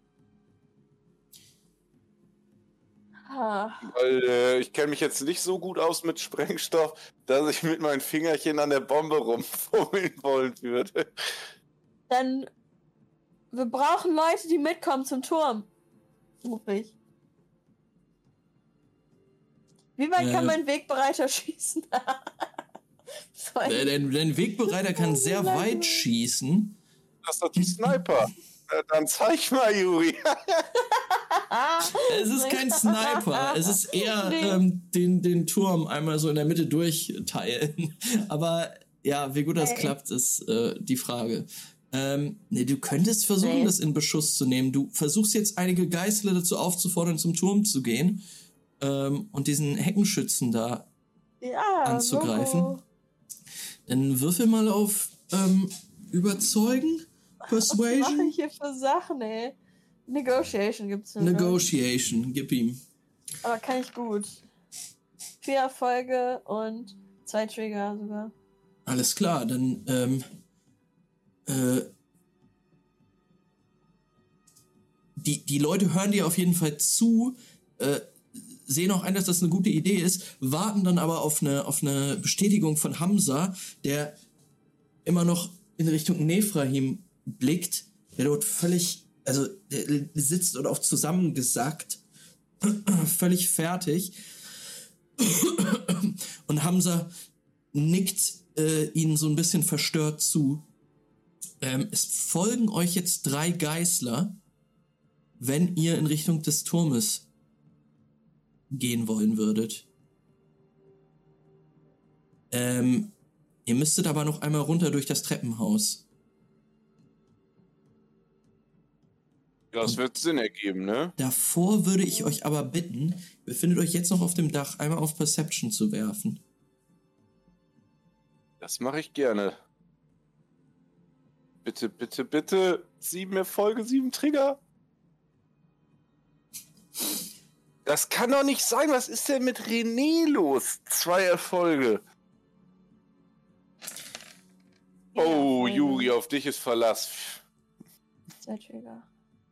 Weil ich kenne mich jetzt nicht so gut aus mit Sprengstoff, dass ich mit meinen Fingerchen an der Bombe rumfummeln wollen würde. Dann, wir brauchen Leute, die mitkommen zum Turm. Ruf ich. Wie weit kann mein Wegbereiter schießen? Dein Wegbereiter kann sehr weit schießen. Das ist doch die Sniper. Dann zeig mal, Juri. Es ist kein Sniper. Es ist eher den Turm einmal so in der Mitte durchteilen. Aber ja, wie gut das klappt, ist die Frage. Du könntest versuchen, das in Beschuss zu nehmen. Du versuchst jetzt einige Geißler dazu aufzufordern, zum Turm zu gehen und diesen Heckenschützen da anzugreifen. Logo. Dann würfel mal auf Überzeugen, Persuasion. Was mache ich hier für Sachen, ey? Negotiation gibt's hier. Negotiation, gib ihm. Aber kann ich gut. 4 Erfolge und 2 Trigger sogar. Alles klar, dann die Leute hören dir auf jeden Fall zu, sehen auch ein, dass das eine gute Idee ist, warten dann aber auf eine Bestätigung von Hamza, der immer noch in Richtung Nephrahim blickt, der dort völlig, also der sitzt und auch zusammengesackt, völlig fertig. Und Hamza nickt ihnen so ein bisschen verstört zu. Es folgen euch jetzt 3 Geißler, wenn ihr in Richtung des Turmes gehen wollen würdet. Ihr müsstet aber noch einmal runter durch das Treppenhaus. Ja, das wird Sinn ergeben, ne? Davor würde ich euch aber bitten, ihr befindet euch jetzt noch auf dem Dach, einmal auf Perception zu werfen. Das mache ich gerne. Bitte, bitte, bitte. 7 Erfolge, 7 Trigger. Das kann doch nicht sein. Was ist denn mit René los? 2 Erfolge. Oh, Juri, auf dich ist Verlass. 2 Trigger.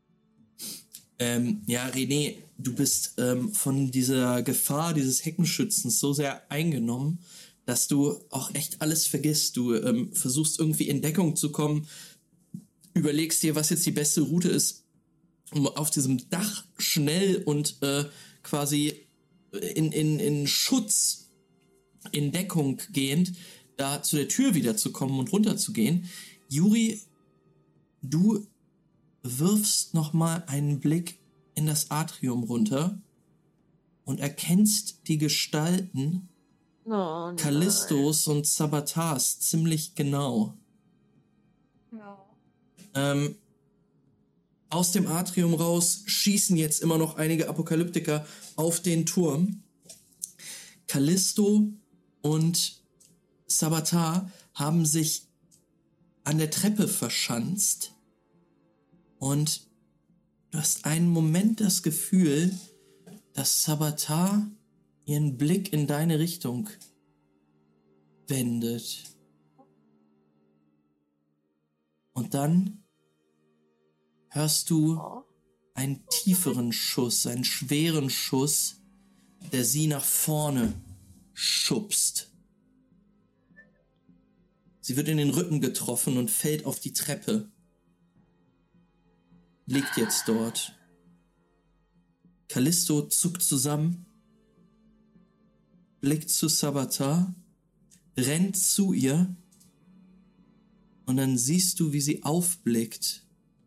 Ja, René, du bist von dieser Gefahr dieses Heckenschützens so sehr eingenommen, dass du auch echt alles vergisst. Du versuchst irgendwie in Deckung zu kommen, überlegst dir, was jetzt die beste Route ist, um auf diesem Dach schnell und quasi in Schutz, in Deckung gehend, da zu der Tür wieder zu kommen und runterzugehen. Juri, du wirfst nochmal einen Blick in das Atrium runter und erkennst die Gestalten Callistos und Sabatars ziemlich genau. Ja. Aus dem Atrium raus schießen jetzt immer noch einige Apokalyptiker auf den Turm. Callisto und Sabatar haben sich an der Treppe verschanzt und du hast einen Moment das Gefühl, dass Sabatar ihren Blick in deine Richtung wendet. Und dann hörst du Oh. einen tieferen Schuss, einen schweren Schuss, der sie nach vorne schubst. Sie wird in den Rücken getroffen und fällt auf die Treppe. Liegt jetzt dort. Callisto zuckt zusammen, blickt zu Sabathar, rennt zu ihr und dann siehst du, wie sie aufblickt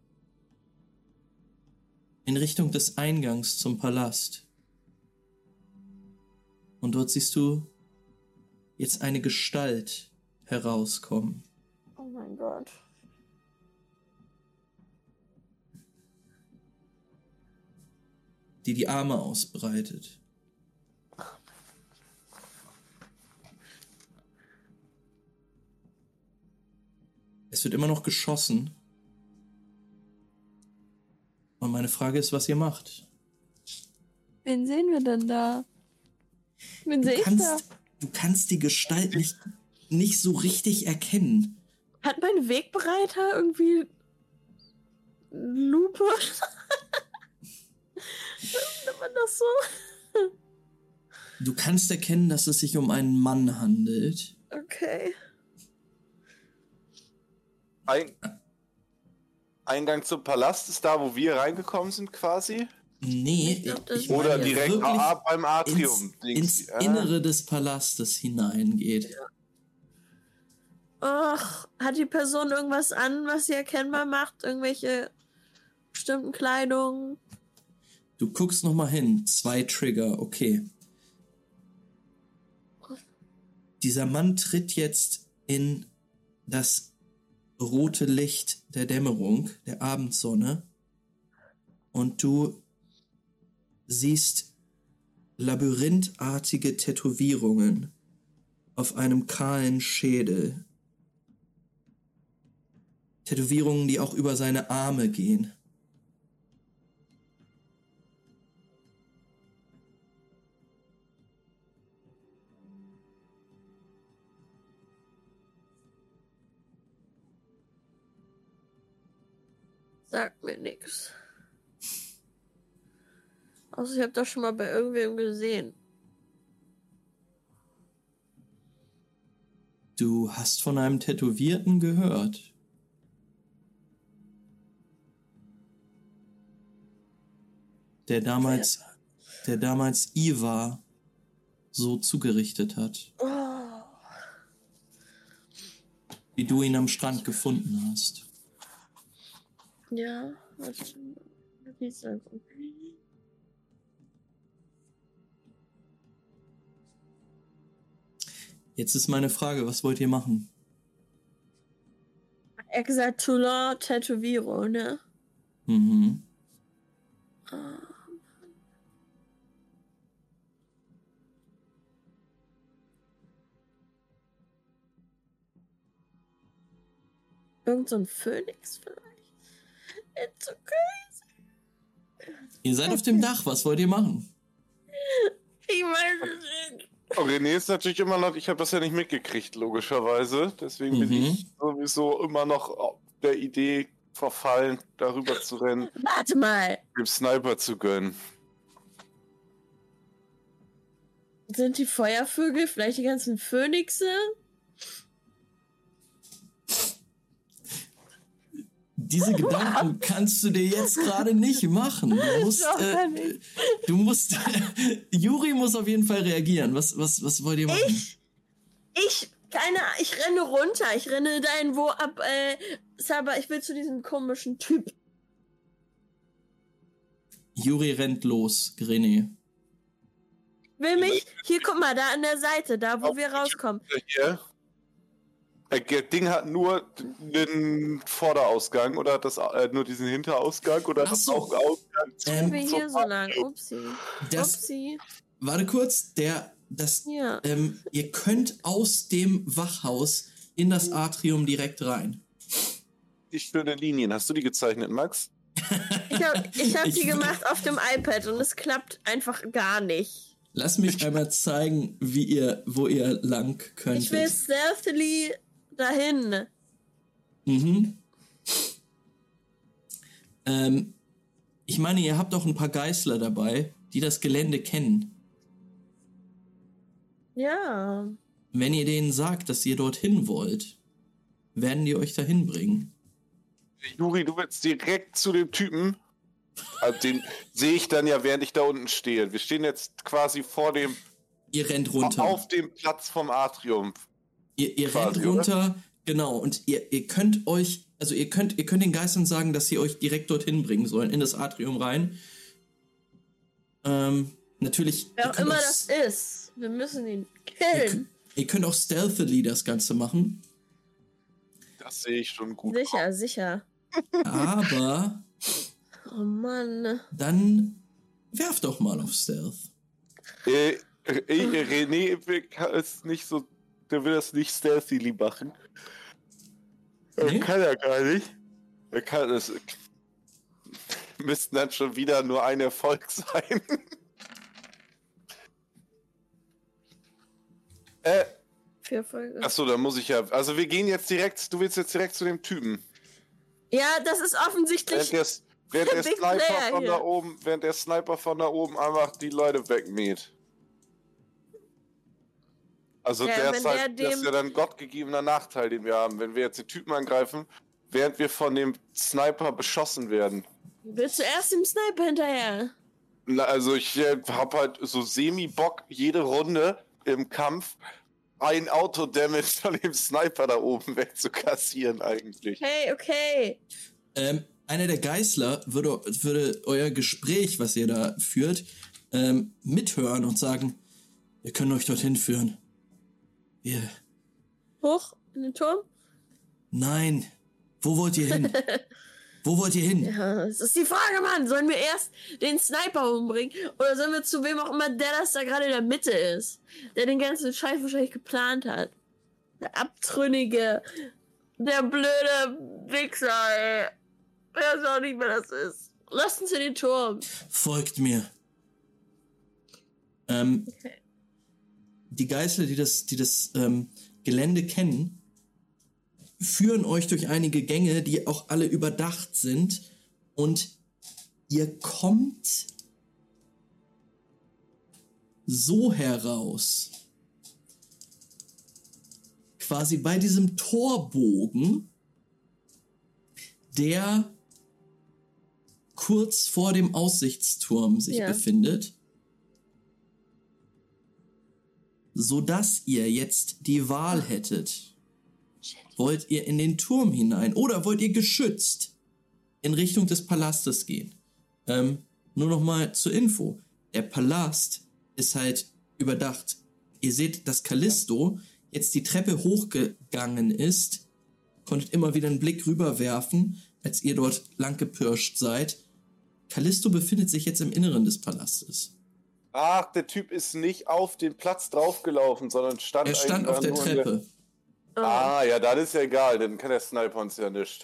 in Richtung des Eingangs zum Palast. Und dort siehst du jetzt eine Gestalt herauskommen. Oh mein Gott. Die Arme ausbreitet. Es wird immer noch geschossen. Und meine Frage ist, was ihr macht. Wen sehen wir denn da? Wen sehe ich da? Du kannst die Gestalt nicht so richtig erkennen. Hat mein Wegbereiter irgendwie Lupe? Nennt man das so? Du kannst erkennen, dass es sich um einen Mann handelt. Okay. Eingang zum Palast ist da, wo wir reingekommen sind, quasi? Nee, Ich glaub, das Oder meine direkt wirklich beim Atrium. ins Innere des Palastes hineingeht. Ach, hat die Person irgendwas an, was sie erkennbar macht? Irgendwelche bestimmten Kleidung? Du guckst nochmal hin. 2 Trigger, okay. Dieser Mann tritt jetzt in das rote Licht der Dämmerung, der Abendsonne. Und du siehst labyrinthartige Tätowierungen auf einem kahlen Schädel. Tätowierungen, die auch über seine Arme gehen. Sagt mir nix. Also ich habe das schon mal bei irgendwem gesehen. Du hast von einem Tätowierten gehört. Der damals Ivar so zugerichtet hat, Oh. wie du ihn am Strand gefunden hast. Ja, was ist das? Jetzt ist meine Frage, was wollt ihr machen? Er hat gesagt, Toulon Tätowierung, ne? Mhm. Irgend so ein Phönix vielleicht? It's so crazy. Ihr seid auf dem Dach, was wollt ihr machen? Ich weiß es nicht. Oh, René ist natürlich immer noch, ich habe das ja nicht mitgekriegt, logischerweise. Deswegen bin ich sowieso immer noch der Idee verfallen, darüber zu rennen, Warte mal. dem Sniper zu gönnen. Sind die Feuervögel vielleicht die ganzen Phönixe? Diese Gedanken kannst du dir jetzt gerade nicht machen. Du musst, Juri muss auf jeden Fall reagieren. Was wollt ihr machen? Ich renne runter. Ich renne dahin, wo Saba, ich will zu diesem komischen Typ. Juri rennt los, René. Will mich, hier, guck mal, da an der Seite, da wo wir rauskommen. Hier. Das Ding hat nur den Vorderausgang oder hat das nur diesen Hinterausgang oder Ach das so. auch Ausgang Sind wir hier so lang? Abgehen? Upsi. Das- Upsi. Warte kurz, Ja. ihr könnt aus dem Wachhaus in das Atrium direkt rein. Die schönen Linien, hast du die gezeichnet, Max? Ich hab Ich die will- gemacht auf dem iPad und es klappt einfach gar nicht. Lass mich einmal zeigen, wo ihr lang könntet. Ich will stealthily dahin. Mhm. Ich meine, ihr habt auch ein paar Geißler dabei, die das Gelände kennen. Ja. Wenn ihr denen sagt, dass ihr dorthin wollt, werden die euch dahin bringen. Juri, du willst direkt zu dem Typen. Also den sehe ich dann ja, während ich da unten stehe. Wir stehen jetzt quasi vor dem... Ihr rennt runter. Auf dem Platz vom Atrium. Ihr quasi, rennt runter, genau, und ihr könnt euch, also ihr könnt den Geistern sagen, dass sie euch direkt dorthin bringen sollen, in das Atrium rein. Natürlich... Wer auch immer das ist, wir müssen ihn killen. Ihr könnt auch stealthily das Ganze machen. Das sehe ich schon gut. Sicher, sicher. Aber... Oh Mann. Dann werft doch mal auf Stealth. René ist nicht so, der will das nicht stealthily machen. Nee? Kann er gar nicht. Er kann es. Müssten dann schon wieder nur ein Erfolg sein. Vier Folgen. Achso, dann muss ich ja. Also wir gehen jetzt direkt. Du willst jetzt direkt zu dem Typen. Ja, das ist offensichtlich. Während der Big Sniper Player von hier. da oben, während der Sniper von da oben einfach die Leute wegmäht. Also Ja, der wenn ist halt, der das ist ja dann gottgegebener Nachteil, den wir haben, wenn wir jetzt den Typen angreifen, während wir von dem Sniper beschossen werden. Willst du erst dem Sniper hinterher? Na, also ich hab halt so semi-Bock, jede Runde im Kampf ein Auto-Damage von dem Sniper da oben wegzukassieren eigentlich. Hey, okay. Einer der Geißler würde euer Gespräch, was ihr da führt, mithören und sagen, wir können euch dorthin führen. Wir... Hoch in den Turm? Nein. Wo wollt ihr hin? Wo wollt ihr hin? Ja, das ist die Frage, Mann. Sollen wir erst den Sniper umbringen? Oder sollen wir zu wem auch immer der das da gerade in der Mitte ist? Der den ganzen Scheiß wahrscheinlich geplant hat. Der Abtrünnige. Der blöde Wichser, ey. Ich weiß auch nicht, wer das ist. Lasst uns in den Turm. Folgt mir. Okay. Die Geißler, die das Gelände kennen, führen euch durch einige Gänge, die auch alle überdacht sind, und ihr kommt so heraus, quasi bei diesem Torbogen, der kurz vor dem Aussichtsturm sich befindet, sodass ihr jetzt die Wahl hättet. Wollt ihr in den Turm hinein oder wollt ihr geschützt in Richtung des Palastes gehen? Nur noch mal zur Info. Der Palast ist halt überdacht. Ihr seht, dass Callisto jetzt die Treppe hochgegangen ist. Konntet immer wieder einen Blick rüberwerfen, als ihr dort lang gepirscht seid. Callisto befindet sich jetzt im Inneren des Palastes. Ach, der Typ ist nicht auf den Platz draufgelaufen, sondern stand Er stand auf der Treppe. Ah, ja, dann ist ja egal, dann kann der Sniper uns ja nicht.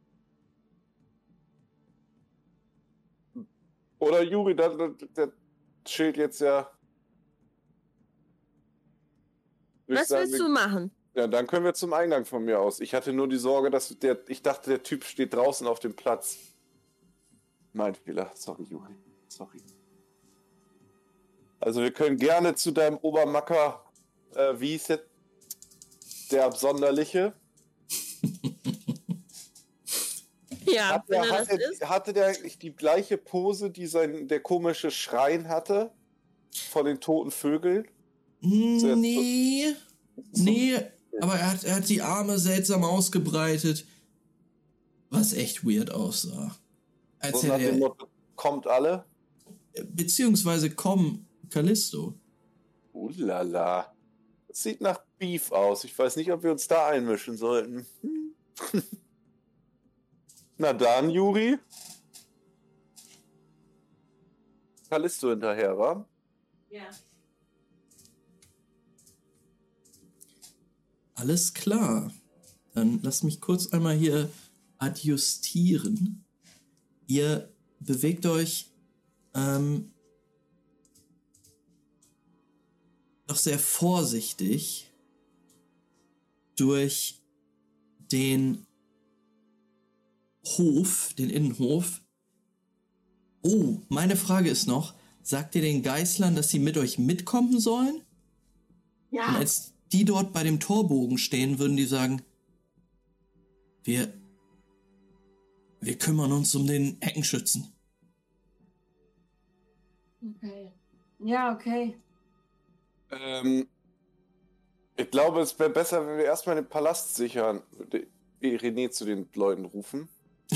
Oder Juri, der chillt jetzt ja. Was willst du machen? Ja, dann können wir zum Eingang von mir aus. Ich hatte nur die Sorge, ich dachte, der Typ steht draußen auf dem Platz. Mein Fehler. Sorry, Juri. Sorry. Also wir können gerne zu deinem Obermacker, wie ist der Absonderliche? Ja, wenn er das ist. Hatte der eigentlich die gleiche Pose, die der komische Schrein hatte? Von den toten Vögeln? Nee, aber er hat die Arme seltsam ausgebreitet, was echt weird aussah. Als So nach dem Motto, kommt alle? Beziehungsweise komm, Callisto. Lala. Das sieht nach Beef aus. Ich weiß nicht, ob wir uns da einmischen sollten. Na dann, Juri. Callisto hinterher, wa? Ja. Alles klar. Dann lasst mich kurz einmal hier adjustieren. Ihr bewegt euch noch sehr vorsichtig durch den Hof, den Innenhof. Oh, meine Frage ist noch, sagt ihr den Geißlern, dass sie mit euch mitkommen sollen? Ja. Und als die dort bei dem Torbogen stehen, würden die sagen, wir kümmern uns um den Heckenschützen. Okay. Ja, okay. Ich glaube, es wäre besser, wenn wir erstmal den Palast sichern. René zu den Leuten rufen.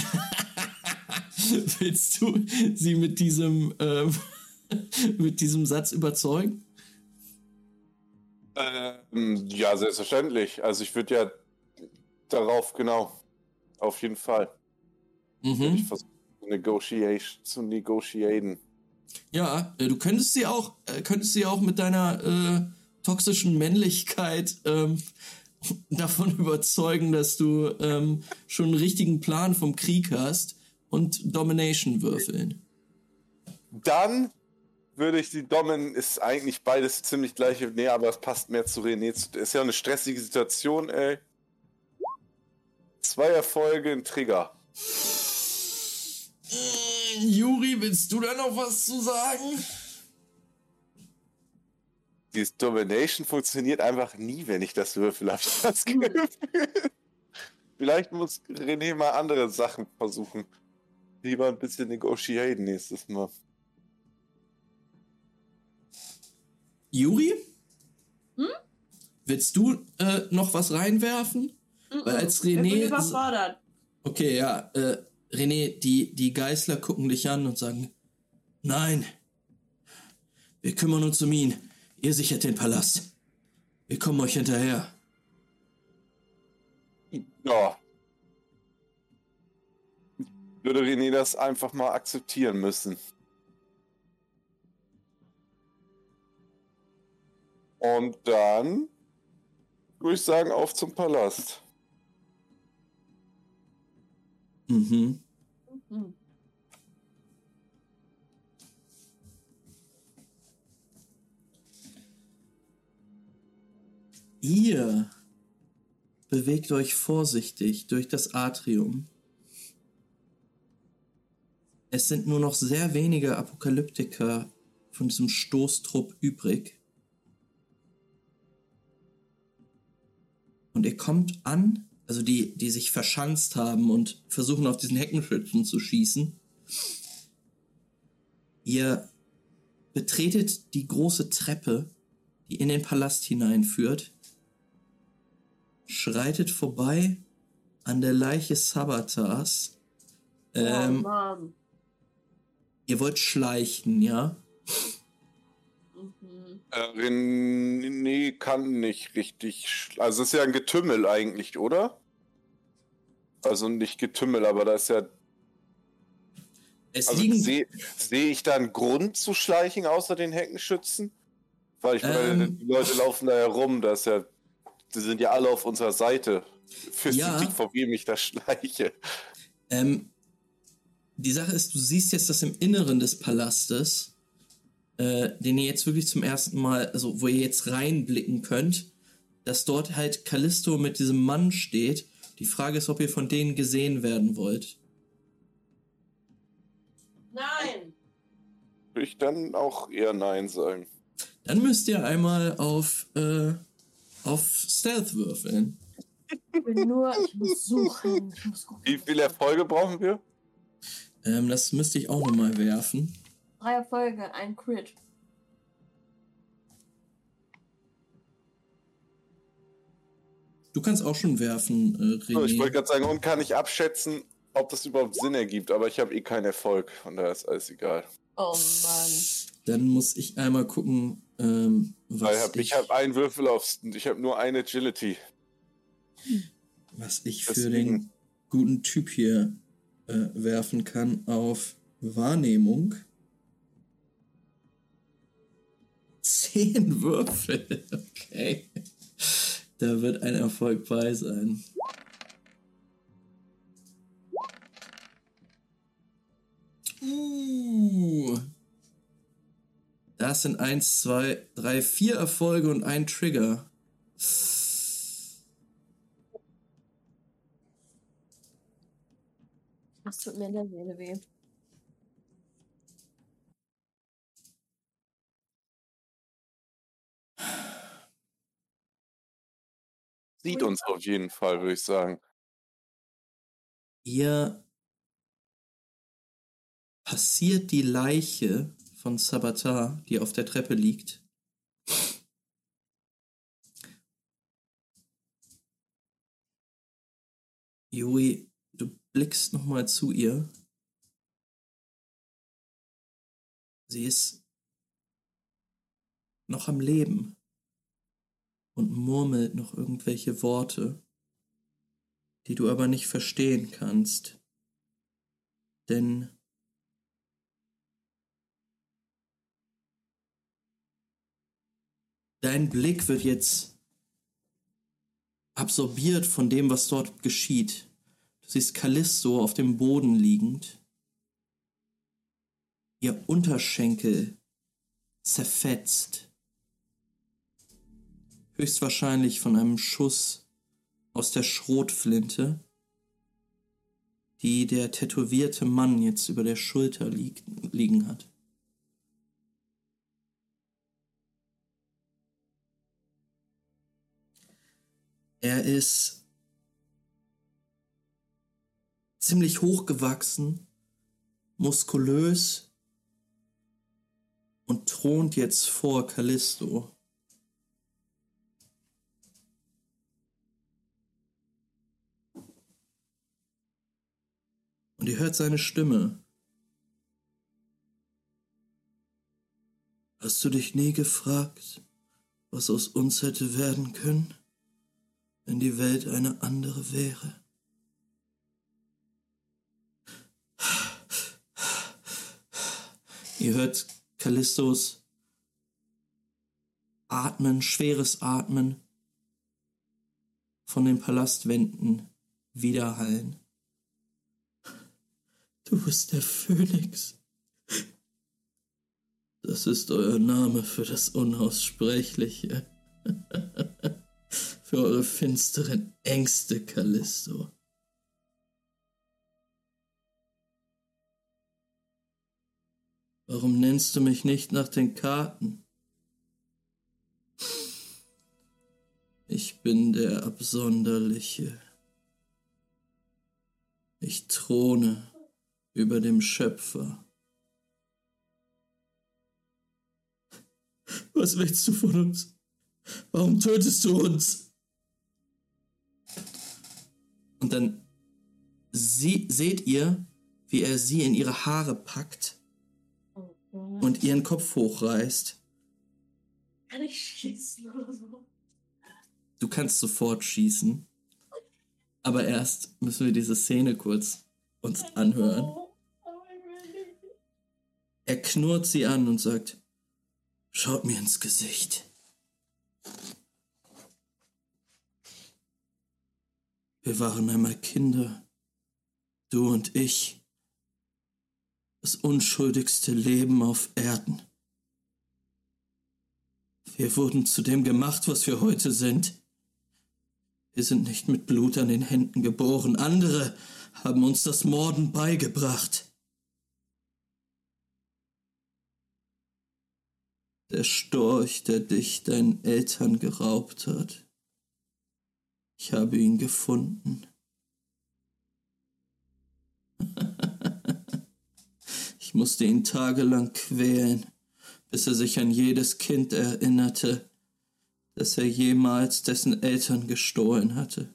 Willst du sie mit diesem Satz überzeugen? Ja, selbstverständlich. Also ich würde ja darauf, genau, auf jeden Fall. Ich versuche zu negotiaten. Ja, du könntest sie auch mit deiner toxischen Männlichkeit davon überzeugen, dass du schon einen richtigen Plan vom Krieg hast und Domination würfeln. Dann würde ich die Domin, ist eigentlich beides ziemlich gleiche, nee, aber es passt mehr zu René. Ist ja eine stressige Situation, ey. 2 Erfolge, ein Trigger. Juri, willst du da noch was zu sagen? Dieses Domination funktioniert einfach nie, wenn ich das würfel, hab ich das Gefühl. Vielleicht muss René mal andere Sachen versuchen. Lieber ein bisschen negotiaten nächstes Mal. Juri? Willst du noch was reinwerfen? Weil als René... Ich bin überfordert. Okay, ja, René, die Geißler gucken dich an und sagen, nein, wir kümmern uns um ihn. Ihr sichert den Palast. Wir kommen euch hinterher. Ja. Würde René das einfach mal akzeptieren müssen. Und dann würde ich sagen, auf zum Palast. Mhm. Ihr bewegt euch vorsichtig durch das Atrium. Es sind nur noch sehr wenige Apokalyptiker von diesem Stoßtrupp übrig. Und ihr kommt an, also die sich verschanzt haben und versuchen auf diesen Heckenschützen zu schießen. Ihr betretet die große Treppe, die in den Palast hineinführt, schreitet vorbei an der Leiche Sabatars. Mann. Ihr wollt schleichen, ja? René kann nicht richtig... Also es ist ja ein Getümmel eigentlich, oder? Also nicht Getümmel, aber da ist ja... Also sehe ich da einen Grund zu schleichen, außer den Heckenschützen? Weil ich meine, die Leute laufen da herum, das ist ja... Die sind ja alle auf unserer Seite. Wüsste nicht, vor wem ich da schleiche. Die Sache ist, du siehst jetzt, dass im Inneren des Palastes, den ihr jetzt wirklich zum ersten Mal, also wo ihr jetzt reinblicken könnt, dass dort halt Callisto mit diesem Mann steht. Die Frage ist, ob ihr von denen gesehen werden wollt. Nein! Würde ich dann auch eher Nein sagen. Dann müsst ihr einmal auf Stealth würfeln. Ich muss suchen. Ich muss gucken. Wie viele Erfolge brauchen wir? Das müsste ich auch nochmal werfen. 3 Erfolge, ein Crit. Du kannst auch schon werfen, René. Ich wollte gerade sagen, und kann ich abschätzen, ob das überhaupt Sinn ergibt, aber ich habe keinen Erfolg, von daher ist alles egal. Oh Mann. Dann muss ich einmal gucken, ich habe einen Würfel ich habe nur eine Agility. Was ich für den guten Typ hier werfen kann auf Wahrnehmung. 10 Würfel, okay. Da wird ein Erfolg bei sein. Das sind 1, 2, 3, 4 Erfolge und ein Trigger. Das tut mir in der Seele weh. Sieht uns auf jeden Fall, würde ich sagen. Ihr passiert die Leiche von Sabatar, die auf der Treppe liegt. Yuri, du blickst nochmal zu ihr. Sie ist noch am Leben und murmelt noch irgendwelche Worte, die du aber nicht verstehen kannst. Denn dein Blick wird jetzt absorbiert von dem, was dort geschieht. Du siehst Callisto auf dem Boden liegend. Ihr Unterschenkel zerfetzt. Höchstwahrscheinlich von einem Schuss aus der Schrotflinte, die der tätowierte Mann jetzt über der Schulter liegen hat. Er ist ziemlich hochgewachsen, muskulös und thront jetzt vor Callisto. Und ihr hört seine Stimme. Hast du dich nie gefragt, was aus uns hätte werden können, wenn die Welt eine andere wäre? Ihr hört Callistos Atmen, schweres Atmen von den Palastwänden widerhallen. Du bist der Phönix. Das ist euer Name für das Unaussprechliche. Für eure finsteren Ängste, Callisto. Warum nennst du mich nicht nach den Karten? Ich bin der Absonderliche. Ich throne über dem Schöpfer. Was willst du von uns? Warum tötest du uns? Und dann seht ihr, wie er sie in ihre Haare packt und ihren Kopf hochreißt. Kann ich schießen oder so? Du kannst sofort schießen. Aber erst müssen wir diese Szene kurz uns anhören. Er knurrt sie an und sagt, schaut mir ins Gesicht. Wir waren einmal Kinder, du und ich. Das unschuldigste Leben auf Erden. Wir wurden zu dem gemacht, was wir heute sind. Wir sind nicht mit Blut an den Händen geboren. Andere haben uns das Morden beigebracht. Der Storch, der dich deinen Eltern geraubt hat. Ich habe ihn gefunden. Ich musste ihn tagelang quälen, bis er sich an jedes Kind erinnerte, das er jemals dessen Eltern gestohlen hatte.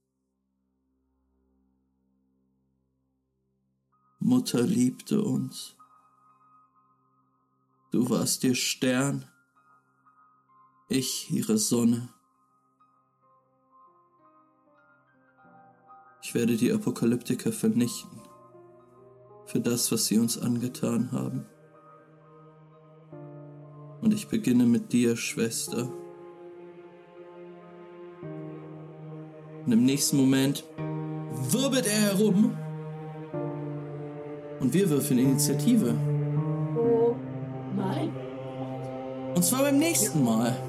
Mutter liebte uns. Du warst ihr Stern, ich ihre Sonne. Ich werde die Apokalyptiker vernichten, für das, was sie uns angetan haben. Und ich beginne mit dir, Schwester. Und im nächsten Moment wirbelt er herum und wir würfeln Initiative. Oh nein. Und zwar beim nächsten Mal.